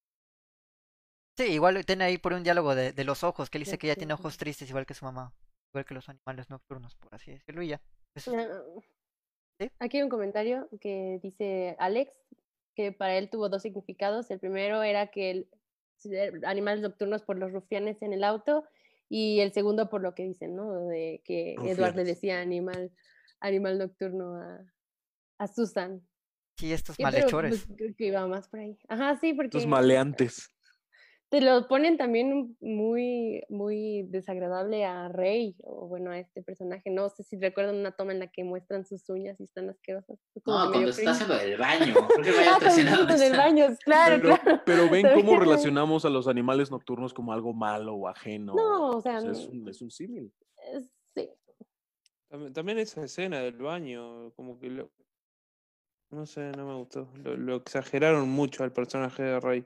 Sí, igual tiene ahí por un diálogo de, de los ojos, que él dice que ella tiene ojos tristes igual que su mamá, igual que los animales nocturnos, por así decirlo, y ya. Eso es- ¿Sí?
Aquí hay un comentario que dice Alex, que para él tuvo dos significados. El primero era que el, animales nocturnos por los rufianes en el auto, y el segundo por lo que dicen, ¿no? De que Edward le
Rufianes.
decía animal, animal nocturno a, a Susan.
Sí, estos
Sí, pero
malhechores.
pues, creo que iba más por ahí. Ajá, sí,
Estos
porque
maleantes.
te lo ponen también muy, muy desagradable a Rey, o bueno, a este personaje. No sé si recuerdan una toma en la que muestran sus uñas y están asquerosas. Es como
No,
que
cuando
medio
se está
cringe.
haciendo del baño. Creo que vaya
Ah,
otra escena
cuando
donde
del
está-
baño, claro,
Pero,
claro.
pero ven
Se
cómo
ve-
relacionamos a los animales nocturnos como algo malo o ajeno.
No, o sea,
es un, es un símil.
es- sí.
También, también esa escena del baño, como que lo, no sé, no me gustó. Lo, lo exageraron mucho al personaje de Rey.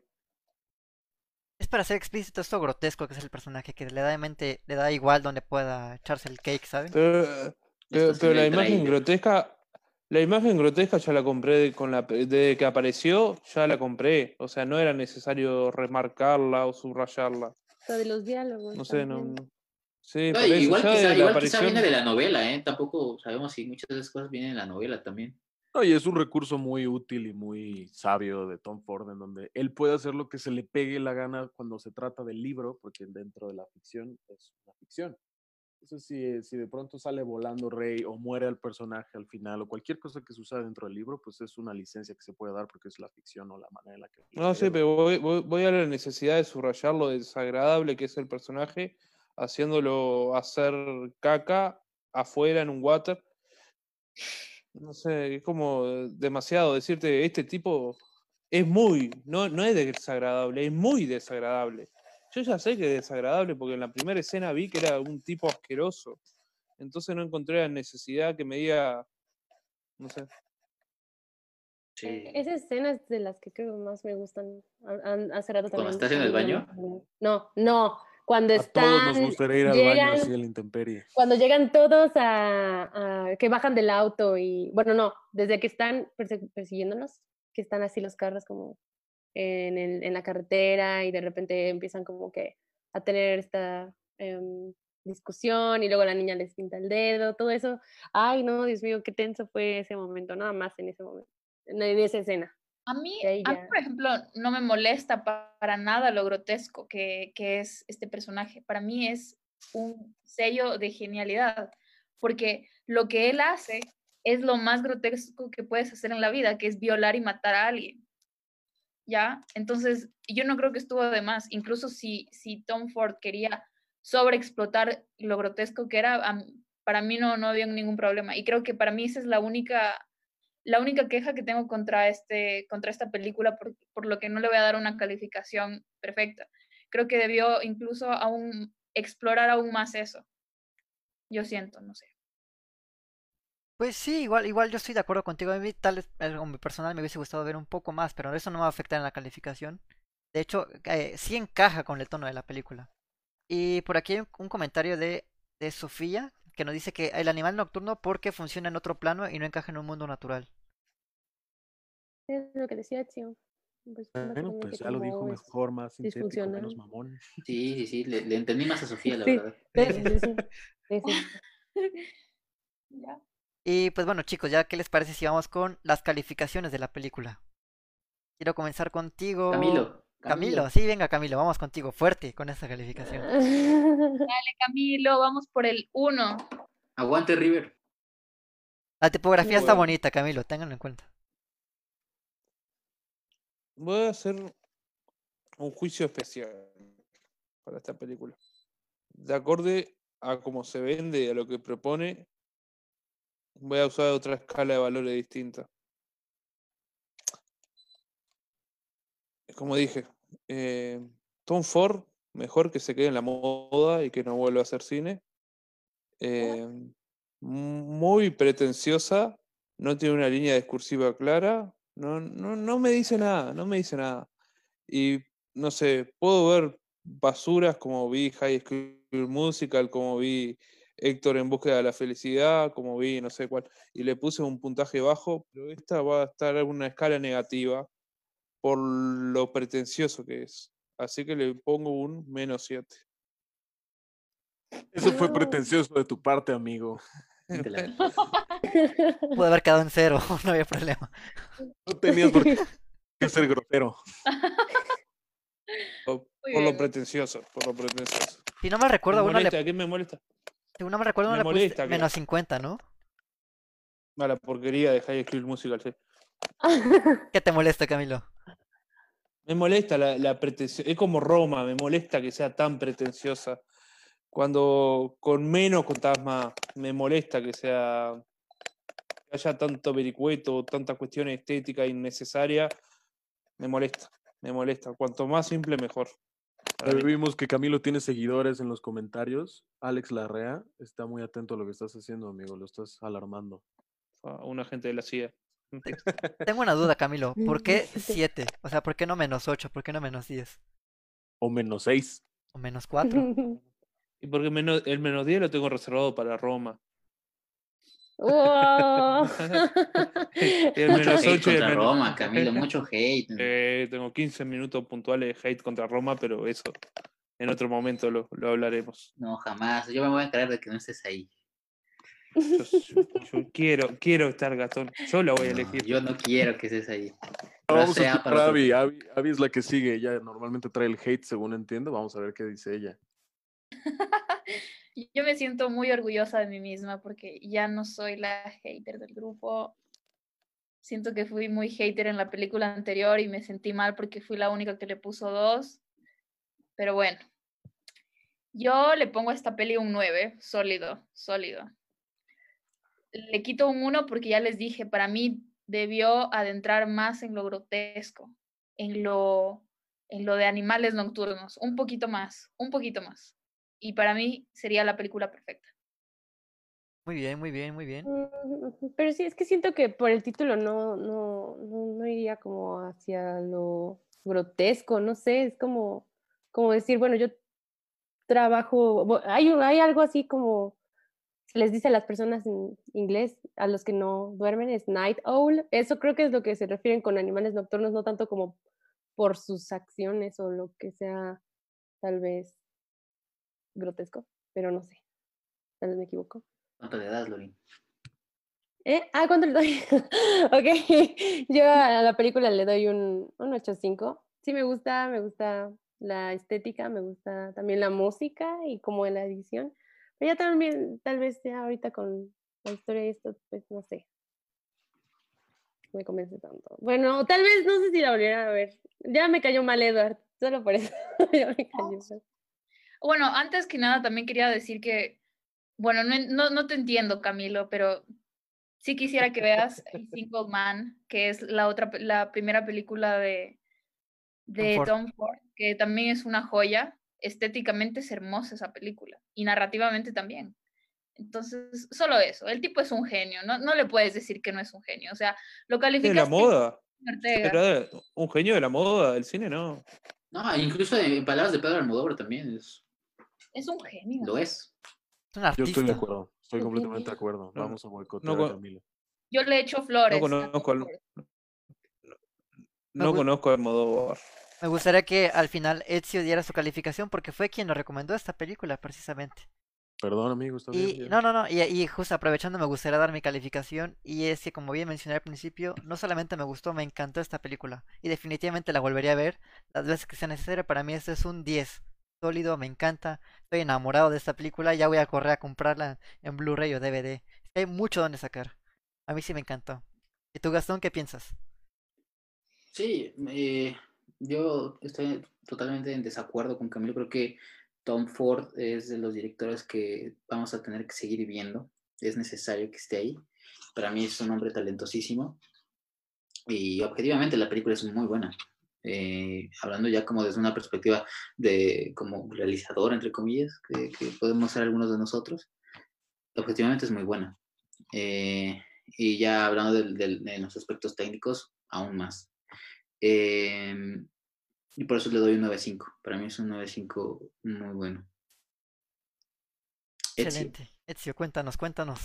Es para hacer explícito esto grotesco que es el personaje, que le da, de mente, le da igual donde pueda echarse el cake, ¿saben?
Pero, pero,
Esto se
pero
ve
la
el
imagen
tráiler.
grotesca, la imagen grotesca ya la compré de- con la desde que apareció, ya la compré. O sea, no era necesario remarcarla o subrayarla.
Lo de los diálogos.
No sé, no,
también.
no- Sí,
No,
por eso
igual
ya
quizá,
de la
igual quizá
aparición.
viene de la novela, ¿eh? Tampoco sabemos si muchas de esas cosas vienen de la novela también.
No, y es un recurso muy útil y muy sabio de Tom Ford, en donde él puede hacer lo que se le pegue la gana cuando se trata del libro, porque dentro de la ficción es una ficción. Entonces, si, si de pronto sale volando Rey o muere el personaje al final o cualquier cosa que suceda dentro del libro, pues es una licencia que se puede dar porque es la ficción o la manera en la que...
No sé, pero voy, voy, voy a la necesidad de subrayar lo desagradable que es el personaje, haciéndolo hacer caca afuera en un water. No sé, es como demasiado decirte, este tipo es muy, no, no es desagradable, es muy desagradable. Yo ya sé que es desagradable porque en la primera escena vi que era un tipo asqueroso. Entonces no encontré la necesidad que me diga, no sé.
Sí.
Esa escena es de las que creo más me gustan. A- a- Hace rato
¿Cuando
también.
estás en el baño?
No, no. Cuando
A todos
están.
nos gustaría ir al
llegan,
baño así a la intemperie.
Cuando llegan todos a, a- que bajan del auto y. Bueno, no, desde que están perse- persiguiéndonos, que están así los carros como en, el, en la carretera y de repente empiezan como que a tener esta em, discusión y luego la niña les pinta el dedo, todo eso. Ay, no, Dios mío, qué tenso fue ese momento, nada más en ese momento, en esa escena.
A mí,
De ahí
a mí,
ya.
por ejemplo, no me molesta pa- para nada lo grotesco que, que es este personaje. Para mí es un sello de genialidad, porque lo que él hace es lo más grotesco que puedes hacer en la vida, que es violar y matar a alguien. ¿Ya? Entonces, yo no creo que estuvo de más. Incluso si, si Tom Ford quería sobreexplotar lo grotesco que era, a- para mí no, no había ningún problema. Y creo que para mí esa es la única, la única queja que tengo contra, este, contra esta película, por, por lo que no le voy a dar una calificación perfecta. Creo que debió incluso aún explorar aún más eso. Yo siento, no sé.
Pues sí, igual, igual yo estoy de acuerdo contigo. A mí tal vez en mi personal me hubiese gustado ver un poco más, pero eso no me va a afectar en la calificación. De hecho, eh, sí encaja con el tono de la película. Y por aquí hay un, un comentario de, de Sofía que nos dice que el animal nocturno porque funciona en otro plano y no encaja en un mundo natural.
Es lo que decía Ezio. Pues,
Bueno, pues ya lo
como
dijo
es
mejor, más sintético,
disfuncional.
menos mamón.
Sí, sí, sí, le, le entendí más a Sofía, la
Sí,
verdad.
sí, sí, sí, sí, sí.
Ya.
Y pues bueno, chicos, ya qué les parece si vamos con las calificaciones de la película. Quiero comenzar contigo.
Camilo,
Camilo,
Camilo.
sí, venga Camilo, vamos contigo, fuerte con esta calificación.
Dale, Camilo, vamos por el uno.
Aguante River.
La tipografía está
Bueno.
bonita, Camilo, ténganlo en cuenta.
Voy a hacer un juicio especial para esta película. De acorde a cómo se vende y a lo que propone, voy a usar otra escala de valores distinta. Como dije, eh, Tom Ford, mejor que se quede en la moda y que no vuelva a hacer cine. Eh, muy pretenciosa, no tiene una línea discursiva clara, no, no, no me dice nada, no me dice nada. Y no sé, puedo ver basuras como vi High School Musical, como vi Héctor en búsqueda de la felicidad, como vi no sé cuál, y le puse un puntaje bajo, pero esta va a estar en una escala negativa por lo pretencioso que es. Así que le pongo un menos siete.
Eso fue pretencioso de tu parte, amigo.
Pudo haber quedado en cero, no había problema.
No tenías por qué ser grosero.
Por,
Muy
por lo
bien.
pretencioso, por lo pretencioso.
Si no me recuerdo,
Me
uno
molesta,
le,
¿qué me molesta?
si no me recuerdo, uno
Me
le pusiste
molesta que-
menos cincuenta, ¿no?
A la porquería de High School Musical, sí.
¿Qué te molesta, Camilo?
Me molesta la, la pretensión. Es como Roma, me molesta que sea tan pretenciosa. Cuando con menos contás más, me molesta que sea. Que haya tanto vericueto, tanta cuestión estética innecesaria. Me molesta, me molesta. Cuanto más simple, mejor.
Ya vimos que Camilo tiene seguidores en los comentarios. Alex Larrea está muy atento a lo que estás haciendo, amigo. Lo estás alarmando.
A un agente de la C I A.
Tengo una duda, Camilo. ¿Por qué siete? O sea, ¿por qué no menos ocho? ¿Por qué no menos diez?
O menos seis.
¿O menos cuatro?
Y porque menos, el menos diez lo tengo reservado para Roma.
Wow.
Y el
Mucho
menos
hate
ocho y el
contra
menos-
Roma, Camilo, mucho hate.
Eh, tengo quince minutos puntuales de hate contra Roma, pero eso en otro momento lo, lo hablaremos.
No, jamás. Yo me voy a encargar de que no estés ahí.
Yo, yo- yo quiero, quiero estar Gastón. Yo la voy a
No,
elegir.
yo no quiero que estés ahí.
Vamos a
sea
escuchar
para
a
otro
Abby.
tema.
Abby. Abby es la que sigue. Ella normalmente trae el hate, según entiendo. Vamos a ver qué dice ella.
Yo me siento muy orgullosa de mí misma porque ya no soy la hater del grupo. Siento que fui muy hater en la película anterior y me sentí mal porque fui la única que le puso dos. Pero bueno, yo le pongo a esta peli un nueve, sólido, sólido. Le quito un uno porque ya les dije, para mí debió adentrar más en lo grotesco, en lo, en lo de animales nocturnos, un poquito más, un poquito más. Y para mí sería la película perfecta.
Muy bien, muy bien, muy bien.
Mm, Pero sí, es que siento que por el título no, no, no, no iría como hacia lo grotesco, no sé, es como, como decir, bueno, yo trabajo, bu- hay, un- hay algo así como se les dice a las personas en inglés, a los que no duermen, es night owl. Eso creo que es lo que se refieren con animales nocturnos, no tanto como por sus acciones o lo que sea tal vez grotesco, pero no sé, tal vez me equivoco.
¿Cuánto le das, Lorin?
¿Eh? Ah, ¿cuánto le doy? Ok, yo a la película le doy un, un ocho punto cinco. Sí me gusta, me gusta la estética, me gusta también la música y como la edición. Pero ya también, tal vez ya ahorita con la historia y esto, pues no sé, no me convence tanto. Bueno, tal vez, no sé si la volviera a ver. Ya me cayó mal Edward, solo por eso. Ya me cayó mal.
Bueno, antes que nada también quería decir que, bueno, no, no, no te entiendo, Camilo, pero sí quisiera que veas A Single Man, que es la otra, pe- la primera película de, de
Ford.
Tom Ford, que también es una joya. Estéticamente es hermosa esa película y narrativamente también. Entonces, solo eso. El tipo es un genio, no, no le puedes decir que no es un genio. O sea, lo
De la
calificas tipo
moda.
Ortega.
Era un genio de la moda, del cine, no.
No, incluso en palabras de Pedro Almodóvar también es,
Es un genio.
lo es.
Es un
Yo estoy de
artista.
acuerdo. Estoy
Ok.
completamente de acuerdo.
No,
Vamos a
no,
boicotear
no
a
con-
Camila.
Yo le echo
No
flores. a
conozco
Tom
al,
Ford.
Me,
no
gu-
conozco a Almodóvar.
me gustaría que al final Ezio diera su calificación porque fue quien nos recomendó esta película precisamente.
Perdón, amigo, está bien.
Y
ya.
no, no, no, y, y justo aprovechando me gustaría dar mi calificación y es que como bien mencioné al principio, no solamente me gustó, me encantó esta película y definitivamente la volvería a ver las veces que sea necesario. Para mí esto es un diez, sólido, me encanta, estoy enamorado de esta película, ya voy a correr a comprarla en Blu-ray o D V D. Es que hay mucho donde sacar, a mí sí me encantó. ¿Y tú, Gastón, qué piensas?
Sí, eh, yo estoy totalmente en desacuerdo con Camilo. Creo que Tom Ford es de los directores que vamos a tener que seguir viendo. Es necesario que esté ahí. Para mí es un hombre talentosísimo y objetivamente la película es muy buena. Eh, hablando ya como desde una perspectiva de como realizador, entre comillas, que, que podemos ser algunos de nosotros, objetivamente es muy buena. Eh, y ya hablando del- del- de los aspectos técnicos, aún más. Eh, y por eso le doy un nueve punto cinco. Para mí es un nueve punto cinco muy bueno. Ezio.
Excelente. Ezio, cuéntanos, cuéntanos.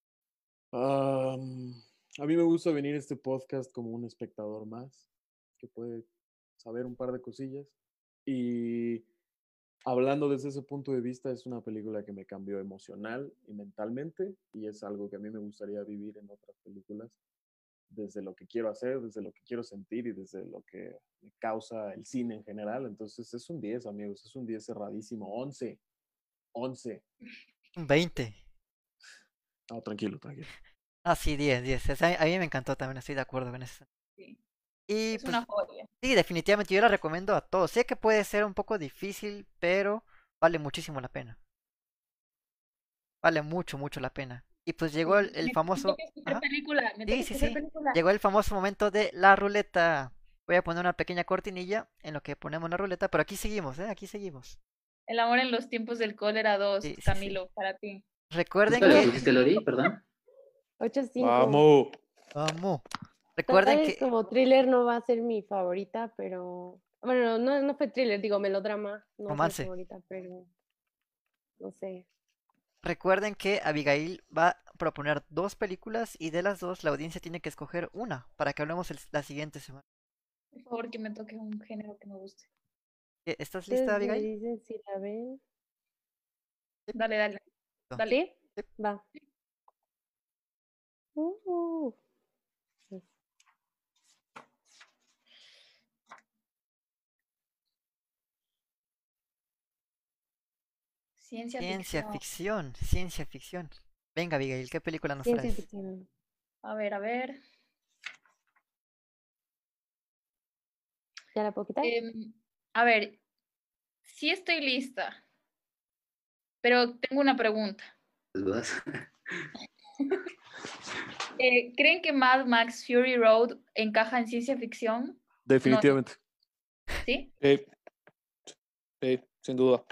Am, a mí me gusta venir a este podcast como un espectador más, que puede saber un par de cosillas. Y hablando desde ese punto de vista, es una película que me cambió emocional y mentalmente, y es algo que a mí me gustaría vivir en otras películas, desde lo que quiero hacer, desde lo que quiero sentir y desde lo que me causa el cine en general. Entonces es un diez, amigos, es un diez cerradísimo. once. once.
Un veinte.
No, tranquilo, tranquilo.
Ah, sí, diez, diez. O sea, a mí me encantó también, estoy de acuerdo con eso.
Sí.
Y
Es
pues,
una joya.
sí, definitivamente yo la recomiendo a todos. Sé que puede ser un poco difícil, pero vale muchísimo la pena. Vale mucho, mucho la pena. Y pues llegó el, el
Me, me
famoso...
toca escoger
Ajá.
película. Me
Sí,
toca
sí,
escoger
sí.
película.
Llegó el famoso momento de la ruleta. Voy a poner una pequeña cortinilla en lo que ponemos la ruleta, pero aquí seguimos, ¿eh? Aquí seguimos.
El amor en los tiempos del cólera dos,
Sí, sí, sí.
Camilo, para ti.
Recuerden
¿Cuál le
que...
pusiste, Lori? Perdón.
ocho punto cinco.
Vamos.
Vamos.
Tal
Recuerden
vez
que...
como thriller no va a ser mi favorita, pero... Bueno, no, no fue thriller, digo melodrama. No fue mi
Romance.
favorita, pero... No sé.
Recuerden que Abigail va a proponer dos películas y de las dos la audiencia tiene que escoger una para que hablemos el- la siguiente semana.
Por favor, que me toque un género que me guste.
¿Eh, ¿Estás lista,
Ustedes me
Abigail?
dicen si la ven.
Dale, dale. Dale.
¿Sí? Va. Uh.
Ciencia,
Ciencia
ficción.
ficción, ciencia ficción. Venga, Abigail, ¿qué película nos
Ciencia
traes?
ficción.
A ver, a ver.
¿Ya la puedo quitar?
Em, a ver, sí estoy lista, pero tengo una pregunta. Eh, ¿creen que Mad Max Fury Road encaja en ciencia ficción?
Definitivamente.
¿Sí?
Sí, sí, sin duda.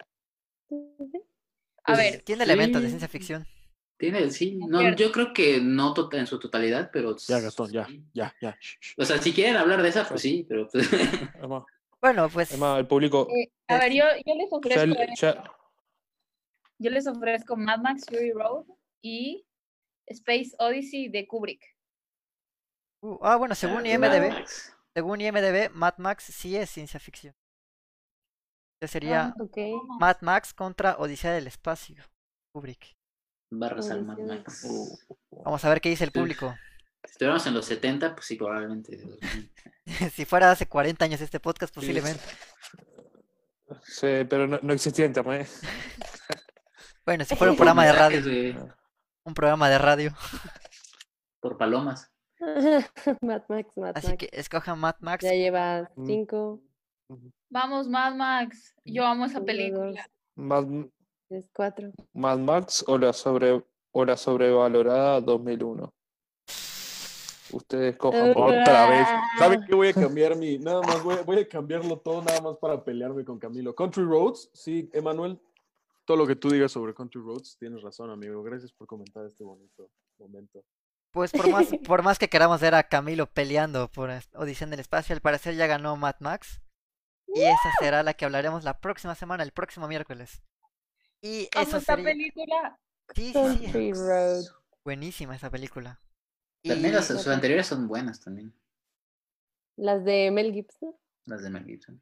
A ver.
Tiene
Sí.
elementos de ciencia ficción.
Tiene, sí. No, yo creo que no tota- en su totalidad, pero.
Ya, Gastón, ya, ya, ya.
O sea, si quieren hablar de esa, pues sí, pero.
Además,
Bueno, pues.
además, el público.
Eh, a ver, yo, yo les
Ya,
ofrezco.
ya-
Yo les ofrezco Mad Max Fury Road y Space Odyssey de Kubrick.
Uh, ah, bueno, según
Ah,
IMDb,
Mad Max.
según IMDb, Mad Max sí es ciencia ficción. Entonces sería
Ah,
Ok.
Mad Max contra Odisea del Espacio. Kubrick.
Barras al Mad Max.
Vamos a ver qué dice el público.
Si estuviéramos en los setenta, pues sí, probablemente.
Si fuera hace cuarenta años este podcast, posiblemente.
sí, pero no, no existía internet.
Bueno, si fuera un programa de radio.
Mensajes, güey,
Un programa de radio.
por palomas.
Mad Max, Mad
Así
Max.
que escojan Mad Max.
Ya llevas
Mm.
cinco,
Vamos, Mad Max. Yo amo esa
uno,
película.
Mad,
tres, cuatro.
Mad Max o la, sobre, o la sobrevalorada dos mil uno. Ustedes cojan. por-
Otra vez. ¿Saben qué? Voy a cambiar mi. Nada más, voy, voy a cambiarlo todo nada más para pelearme con Camilo. Country Roads, sí, Emanuel. Todo lo que tú digas sobre Country Roads, tienes razón, amigo. Gracias por comentar este bonito momento.
Pues por más, por más que queramos ver a Camilo peleando por Odisea en el Espacio, al parecer ya ganó Mad Max. Y esa será la que hablaremos la próxima semana, el próximo miércoles. Y
Amo
eso
esta
sería.
película.
Sí, sí,
Country
sí.
Road.
Buenísima esa película.
También
Y
las sus anteriores son buenas también.
Las de Mel Gibson.
Las de Mel Gibson.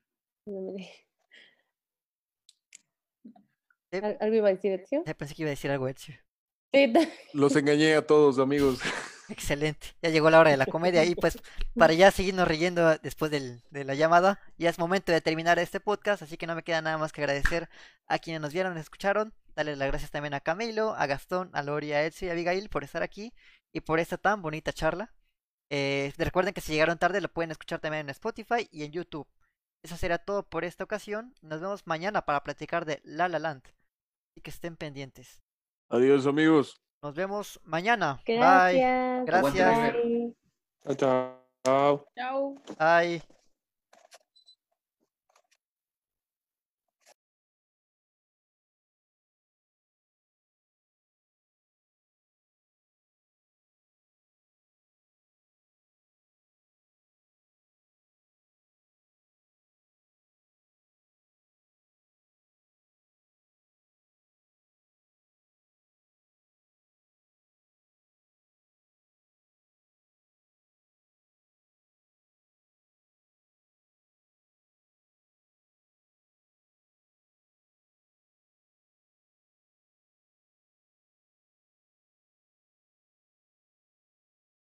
Eh,
¿Al- ¿Algo iba a decir, Ezio?
ya pensé que iba a decir algo, Ezio.
Sí, ta-
Los engañé a todos, amigos.
Excelente. Ya llegó la hora de la comedia y pues para ya seguirnos riendo después del- de la llamada, ya es momento de terminar este podcast, así que no me queda nada más que agradecer a quienes nos vieron, nos escucharon, darles las gracias también a Camilo, a Gastón, a Lori, a Ezio y a Abigail por estar aquí y por esta tan bonita charla. Eh, recuerden que si llegaron tarde lo pueden escuchar también en Spotify y en YouTube. Eso será todo por esta ocasión. Nos vemos mañana para platicar de La La Land. Así que estén pendientes.
Adiós, amigos.
Nos vemos mañana.
Gracias.
Bye. Gracias.
Bye.
Chao, chao.
Chao.
Bye.